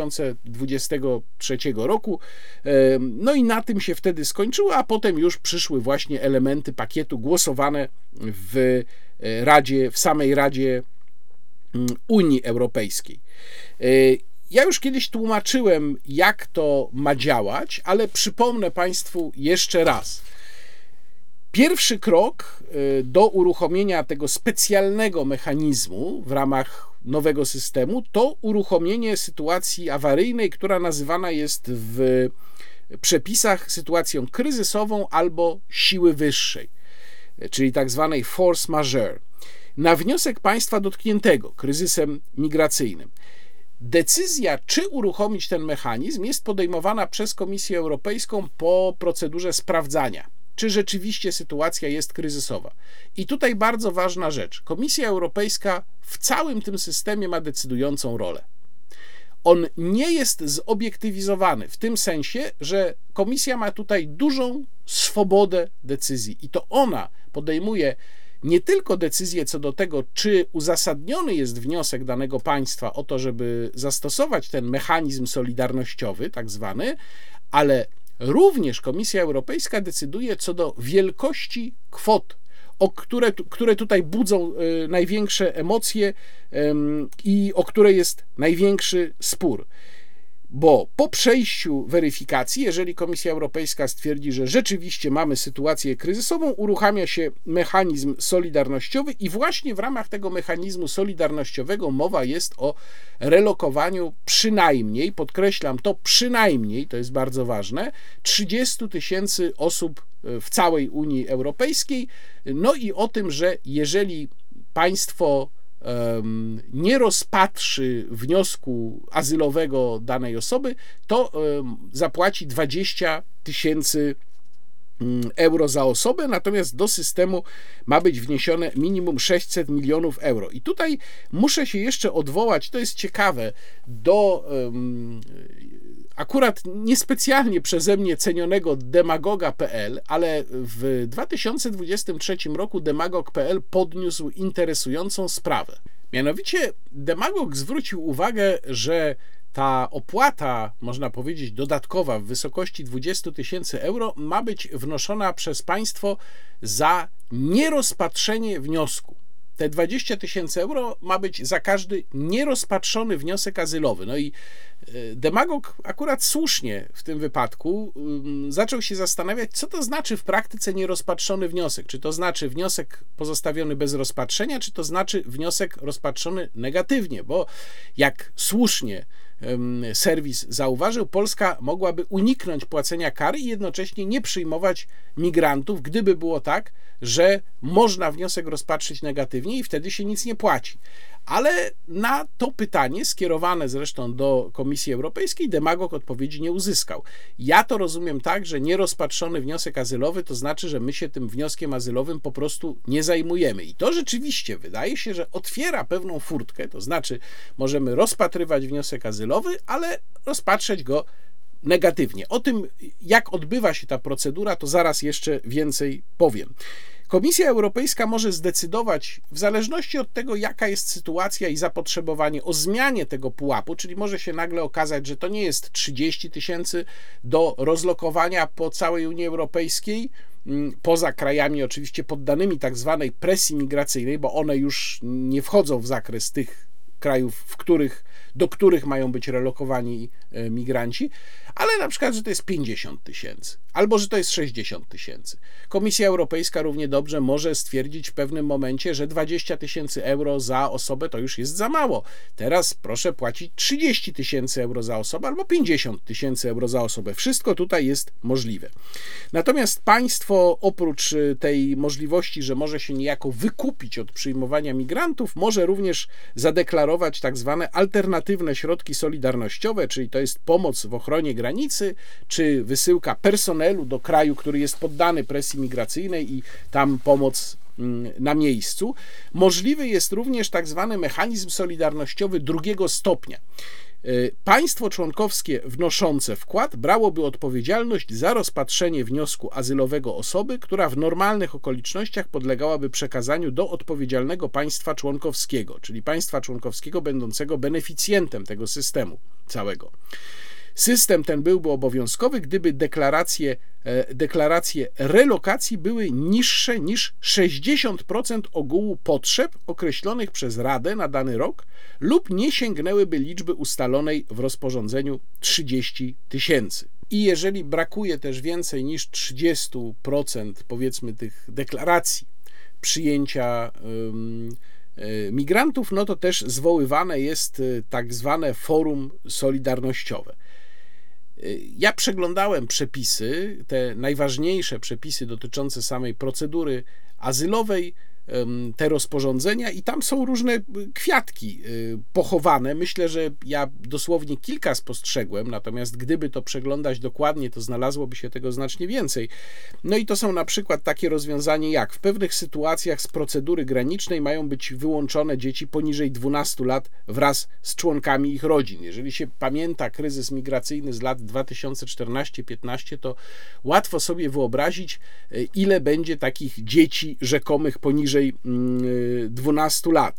2023 roku. No i na tym się wtedy skończyło, a potem już przyszły właśnie elementy pakietu głosowane w Radzie, w samej Radzie Unii Europejskiej. Ja już kiedyś tłumaczyłem, jak to ma działać, ale przypomnę Państwu jeszcze raz. Pierwszy krok do uruchomienia tego specjalnego mechanizmu w ramach nowego systemu to uruchomienie sytuacji awaryjnej, która nazywana jest w przepisach sytuacją kryzysową albo siły wyższej, czyli tak zwanej force majeure, na wniosek państwa dotkniętego kryzysem migracyjnym. Decyzja, czy uruchomić ten mechanizm, jest podejmowana przez Komisję Europejską po procedurze sprawdzania, czy rzeczywiście sytuacja jest kryzysowa. I tutaj bardzo ważna rzecz. Komisja Europejska w całym tym systemie ma decydującą rolę. On nie jest zobiektywizowany w tym sensie, że Komisja ma tutaj dużą swobodę decyzji i to ona podejmuje nie tylko decyzję co do tego, czy uzasadniony jest wniosek danego państwa o to, żeby zastosować ten mechanizm solidarnościowy, tak zwany, ale również Komisja Europejska decyduje co do wielkości kwot, które tutaj budzą największe emocje i o które jest największy spór. Bo po przejściu weryfikacji, jeżeli Komisja Europejska stwierdzi, że rzeczywiście mamy sytuację kryzysową, uruchamia się mechanizm solidarnościowy i właśnie w ramach tego mechanizmu solidarnościowego mowa jest o relokowaniu przynajmniej, podkreślam to przynajmniej, to jest bardzo ważne, 30 000 osób w całej Unii Europejskiej, no i o tym, że jeżeli państwo nie rozpatrzy wniosku azylowego danej osoby, to zapłaci 20 000 euro za osobę, natomiast do systemu ma być wniesione minimum 600 milionów euro. I tutaj muszę się jeszcze odwołać, to jest ciekawe, do akurat niespecjalnie przeze mnie cenionego demagoga.pl, ale w 2023 roku demagog.pl podniósł interesującą sprawę. Mianowicie demagog zwrócił uwagę, że ta opłata, można powiedzieć, dodatkowa w wysokości 20 000 euro ma być wnoszona przez państwo za nierozpatrzenie wniosku. Te 20 000 euro ma być za każdy nierozpatrzony wniosek azylowy. No i demagog akurat słusznie w tym wypadku zaczął się zastanawiać, co to znaczy w praktyce nierozpatrzony wniosek. Czy to znaczy wniosek pozostawiony bez rozpatrzenia, czy to znaczy wniosek rozpatrzony negatywnie, bo jak słusznie serwis zauważył, Polska mogłaby uniknąć płacenia kary i jednocześnie nie przyjmować migrantów, gdyby było tak, że można wniosek rozpatrzyć negatywnie i wtedy się nic nie płaci. Ale na to pytanie, skierowane zresztą do Komisji Europejskiej, demagog odpowiedzi nie uzyskał. Ja to rozumiem tak, że nierozpatrzony wniosek azylowy to znaczy, że my się tym wnioskiem azylowym po prostu nie zajmujemy. I to rzeczywiście wydaje się, że otwiera pewną furtkę, to znaczy możemy rozpatrywać wniosek azylowy, ale rozpatrzeć go negatywnie. O tym, jak odbywa się ta procedura, to zaraz jeszcze więcej powiem. Komisja Europejska może zdecydować, w zależności od tego, jaka jest sytuacja i zapotrzebowanie, o zmianie tego pułapu, czyli może się nagle okazać, że to nie jest 30 000 do rozlokowania po całej Unii Europejskiej, poza krajami oczywiście poddanymi tak zwanej presji migracyjnej, bo one już nie wchodzą w zakres tych krajów, do których mają być relokowani migranci, ale na przykład, że to jest 50 000, albo że to jest 60 000. Komisja Europejska równie dobrze może stwierdzić w pewnym momencie, że 20 000 euro za osobę to już jest za mało. Teraz proszę płacić 30 000 euro za osobę, albo 50 000 euro za osobę. Wszystko tutaj jest możliwe. Natomiast państwo oprócz tej możliwości, że może się niejako wykupić od przyjmowania migrantów, może również zadeklarować tak zwane alternatywne środki solidarnościowe, czyli to jest pomoc w ochronie granicy, czy wysyłka personelu do kraju, który jest poddany presji migracyjnej i tam pomoc na miejscu. Możliwy jest również tak zwany mechanizm solidarnościowy drugiego stopnia. Państwo członkowskie wnoszące wkład brałoby odpowiedzialność za rozpatrzenie wniosku azylowego osoby, która w normalnych okolicznościach podlegałaby przekazaniu do odpowiedzialnego państwa członkowskiego, czyli państwa członkowskiego będącego beneficjentem tego systemu całego. System ten byłby obowiązkowy, gdyby deklaracje relokacji były niższe niż 60% ogółu potrzeb określonych przez Radę na dany rok lub nie sięgnęłyby liczby ustalonej w rozporządzeniu 30 000. I jeżeli brakuje też więcej niż 30% powiedzmy tych deklaracji przyjęcia migrantów, no to też zwoływane jest tak zwane forum solidarnościowe. Ja przeglądałem przepisy, te najważniejsze przepisy dotyczące samej procedury azylowej, te rozporządzenia i tam są różne kwiatki pochowane. Myślę, że ja dosłownie kilka spostrzegłem, natomiast gdyby to przeglądać dokładnie, to znalazłoby się tego znacznie więcej. No i to są na przykład takie rozwiązania jak w pewnych sytuacjach z procedury granicznej mają być wyłączone dzieci poniżej 12 lat wraz z członkami ich rodzin. Jeżeli się pamięta kryzys migracyjny z lat 2014-15, to łatwo sobie wyobrazić, ile będzie takich dzieci rzekomych poniżej 12 lat.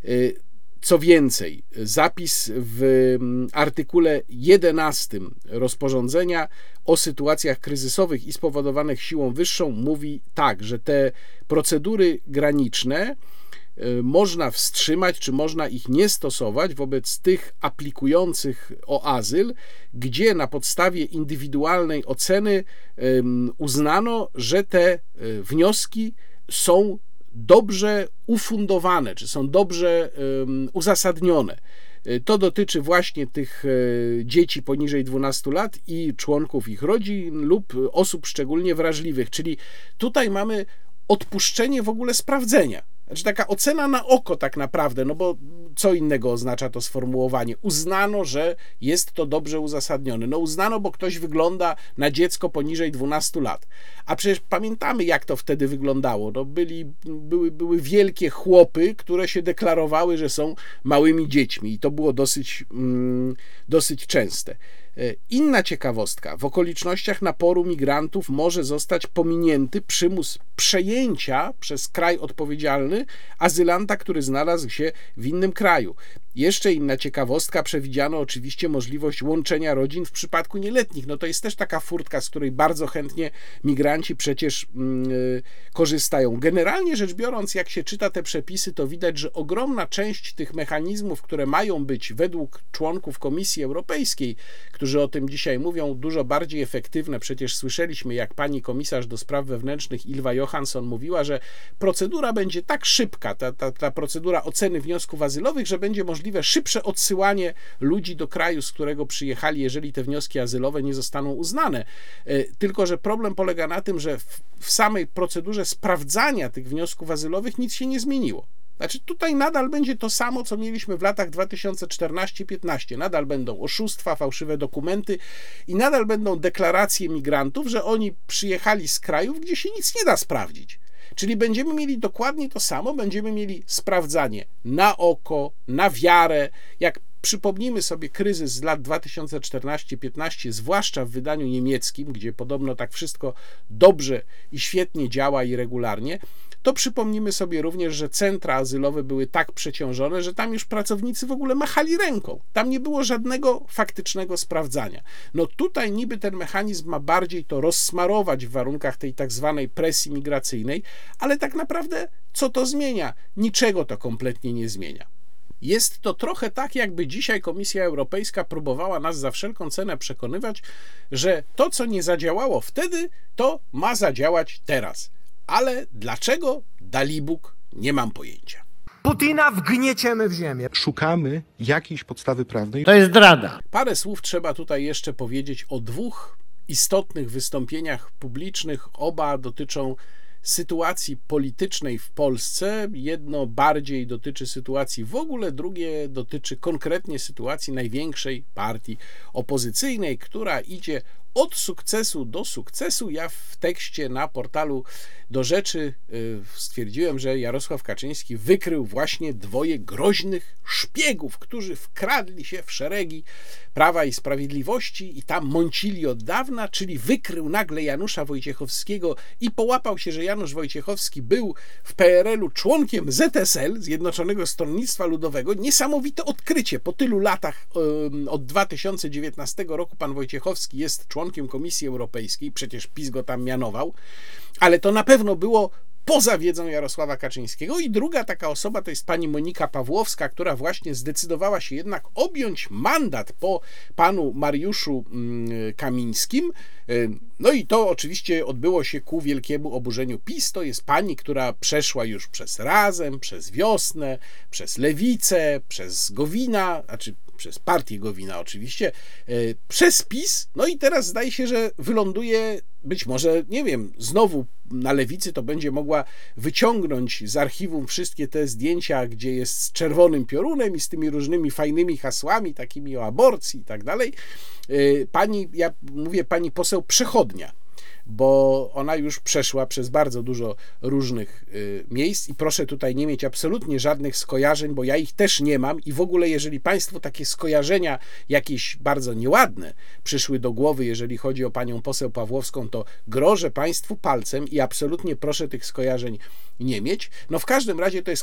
Co więcej, zapis w artykule 11 rozporządzenia o sytuacjach kryzysowych i spowodowanych siłą wyższą mówi tak, że te procedury graniczne można wstrzymać, czy można ich nie stosować wobec tych aplikujących o azyl, gdzie na podstawie indywidualnej oceny uznano, że te wnioski są dobrze ufundowane, czy są dobrze uzasadnione. To dotyczy właśnie tych dzieci poniżej 12 lat i członków ich rodzin lub osób szczególnie wrażliwych, czyli tutaj mamy odpuszczenie w ogóle sprawdzenia Znaczy taka ocena na oko tak naprawdę, no bo co innego oznacza to sformułowanie. Uznano, że jest to dobrze uzasadnione. No uznano, bo ktoś wygląda na dziecko poniżej 12 lat. A przecież pamiętamy, jak to wtedy wyglądało. No były wielkie chłopy, które się deklarowały, że są małymi dziećmi i to było dosyć częste. Inna ciekawostka. W okolicznościach naporu migrantów może zostać pominięty przymus przejęcia przez kraj odpowiedzialny azylanta, który znalazł się w innym kraju. Jeszcze inna ciekawostka. Przewidziano oczywiście możliwość łączenia rodzin w przypadku nieletnich. No to jest też taka furtka, z której bardzo chętnie migranci przecież korzystają. Generalnie rzecz biorąc, jak się czyta te przepisy, to widać, że ogromna część tych mechanizmów, które mają być według członków Komisji Europejskiej, którzy o tym dzisiaj mówią, dużo bardziej efektywne. Przecież słyszeliśmy, jak pani komisarz do spraw wewnętrznych Ylva Johansson mówiła, że procedura będzie tak szybka, ta procedura oceny wniosków azylowych, że będzie możliwe szybsze odsyłanie ludzi do kraju, z którego przyjechali, jeżeli te wnioski azylowe nie zostaną uznane. Tylko że problem polega na tym, że w samej procedurze sprawdzania tych wniosków azylowych nic się nie zmieniło. Znaczy tutaj nadal będzie to samo, co mieliśmy w latach 2014-15. Nadal będą oszustwa, fałszywe dokumenty i nadal będą deklaracje migrantów, że oni przyjechali z krajów, gdzie się nic nie da sprawdzić. Czyli będziemy mieli dokładnie to samo, będziemy mieli sprawdzanie na oko, na wiarę. Jak przypomnimy sobie kryzys z lat 2014-15, zwłaszcza w wydaniu niemieckim, gdzie podobno tak wszystko dobrze i świetnie działa i regularnie, to przypomnimy sobie również, że centra azylowe były tak przeciążone, że tam już pracownicy w ogóle machali ręką. Tam nie było żadnego faktycznego sprawdzania. No tutaj niby ten mechanizm ma bardziej to rozsmarować w warunkach tej tak zwanej presji migracyjnej, ale tak naprawdę co to zmienia? Niczego to kompletnie nie zmienia. Jest to trochę tak, jakby dzisiaj Komisja Europejska próbowała nas za wszelką cenę przekonywać, że to, co nie zadziałało wtedy, to ma zadziałać teraz. Ale dlaczego? Dalibóg, nie mam pojęcia.
Putina wgnieciemy w ziemię.
Szukamy jakiejś podstawy prawnej.
To jest zdrada.
Parę słów trzeba tutaj jeszcze powiedzieć o dwóch istotnych wystąpieniach publicznych. Oba dotyczą sytuacji politycznej w Polsce. Jedno bardziej dotyczy sytuacji w ogóle, drugie dotyczy konkretnie sytuacji największej partii opozycyjnej, która idzie od sukcesu do sukcesu. Ja w tekście na portalu Do Rzeczy stwierdziłem, że Jarosław Kaczyński wykrył właśnie dwoje groźnych szpiegów, którzy wkradli się w szeregi Prawa i Sprawiedliwości i tam mącili od dawna, czyli wykrył nagle Janusza Wojciechowskiego i połapał się, że Janusz Wojciechowski był w PRL-u członkiem ZSL, Zjednoczonego Stronnictwa Ludowego. Niesamowite odkrycie. Po tylu latach, od 2019 roku pan Wojciechowski jest członkiem Komisji Europejskiej, przecież PiS go tam mianował, ale to na pewno było poza wiedzą Jarosława Kaczyńskiego. I druga taka osoba to jest pani Monika Pawłowska, która właśnie zdecydowała się jednak objąć mandat po panu Mariuszu Kamińskim. No i to oczywiście odbyło się ku wielkiemu oburzeniu PiS. To jest pani, która przeszła już przez Razem, przez Wiosnę, przez Lewicę, przez Gowina, znaczy przez partię Gowina oczywiście, przez PiS, no i teraz zdaje się, że wyląduje być może, nie wiem, znowu na Lewicy, to będzie mogła wyciągnąć z archiwum wszystkie te zdjęcia, gdzie jest z czerwonym piorunem i z tymi różnymi fajnymi hasłami, takimi o aborcji i tak dalej. Pani, ja mówię pani poseł przechodnia, bo ona już przeszła przez bardzo dużo różnych miejsc i proszę tutaj nie mieć absolutnie żadnych skojarzeń, bo ja ich też nie mam i w ogóle jeżeli Państwu takie skojarzenia jakieś bardzo nieładne przyszły do głowy, jeżeli chodzi o panią poseł Pawłowską, to grożę Państwu palcem i absolutnie proszę tych skojarzeń nie mieć. No w każdym razie to jest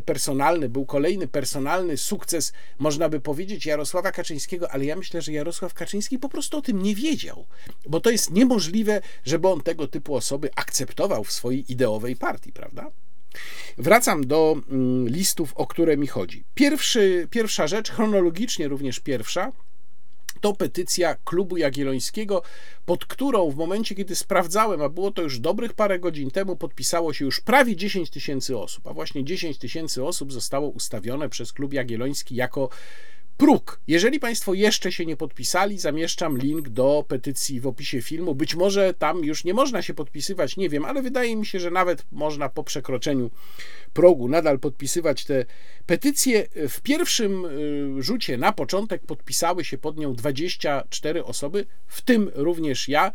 był kolejny personalny sukces, można by powiedzieć, Jarosława Kaczyńskiego, ale ja myślę, że Jarosław Kaczyński po prostu o tym nie wiedział, bo to jest niemożliwe, żeby on tego typu osoby akceptował w swojej ideowej partii, prawda? Wracam do listów, o które mi chodzi. Pierwsza rzecz, chronologicznie również pierwsza, to petycja Klubu Jagiellońskiego, pod którą w momencie, kiedy sprawdzałem, a było to już dobrych parę godzin temu, podpisało się już prawie 10 000 osób, a właśnie 10 000 osób zostało ustawione przez Klub Jagielloński jako próg. Jeżeli Państwo jeszcze się nie podpisali, zamieszczam link do petycji w opisie filmu. Być może tam już nie można się podpisywać, nie wiem, ale wydaje mi się, że nawet można po przekroczeniu progu nadal podpisywać te petycje. W pierwszym rzucie na początek podpisały się pod nią 24 osoby, w tym również ja.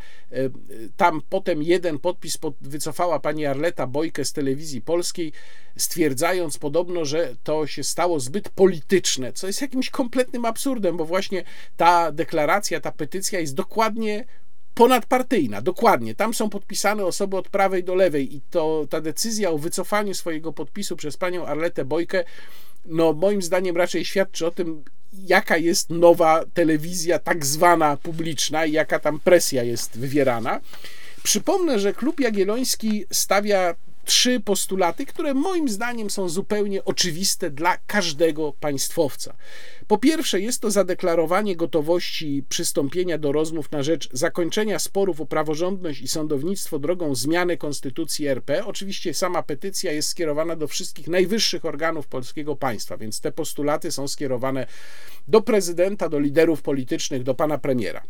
Tam potem jeden podpis wycofała pani Arleta Bojkę z Telewizji Polskiej, stwierdzając podobno, że to się stało zbyt polityczne, co jest jakimś kompletnym absurdem, bo właśnie ta deklaracja, ta petycja jest dokładnie ponadpartyjna, dokładnie. Tam są podpisane osoby od prawej do lewej i ta decyzja o wycofaniu swojego podpisu przez panią Arletę Bojkę, no moim zdaniem raczej świadczy o tym, jaka jest nowa telewizja tak zwana publiczna i jaka tam presja jest wywierana. Przypomnę, że Klub Jagielloński stawia 3 postulaty, które moim zdaniem są zupełnie oczywiste dla każdego państwowca. Po pierwsze, jest to zadeklarowanie gotowości przystąpienia do rozmów na rzecz zakończenia sporów o praworządność i sądownictwo drogą zmiany Konstytucji RP. Oczywiście sama petycja jest skierowana do wszystkich najwyższych organów polskiego państwa, więc te postulaty są skierowane do prezydenta, do liderów politycznych, do pana premiera.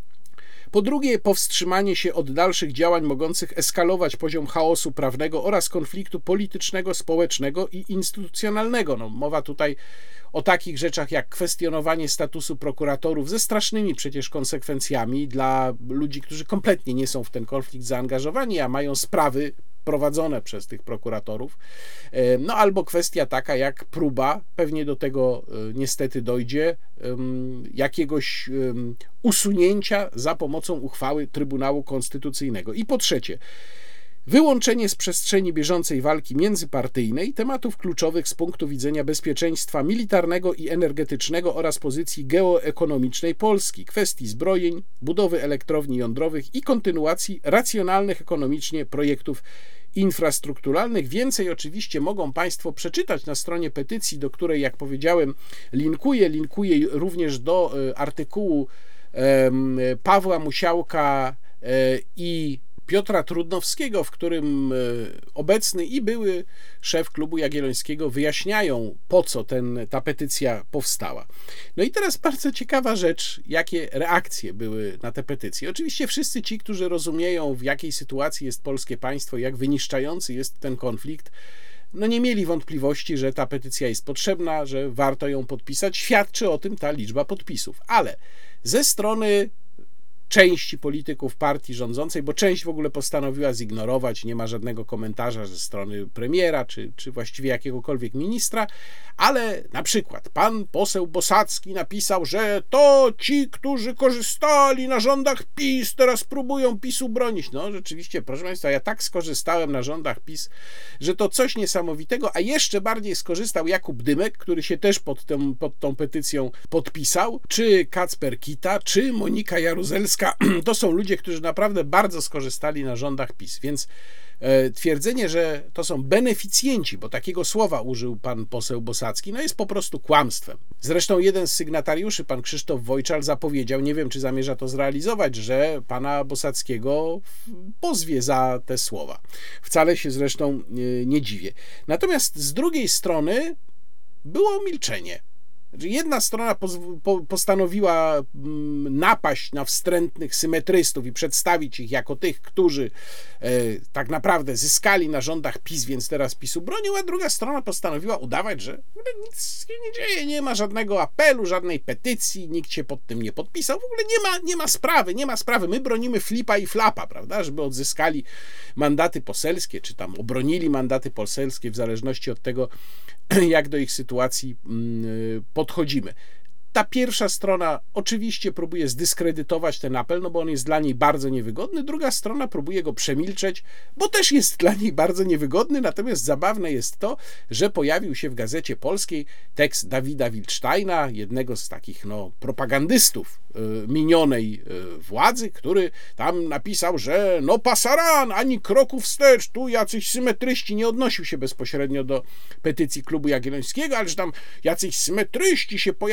Po drugie, powstrzymanie się od dalszych działań mogących eskalować poziom chaosu prawnego oraz konfliktu politycznego, społecznego i instytucjonalnego. No, mowa tutaj o takich rzeczach jak kwestionowanie statusu prokuratorów ze strasznymi przecież konsekwencjami dla ludzi, którzy kompletnie nie są w ten konflikt zaangażowani, a mają sprawy prowadzone przez tych prokuratorów. No albo kwestia taka jak próba, pewnie do tego niestety dojdzie, jakiegoś usunięcia za pomocą uchwały Trybunału Konstytucyjnego. I po trzecie, wyłączenie z przestrzeni bieżącej walki międzypartyjnej tematów kluczowych z punktu widzenia bezpieczeństwa militarnego i energetycznego oraz pozycji geoekonomicznej Polski, kwestii zbrojeń, budowy elektrowni jądrowych i kontynuacji racjonalnych ekonomicznie projektów infrastrukturalnych. Więcej oczywiście mogą Państwo przeczytać na stronie petycji, do której, jak powiedziałem, linkuję również do artykułu Pawła Musiałka i Piotra Trudnowskiego, w którym obecny i były szef Klubu Jagiellońskiego wyjaśniają, po co ta petycja powstała. No i teraz bardzo ciekawa rzecz, jakie reakcje były na te petycje. Oczywiście wszyscy ci, którzy rozumieją, w jakiej sytuacji jest polskie państwo, jak wyniszczający jest ten konflikt, no nie mieli wątpliwości, że ta petycja jest potrzebna, że warto ją podpisać. Świadczy o tym ta liczba podpisów. Ale ze strony części polityków partii rządzącej, bo część w ogóle postanowiła zignorować, nie ma żadnego komentarza ze strony premiera, czy właściwie jakiegokolwiek ministra, ale na przykład pan poseł Bosacki napisał, że to ci, którzy korzystali na rządach PiS, teraz próbują PiS-u bronić. No rzeczywiście, proszę Państwa, ja tak skorzystałem na rządach PiS, że to coś niesamowitego, a jeszcze bardziej skorzystał Jakub Dymek, który się też pod tą petycją podpisał, czy Kacper Kita, czy Monika Jaruzelska. To są ludzie, którzy naprawdę bardzo skorzystali na rządach PiS, więc twierdzenie, że to są beneficjenci, bo takiego słowa użył pan poseł Bosacki, no jest po prostu kłamstwem. Zresztą jeden z sygnatariuszy, pan Krzysztof Wojczal, zapowiedział, nie wiem czy zamierza to zrealizować, że pana Bosackiego pozwie za te słowa. Wcale się zresztą nie dziwię. Natomiast z drugiej strony było milczenie. Jedna strona postanowiła napaść na wstrętnych symetrystów i przedstawić ich jako tych, którzy tak naprawdę zyskali na rządach PiS, więc teraz PiS-u bronił, a druga strona postanowiła udawać, że nic się nie dzieje, nie ma żadnego apelu, żadnej petycji, nikt się pod tym nie podpisał, w ogóle nie ma sprawy, my bronimy flipa i flapa, prawda, żeby odzyskali mandaty poselskie, czy tam obronili mandaty poselskie, w zależności od tego, jak do ich sytuacji podchodzimy. Ta pierwsza strona oczywiście próbuje zdyskredytować ten apel, no bo on jest dla niej bardzo niewygodny, druga strona próbuje go przemilczeć, bo też jest dla niej bardzo niewygodny, natomiast zabawne jest to, że pojawił się w Gazecie Polskiej tekst Dawida Wildsteina, jednego z takich propagandystów minionej władzy, który tam napisał, że pasaran, ani kroku wstecz, tu jacyś symetryści, nie odnosił się bezpośrednio do petycji Klubu Jagiellońskiego, ale że tam jacyś symetryści się pojawiają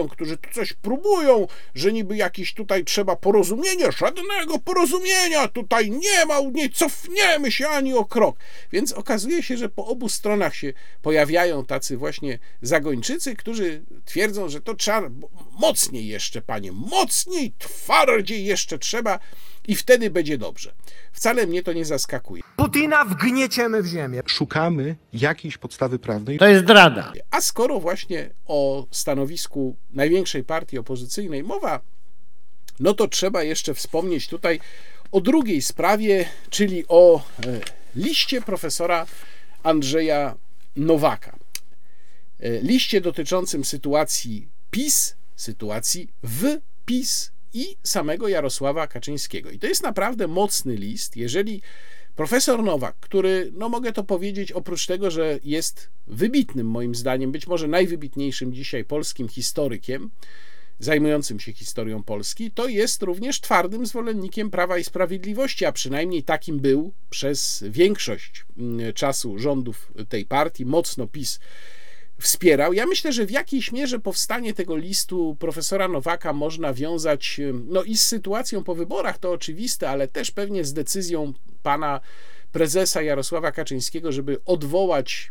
opozycją, którzy tu coś próbują, że niby jakieś tutaj trzeba porozumienie, żadnego porozumienia tutaj nie ma, nie cofniemy się ani o krok. Więc okazuje się, że po obu stronach się pojawiają tacy właśnie zagończycy, którzy twierdzą, że to trzeba mocniej jeszcze, panie, mocniej, twardziej jeszcze trzeba i wtedy będzie dobrze. Wcale mnie to nie zaskakuje.
Putina wgnieciemy w ziemię.
Szukamy jakiejś podstawy prawnej.
To jest zdrada.
A skoro właśnie o stanowisku największej partii opozycyjnej mowa, no to trzeba jeszcze wspomnieć tutaj o drugiej sprawie, czyli o liście profesora Andrzeja Nowaka. Liście dotyczącym sytuacji PiS, sytuacji w PiS i samego Jarosława Kaczyńskiego. I to jest naprawdę mocny list, jeżeli profesor Nowak, który, no mogę to powiedzieć, oprócz tego, że jest wybitnym moim zdaniem, być może najwybitniejszym dzisiaj polskim historykiem, zajmującym się historią Polski, to jest również twardym zwolennikiem Prawa i Sprawiedliwości, a przynajmniej takim był przez większość czasu rządów tej partii, mocno PiS wspierał. Ja myślę, że w jakiejś mierze powstanie tego listu profesora Nowaka można wiązać no i z sytuacją po wyborach, to oczywiste, ale też pewnie z decyzją pana prezesa Jarosława Kaczyńskiego, żeby odwołać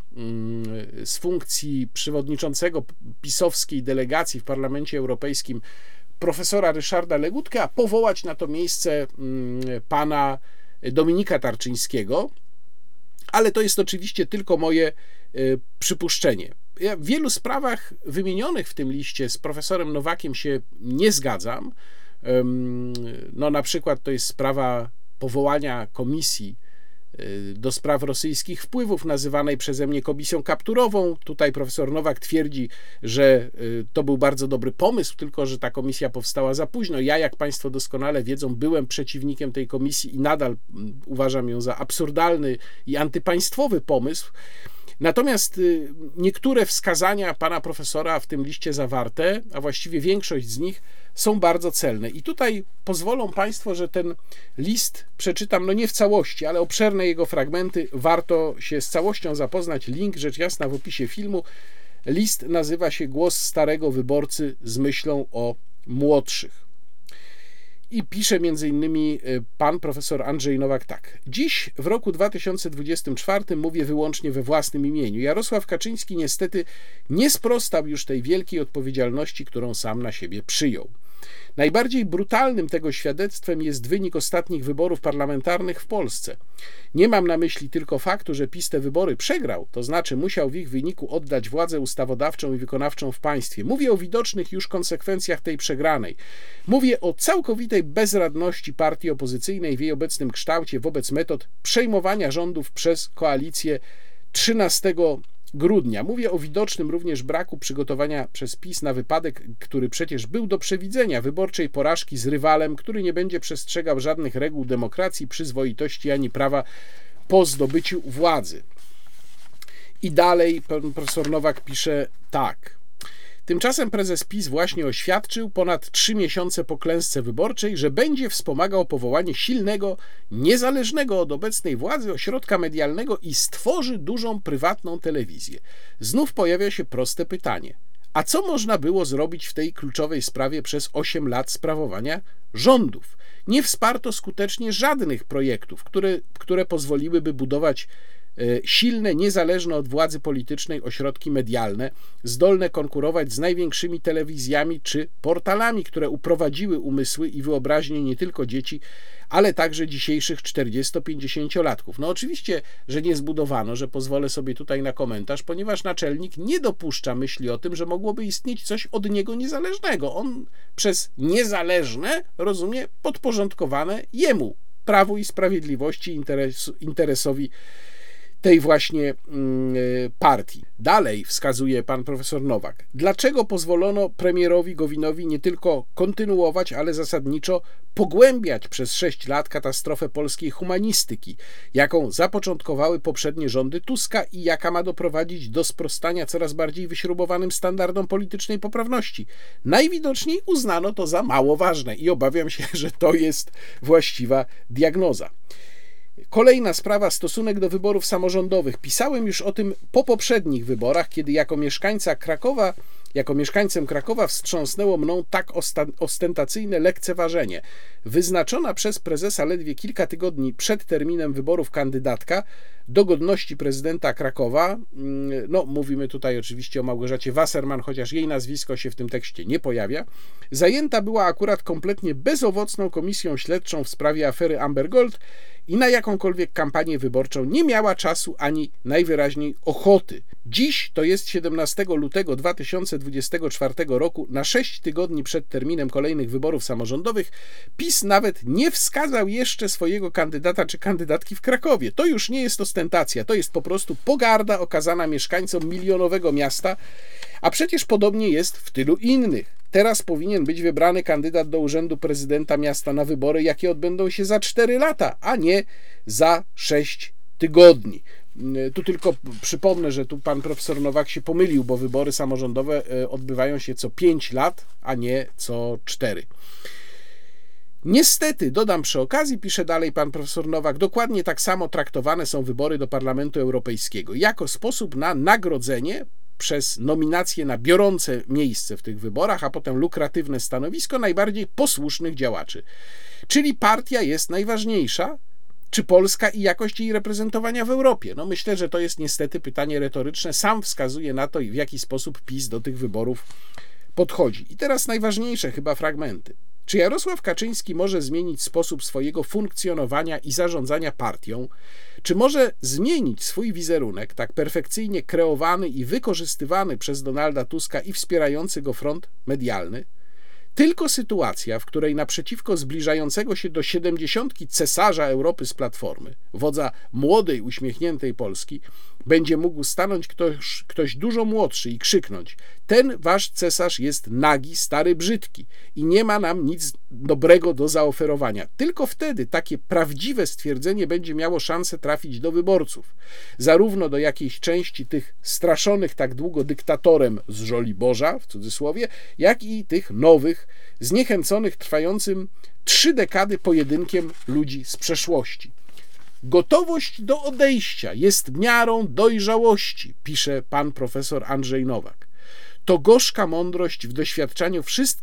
z funkcji przewodniczącego pisowskiej delegacji w Parlamencie Europejskim profesora Ryszarda Legutkę, a powołać na to miejsce pana Dominika Tarczyńskiego, ale to jest oczywiście tylko moje przypuszczenie. Ja w wielu sprawach wymienionych w tym liście z profesorem Nowakiem się nie zgadzam. No na przykład to jest sprawa powołania komisji do spraw rosyjskich wpływów, nazywanej przeze mnie komisją kapturową. Tutaj profesor Nowak twierdzi, że to był bardzo dobry pomysł, tylko że ta komisja powstała za późno. Ja, jak państwo doskonale wiedzą, byłem przeciwnikiem tej komisji i nadal uważam ją za absurdalny i antypaństwowy pomysł. Natomiast niektóre wskazania pana profesora w tym liście zawarte, a właściwie większość z nich, są bardzo celne. I tutaj pozwolą państwo, że ten list przeczytam, no nie w całości, ale obszerne jego fragmenty, warto się z całością zapoznać. Link, rzecz jasna, w opisie filmu. List nazywa się Głos starego wyborcy z myślą o młodszych. I pisze między innymi pan profesor Andrzej Nowak tak. Dziś w roku 2024 mówię wyłącznie we własnym imieniu. Jarosław Kaczyński niestety nie sprostał już tej wielkiej odpowiedzialności, którą sam na siebie przyjął. Najbardziej brutalnym tego świadectwem jest wynik ostatnich wyborów parlamentarnych w Polsce. Nie mam na myśli tylko faktu, że PiS te wybory przegrał, to znaczy musiał w ich wyniku oddać władzę ustawodawczą i wykonawczą w państwie. Mówię o widocznych już konsekwencjach tej przegranej. Mówię o całkowitej bezradności partii opozycyjnej w jej obecnym kształcie wobec metod przejmowania rządów przez koalicję 13 grudnia. Mówię o widocznym również braku przygotowania przez PiS na wypadek, który przecież był do przewidzenia, wyborczej porażki z rywalem, który nie będzie przestrzegał żadnych reguł demokracji, przyzwoitości ani prawa po zdobyciu władzy. I dalej pan profesor Nowak pisze tak. Tymczasem prezes PiS właśnie oświadczył ponad 3 miesiące po klęsce wyborczej, że będzie wspomagał powołanie silnego, niezależnego od obecnej władzy ośrodka medialnego i stworzy dużą prywatną telewizję. Znów pojawia się proste pytanie. A co można było zrobić w tej kluczowej sprawie przez 8 lat sprawowania rządów? Nie wsparto skutecznie żadnych projektów, które pozwoliłyby budować silne, niezależne od władzy politycznej ośrodki medialne, zdolne konkurować z największymi telewizjami czy portalami, które uprowadziły umysły i wyobraźnię nie tylko dzieci, ale także dzisiejszych 40-50-latków. No oczywiście, że nie zbudowano, że pozwolę sobie tutaj na komentarz, ponieważ naczelnik nie dopuszcza myśli o tym, że mogłoby istnieć coś od niego niezależnego. On przez niezależne rozumie podporządkowane jemu, Prawu i Sprawiedliwości, interesowi tej właśnie partii. Dalej wskazuje pan profesor Nowak. Dlaczego pozwolono premierowi Gowinowi nie tylko kontynuować, ale zasadniczo pogłębiać przez 6 lat katastrofę polskiej humanistyki, jaką zapoczątkowały poprzednie rządy Tuska i jaka ma doprowadzić do sprostania coraz bardziej wyśrubowanym standardom politycznej poprawności? Najwidoczniej uznano to za mało ważne i obawiam się, że to jest właściwa diagnoza. Kolejna sprawa, stosunek do wyborów samorządowych. Pisałem już o tym po poprzednich wyborach, kiedy jako mieszkańca Krakowa Jako mieszkańcem Krakowa wstrząsnęło mną tak ostentacyjne lekceważenie. Wyznaczona przez prezesa ledwie kilka tygodni przed terminem wyborów kandydatka do godności prezydenta Krakowa, no mówimy tutaj oczywiście o Małgorzacie Wasserman, chociaż jej nazwisko się w tym tekście nie pojawia, zajęta była akurat kompletnie bezowocną komisją śledczą w sprawie afery Amber Gold i na jakąkolwiek kampanię wyborczą nie miała czasu ani najwyraźniej ochoty. Dziś to jest 17 lutego 2024 roku, na 6 tygodni przed terminem kolejnych wyborów samorządowych, PiS nawet nie wskazał jeszcze swojego kandydata czy kandydatki w Krakowie. To już nie jest ostentacja, to jest po prostu pogarda okazana mieszkańcom milionowego miasta, a przecież podobnie jest w tylu innych. Teraz powinien być wybrany kandydat do urzędu prezydenta miasta na wybory, jakie odbędą się za 4 lata, a nie za 6 tygodni. Tu tylko przypomnę, że tu pan profesor Nowak się pomylił, bo wybory samorządowe odbywają się co 5 lat, a nie co 4. Niestety, dodam przy okazji, pisze dalej pan profesor Nowak, dokładnie tak samo traktowane są wybory do Parlamentu Europejskiego, jako sposób na nagrodzenie przez nominacje na biorące miejsce w tych wyborach, a potem lukratywne stanowisko najbardziej posłusznych działaczy. Czyli partia jest najważniejsza, czy Polska i jakość jej reprezentowania w Europie? No myślę, że to jest niestety pytanie retoryczne. Sam wskazuje na to, w jaki sposób PiS do tych wyborów podchodzi. I teraz najważniejsze chyba fragmenty. Czy Jarosław Kaczyński może zmienić sposób swojego funkcjonowania i zarządzania partią? Czy może zmienić swój wizerunek, tak perfekcyjnie kreowany i wykorzystywany przez Donalda Tuska i wspierający go front medialny? Tylko sytuacja, w której naprzeciwko zbliżającego się do 70 cesarza Europy z Platformy, wodza młodej, uśmiechniętej Polski, będzie mógł stanąć ktoś dużo młodszy i krzyknąć: ten wasz cesarz jest nagi, stary, brzydki i nie ma nam nic dobrego do zaoferowania. Tylko wtedy takie prawdziwe stwierdzenie będzie miało szansę trafić do wyborców. Zarówno do jakiejś części tych straszonych tak długo dyktatorem z Żoliborza, w cudzysłowie, jak i tych nowych, zniechęconych trwającym 3 dekady pojedynkiem ludzi z przeszłości. Gotowość do odejścia jest miarą dojrzałości, pisze pan profesor Andrzej Nowak. To gorzka mądrość w doświadczeniu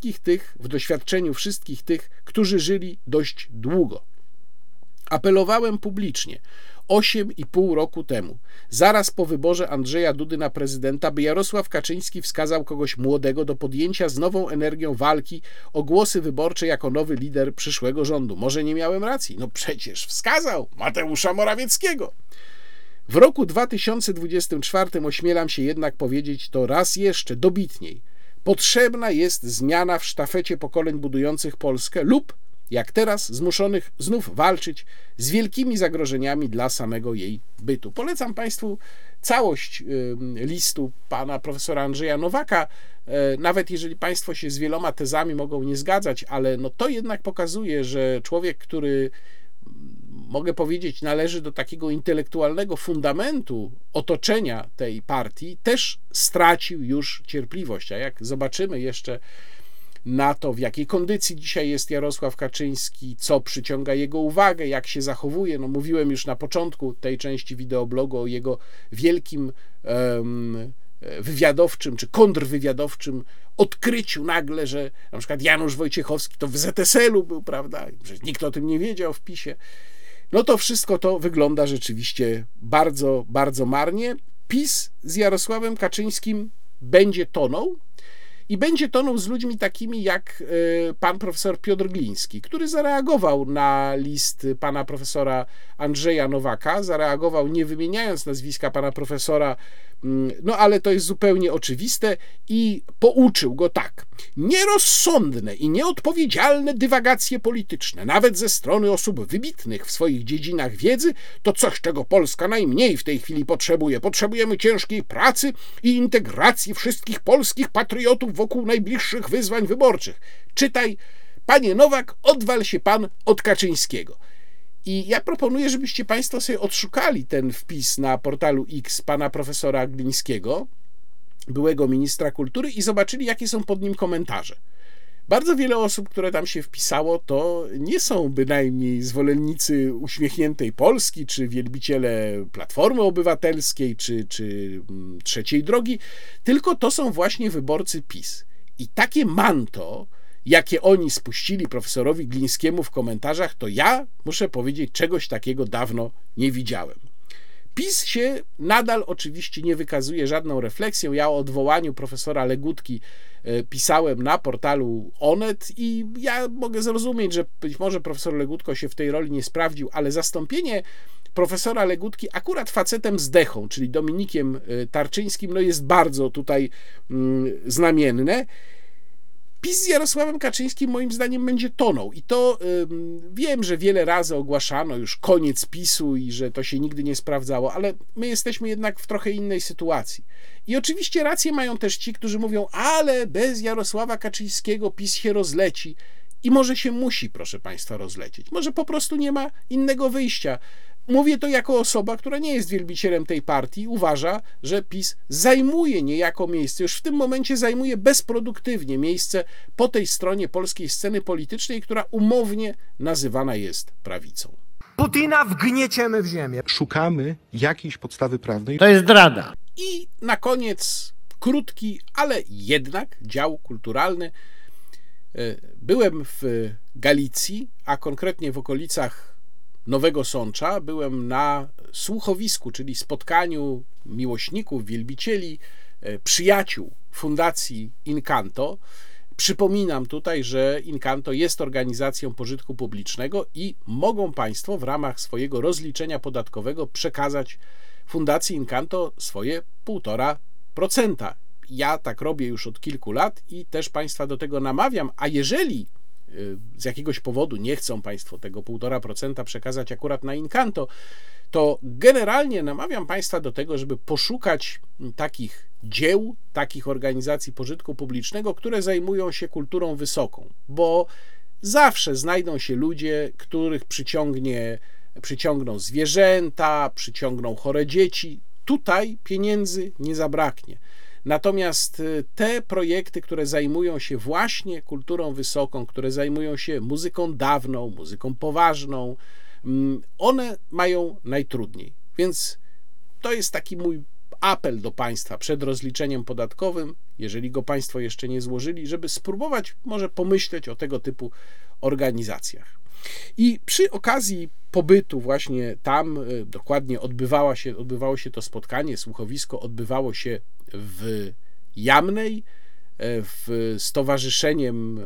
wszystkich tych, którzy żyli dość długo. Apelowałem publicznie 8,5 roku temu, zaraz po wyborze Andrzeja Dudy na prezydenta, by Jarosław Kaczyński wskazał kogoś młodego do podjęcia z nową energią walki o głosy wyborcze jako nowy lider przyszłego rządu. Może nie miałem racji? No przecież wskazał Mateusza Morawieckiego. W roku 2024 ośmielam się jednak powiedzieć to raz jeszcze dobitniej. Potrzebna jest zmiana w sztafecie pokoleń budujących Polskę lub, jak teraz, zmuszonych znów walczyć z wielkimi zagrożeniami dla samego jej bytu. Polecam Państwu całość listu pana profesora Andrzeja Nowaka, nawet jeżeli Państwo się z wieloma tezami mogą nie zgadzać, ale no to jednak pokazuje, że człowiek, który, mogę powiedzieć, należy do takiego intelektualnego fundamentu otoczenia tej partii, też stracił już cierpliwość. A jak zobaczymy jeszcze na to, w jakiej kondycji dzisiaj jest Jarosław Kaczyński, co przyciąga jego uwagę, jak się zachowuje. No, mówiłem już na początku tej części wideoblogu o jego wielkim wywiadowczym czy kontrwywiadowczym odkryciu nagle, że na przykład Janusz Wojciechowski to w ZSL-u był, prawda, że nikt o tym nie wiedział w PiS-ie. No to wszystko to wygląda rzeczywiście bardzo, bardzo marnie. PiS z Jarosławem Kaczyńskim będzie tonął. I będzie tonął z ludźmi takimi jak pan profesor Piotr Gliński, który zareagował na list pana profesora Andrzeja Nowaka, zareagował nie wymieniając nazwiska pana profesora, no ale to jest zupełnie oczywiste, i pouczył go tak: nierozsądne i nieodpowiedzialne dywagacje polityczne, nawet ze strony osób wybitnych w swoich dziedzinach wiedzy, to coś, czego Polska najmniej w tej chwili potrzebuje. Potrzebujemy ciężkiej pracy i integracji wszystkich polskich patriotów wokół najbliższych wyzwań wyborczych. Czytaj, panie Nowak, odwal się pan od Kaczyńskiego. I ja proponuję, żebyście Państwo sobie odszukali ten wpis na portalu X pana profesora Glińskiego, byłego ministra kultury, i zobaczyli, jakie są pod nim komentarze. Bardzo wiele osób, które tam się wpisało, to nie są bynajmniej zwolennicy uśmiechniętej Polski, czy wielbiciele Platformy Obywatelskiej, czy Trzeciej Drogi, tylko to są właśnie wyborcy PiS. I takie manto, jakie oni spuścili profesorowi Glińskiemu w komentarzach, to ja, muszę powiedzieć, czegoś takiego dawno nie widziałem. PiS się nadal oczywiście nie wykazuje żadną refleksją. Ja o odwołaniu profesora Legutki pisałem na portalu Onet i ja mogę zrozumieć, że być może profesor Legutko się w tej roli nie sprawdził, ale zastąpienie profesora Legutki akurat facetem z dechą, czyli Dominikiem Tarczyńskim, no jest bardzo tutaj znamienne. PiS z Jarosławem Kaczyńskim moim zdaniem będzie tonął i to wiem, że wiele razy ogłaszano już koniec PiS-u i że to się nigdy nie sprawdzało, ale my jesteśmy jednak w trochę innej sytuacji. I oczywiście rację mają też ci, którzy mówią, ale bez Jarosława Kaczyńskiego PiS się rozleci i może się musi, proszę Państwa, rozlecieć. Może po prostu nie ma innego wyjścia. Mówię to jako osoba, która nie jest wielbicielem tej partii, uważa, że PiS zajmuje niejako miejsce, już w tym momencie zajmuje bezproduktywnie miejsce po tej stronie polskiej sceny politycznej, która umownie nazywana jest prawicą.
Putina wgnieciemy w ziemię.
Szukamy jakiejś podstawy prawnej.
To jest zdrada.
I na koniec krótki, ale jednak dział kulturalny. Byłem w Galicji, a konkretnie w okolicach Nowego Sącza. Byłem na słuchowisku, czyli spotkaniu miłośników, wielbicieli, przyjaciół Fundacji Incanto. Przypominam tutaj, że Incanto jest organizacją pożytku publicznego i mogą Państwo w ramach swojego rozliczenia podatkowego przekazać Fundacji Incanto swoje 1,5%. Ja tak robię już od kilku lat i też Państwa do tego namawiam, a jeżeli z jakiegoś powodu nie chcą Państwo tego 1,5% przekazać akurat na Incanto, to generalnie namawiam Państwa do tego, żeby poszukać takich dzieł, takich organizacji pożytku publicznego, które zajmują się kulturą wysoką, bo zawsze znajdą się ludzie, których przyciągną zwierzęta, przyciągną chore dzieci. Tutaj pieniędzy nie zabraknie. Natomiast te projekty, które zajmują się właśnie kulturą wysoką, które zajmują się muzyką dawną, muzyką poważną, one mają najtrudniej. Więc to jest taki mój apel do Państwa przed rozliczeniem podatkowym, jeżeli go Państwo jeszcze nie złożyli, żeby spróbować może pomyśleć o tego typu organizacjach. I przy okazji pobytu właśnie tam, dokładnie odbywało się to spotkanie, słuchowisko odbywało się w Jamnej, w stowarzyszeniem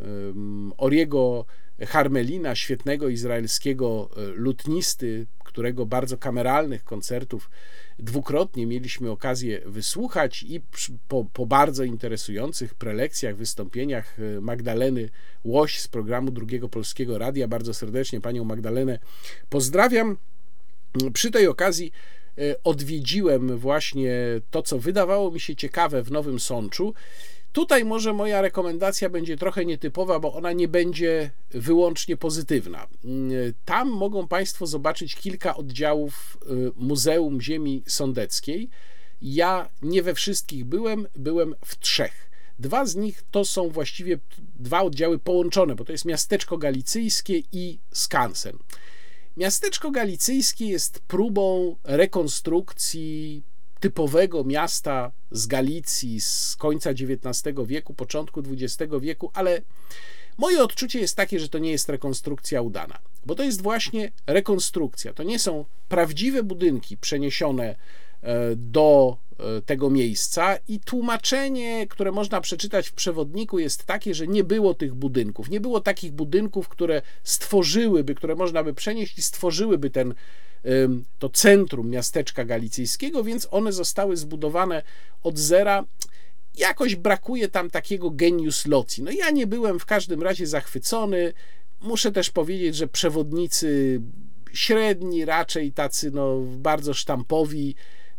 Oriego Harmelina, świetnego izraelskiego lutnisty, którego bardzo kameralnych koncertów dwukrotnie mieliśmy okazję wysłuchać i po bardzo interesujących prelekcjach, wystąpieniach Magdaleny Łoś z programu Drugiego Polskiego Radia. Bardzo serdecznie panią Magdalenę pozdrawiam. Przy tej okazji odwiedziłem właśnie to, co wydawało mi się ciekawe w Nowym Sączu. Tutaj może moja rekomendacja będzie trochę nietypowa, bo ona nie będzie wyłącznie pozytywna. Tam mogą Państwo zobaczyć kilka oddziałów Muzeum Ziemi Sądeckiej. Ja nie we wszystkich byłem w 3. 2 z nich to są właściwie 2 oddziały połączone, bo to jest Miasteczko Galicyjskie i Skansen. Miasteczko Galicyjskie jest próbą rekonstrukcji typowego miasta z Galicji z końca XIX wieku, początku XX wieku, ale moje odczucie jest takie, że to nie jest rekonstrukcja udana, bo to jest właśnie rekonstrukcja. To nie są prawdziwe budynki przeniesione do tego miejsca i tłumaczenie, które można przeczytać w przewodniku, jest takie, że nie było tych budynków. Nie było takich budynków, które stworzyłyby, które można by przenieść i stworzyłyby to centrum miasteczka galicyjskiego, więc one zostały zbudowane od zera. Jakoś brakuje tam takiego genius loci. No ja nie byłem w każdym razie zachwycony. Muszę też powiedzieć, że przewodnicy średni, raczej tacy bardzo sztampowi.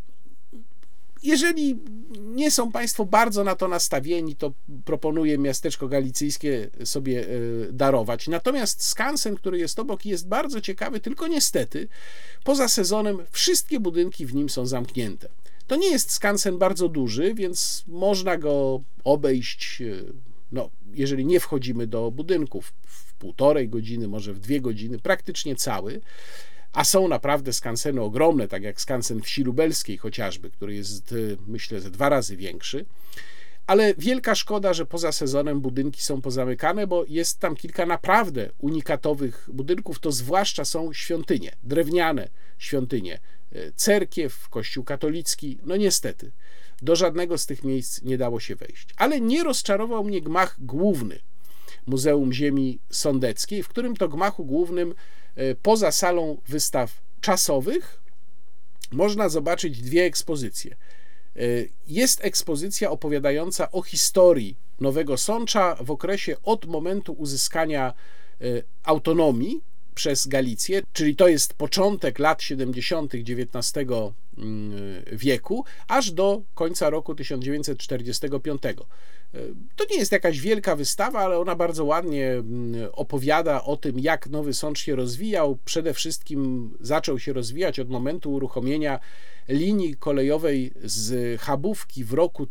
Jeżeli nie są Państwo bardzo na to nastawieni, to proponuję Miasteczko Galicyjskie sobie darować. Natomiast Skansen, który jest obok, jest bardzo ciekawy, tylko niestety poza sezonem wszystkie budynki w nim są zamknięte. To nie jest skansen bardzo duży, więc można go obejść no, jeżeli nie wchodzimy do budynków, w 1,5 godziny, może w 2 godziny, praktycznie cały, a są naprawdę skanseny ogromne, tak jak skansen wsi lubelskiej chociażby, który jest, myślę, ze 2 razy większy, ale wielka szkoda, że poza sezonem budynki są pozamykane, bo jest tam kilka naprawdę unikatowych budynków, to zwłaszcza są świątynie, drewniane świątynie, cerkiew, kościół katolicki, no niestety, do żadnego z tych miejsc nie dało się wejść. Ale nie rozczarował mnie gmach główny Muzeum Ziemi Sądeckiej, w którym to gmachu głównym poza salą wystaw czasowych można zobaczyć 2 ekspozycje. Jest ekspozycja opowiadająca o historii Nowego Sącza w okresie od momentu uzyskania autonomii przez Galicję, czyli to jest początek lat 70. XIX wieku, aż do końca roku 1945. To nie jest jakaś wielka wystawa, ale ona bardzo ładnie opowiada o tym, jak Nowy Sącz się rozwijał. Przede wszystkim zaczął się rozwijać od momentu uruchomienia linii kolejowej z Chabówki w roku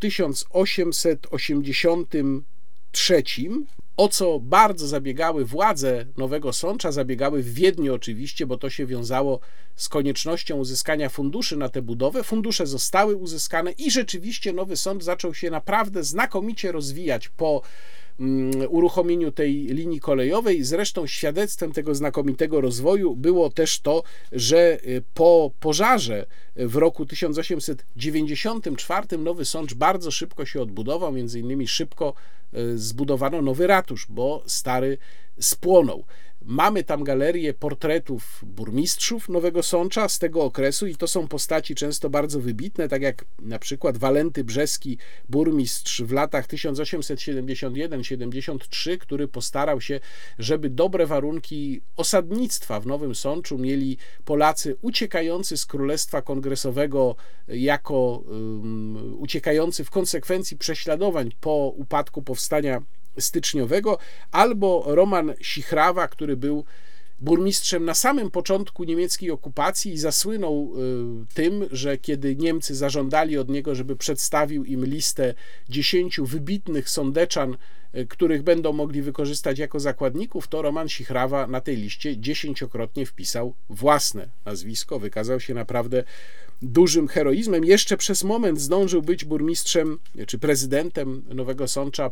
1883, o co bardzo zabiegały władze Nowego Sącza, zabiegały w Wiedniu oczywiście, bo to się wiązało z koniecznością uzyskania funduszy na tę budowę. Fundusze zostały uzyskane i rzeczywiście Nowy Sącz zaczął się naprawdę znakomicie rozwijać po uruchomieniu tej linii kolejowej. Zresztą świadectwem tego znakomitego rozwoju było też to, że po pożarze w roku 1894 Nowy Sącz bardzo szybko się odbudował, między innymi szybko zbudowano nowy ratusz, bo stary spłonął. Mamy tam galerię portretów burmistrzów Nowego Sącza z tego okresu i to są postaci często bardzo wybitne, tak jak na przykład Walenty Brzeski, burmistrz w latach 1871-73, który postarał się, żeby dobre warunki osadnictwa w Nowym Sączu mieli Polacy uciekający z Królestwa Kongresowego jako uciekający w konsekwencji prześladowań po upadku powstania styczniowego, albo Roman Sichrawa, który był burmistrzem na samym początku niemieckiej okupacji i zasłynął tym, że kiedy Niemcy zażądali od niego, żeby przedstawił im listę 10 wybitnych sądeczan, których będą mogli wykorzystać jako zakładników, to Roman Sichrawa na tej liście 10-krotnie wpisał własne nazwisko. Wykazał się naprawdę dużym heroizmem. Jeszcze przez moment zdążył być burmistrzem czy prezydentem Nowego Sącza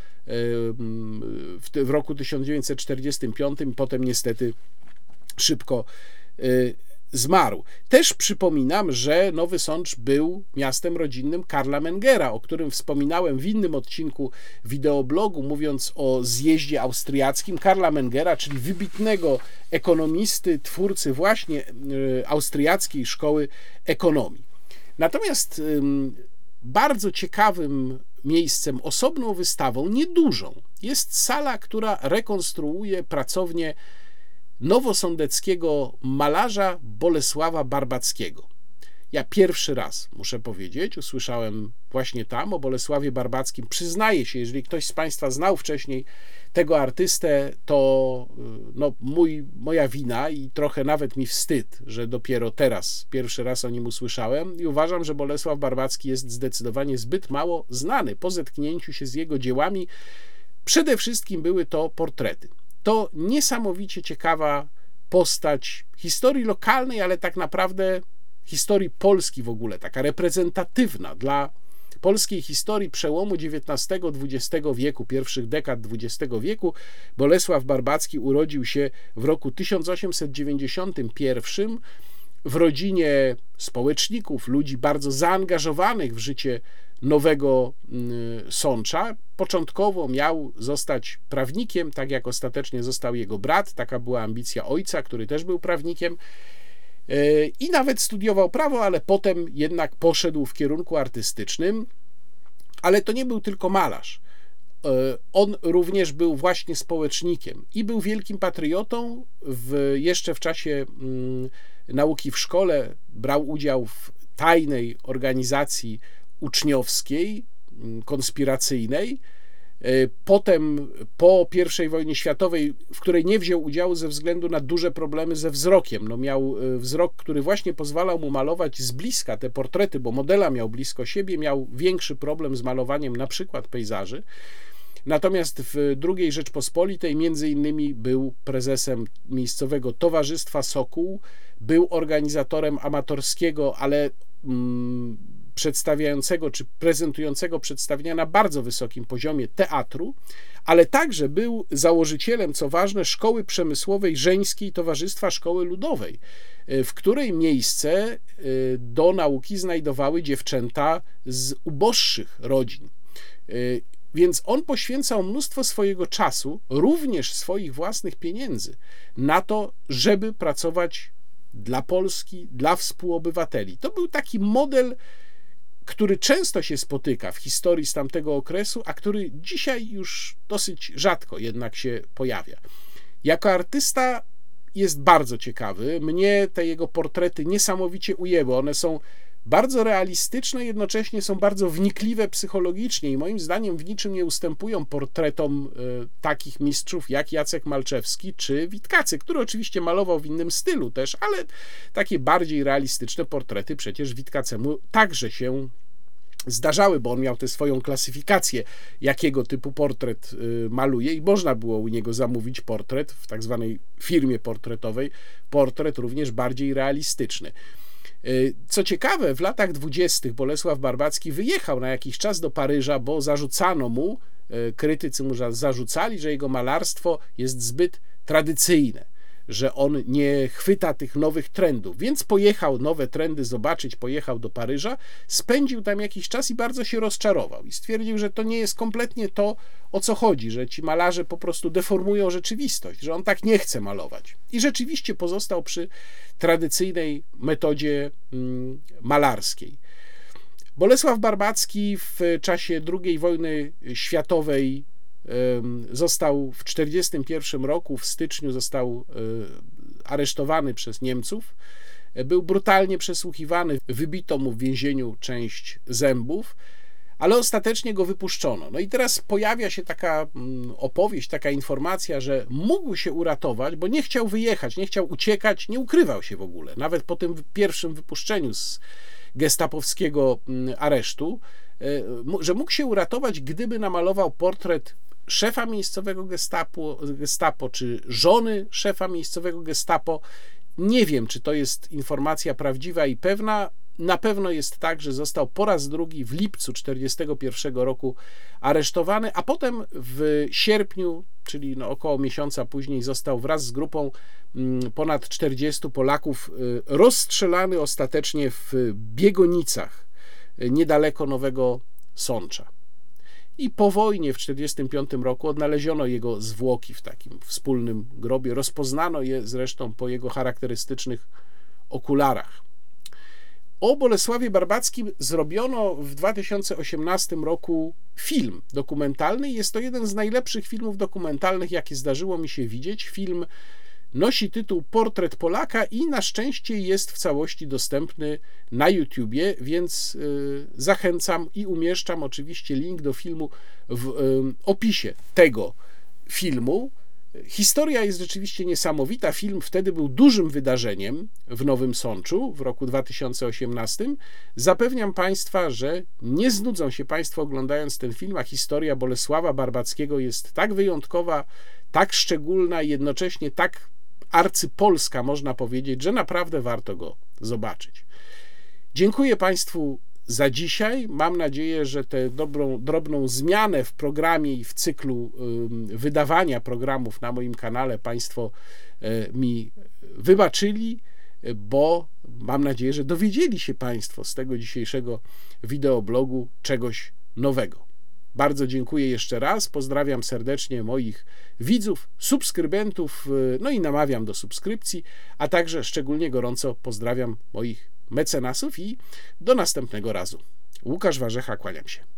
w roku 1945, potem niestety szybko zmarł. Też przypominam, że Nowy Sącz był miastem rodzinnym Karla Mengera, o którym wspominałem w innym odcinku wideoblogu, mówiąc o zjeździe austriackim Karla Mengera, czyli wybitnego ekonomisty, twórcy właśnie austriackiej szkoły ekonomii. Natomiast bardzo ciekawym miejscem, osobną wystawą, niedużą, jest sala, która rekonstruuje pracownię nowosądeckiego malarza Bolesława Barbackiego. Ja pierwszy raz, muszę powiedzieć, usłyszałem właśnie tam o Bolesławie Barbackim. Przyznaję się, jeżeli ktoś z Państwa znał wcześniej tego artystę, to no, moja wina i trochę nawet mi wstyd, że dopiero teraz pierwszy raz o nim usłyszałem i uważam, że Bolesław Barbacki jest zdecydowanie zbyt mało znany. Po zetknięciu się z jego dziełami przede wszystkim były to portrety. To niesamowicie ciekawa postać historii lokalnej, ale tak naprawdę historii Polski w ogóle, taka reprezentatywna dla polskiej historii przełomu XIX-XX wieku, pierwszych dekad XX wieku. Bolesław Barbacki urodził się w roku 1891 w rodzinie społeczników, ludzi bardzo zaangażowanych w życie Nowego Sącza. Początkowo miał zostać prawnikiem, tak jak ostatecznie został jego brat. Taka była ambicja ojca, który też był prawnikiem. I nawet studiował prawo, ale potem jednak poszedł w kierunku artystycznym. Ale to nie był tylko malarz. On również był właśnie społecznikiem i był wielkim patriotą. Jeszcze w czasie nauki w szkole brał udział w tajnej organizacji uczniowskiej, konspiracyjnej. Potem po I wojnie światowej, w której nie wziął udziału ze względu na duże problemy ze wzrokiem. No miał wzrok, który właśnie pozwalał mu malować z bliska te portrety, bo modela miał blisko siebie, miał większy problem z malowaniem na przykład pejzaży. Natomiast w II Rzeczpospolitej między innymi był prezesem miejscowego Towarzystwa Sokół, był organizatorem amatorskiego, ale przedstawiającego czy prezentującego przedstawienia na bardzo wysokim poziomie teatru, ale także był założycielem, co ważne, Szkoły Przemysłowej Żeńskiej Towarzystwa Szkoły Ludowej, w której miejsce do nauki znajdowały dziewczęta z uboższych rodzin. Więc on poświęcał mnóstwo swojego czasu, również swoich własnych pieniędzy, na to, żeby pracować dla Polski, dla współobywateli. To był taki model, który często się spotyka w historii z tamtego okresu, a który dzisiaj już dosyć rzadko jednak się pojawia. Jako artysta jest bardzo ciekawy. Mnie te jego portrety niesamowicie ujęły. One są bardzo realistyczne, jednocześnie są bardzo wnikliwe psychologicznie i moim zdaniem w niczym nie ustępują portretom takich mistrzów jak Jacek Malczewski czy Witkacy, który oczywiście malował w innym stylu też, ale takie bardziej realistyczne portrety przecież Witkacemu także się zdarzały, bo on miał tę swoją klasyfikację, jakiego typu portret maluje i można było u niego zamówić portret w tak zwanej firmie portretowej, portret również bardziej realistyczny. Co ciekawe, w latach 20. Bolesław Barbacki wyjechał na jakiś czas do Paryża, bo zarzucano mu, krytycy mu zarzucali, że jego malarstwo jest zbyt tradycyjne, że on nie chwyta tych nowych trendów, więc pojechał nowe trendy zobaczyć, pojechał do Paryża, spędził tam jakiś czas i bardzo się rozczarował i stwierdził, że to nie jest kompletnie to, o co chodzi, że ci malarze po prostu deformują rzeczywistość, że on tak nie chce malować. I rzeczywiście pozostał przy tradycyjnej metodzie malarskiej. Bolesław Barbacki w czasie II wojny światowej został w 1941 roku, w styczniu został aresztowany przez Niemców, był brutalnie przesłuchiwany, wybito mu w więzieniu część zębów, ale ostatecznie go wypuszczono. No i teraz pojawia się taka opowieść, taka informacja, że mógł się uratować, bo nie chciał wyjechać, nie chciał uciekać, nie ukrywał się w ogóle, nawet po tym pierwszym wypuszczeniu z gestapowskiego aresztu, że mógł się uratować, gdyby namalował portret szefa miejscowego gestapo czy żony szefa miejscowego gestapo. Nie wiem, czy to jest informacja prawdziwa i pewna. Na pewno jest tak, że został po raz drugi w lipcu 1941 roku aresztowany, a potem w sierpniu, czyli około miesiąca później, został wraz z grupą ponad 40 Polaków rozstrzelany ostatecznie w Biegonicach, niedaleko Nowego Sącza. I po wojnie w 1945 roku odnaleziono jego zwłoki w takim wspólnym grobie. Rozpoznano je zresztą po jego charakterystycznych okularach. O Bolesławie Barbackim zrobiono w 2018 roku film dokumentalny. Jest to jeden z najlepszych filmów dokumentalnych, jakie zdarzyło mi się widzieć. Film nosi tytuł Portret Polaka i na szczęście jest w całości dostępny na YouTubie, więc zachęcam i umieszczam oczywiście link do filmu w opisie tego filmu. Historia jest rzeczywiście niesamowita. Film wtedy był dużym wydarzeniem w Nowym Sączu w roku 2018. Zapewniam Państwa, że nie znudzą się Państwo oglądając ten film, a historia Bolesława Barbackiego jest tak wyjątkowa, tak szczególna i jednocześnie tak arcypolska, można powiedzieć, że naprawdę warto go zobaczyć. Dziękuję Państwu za dzisiaj. Mam nadzieję, że tę drobną zmianę w programie i w cyklu wydawania programów na moim kanale Państwo mi wybaczyli, bo mam nadzieję, że dowiedzieli się Państwo z tego dzisiejszego wideoblogu czegoś nowego. Bardzo dziękuję jeszcze raz, pozdrawiam serdecznie moich widzów, subskrybentów, no i namawiam do subskrypcji, a także szczególnie gorąco pozdrawiam moich mecenasów i do następnego razu. Łukasz Warzecha, kłaniam się.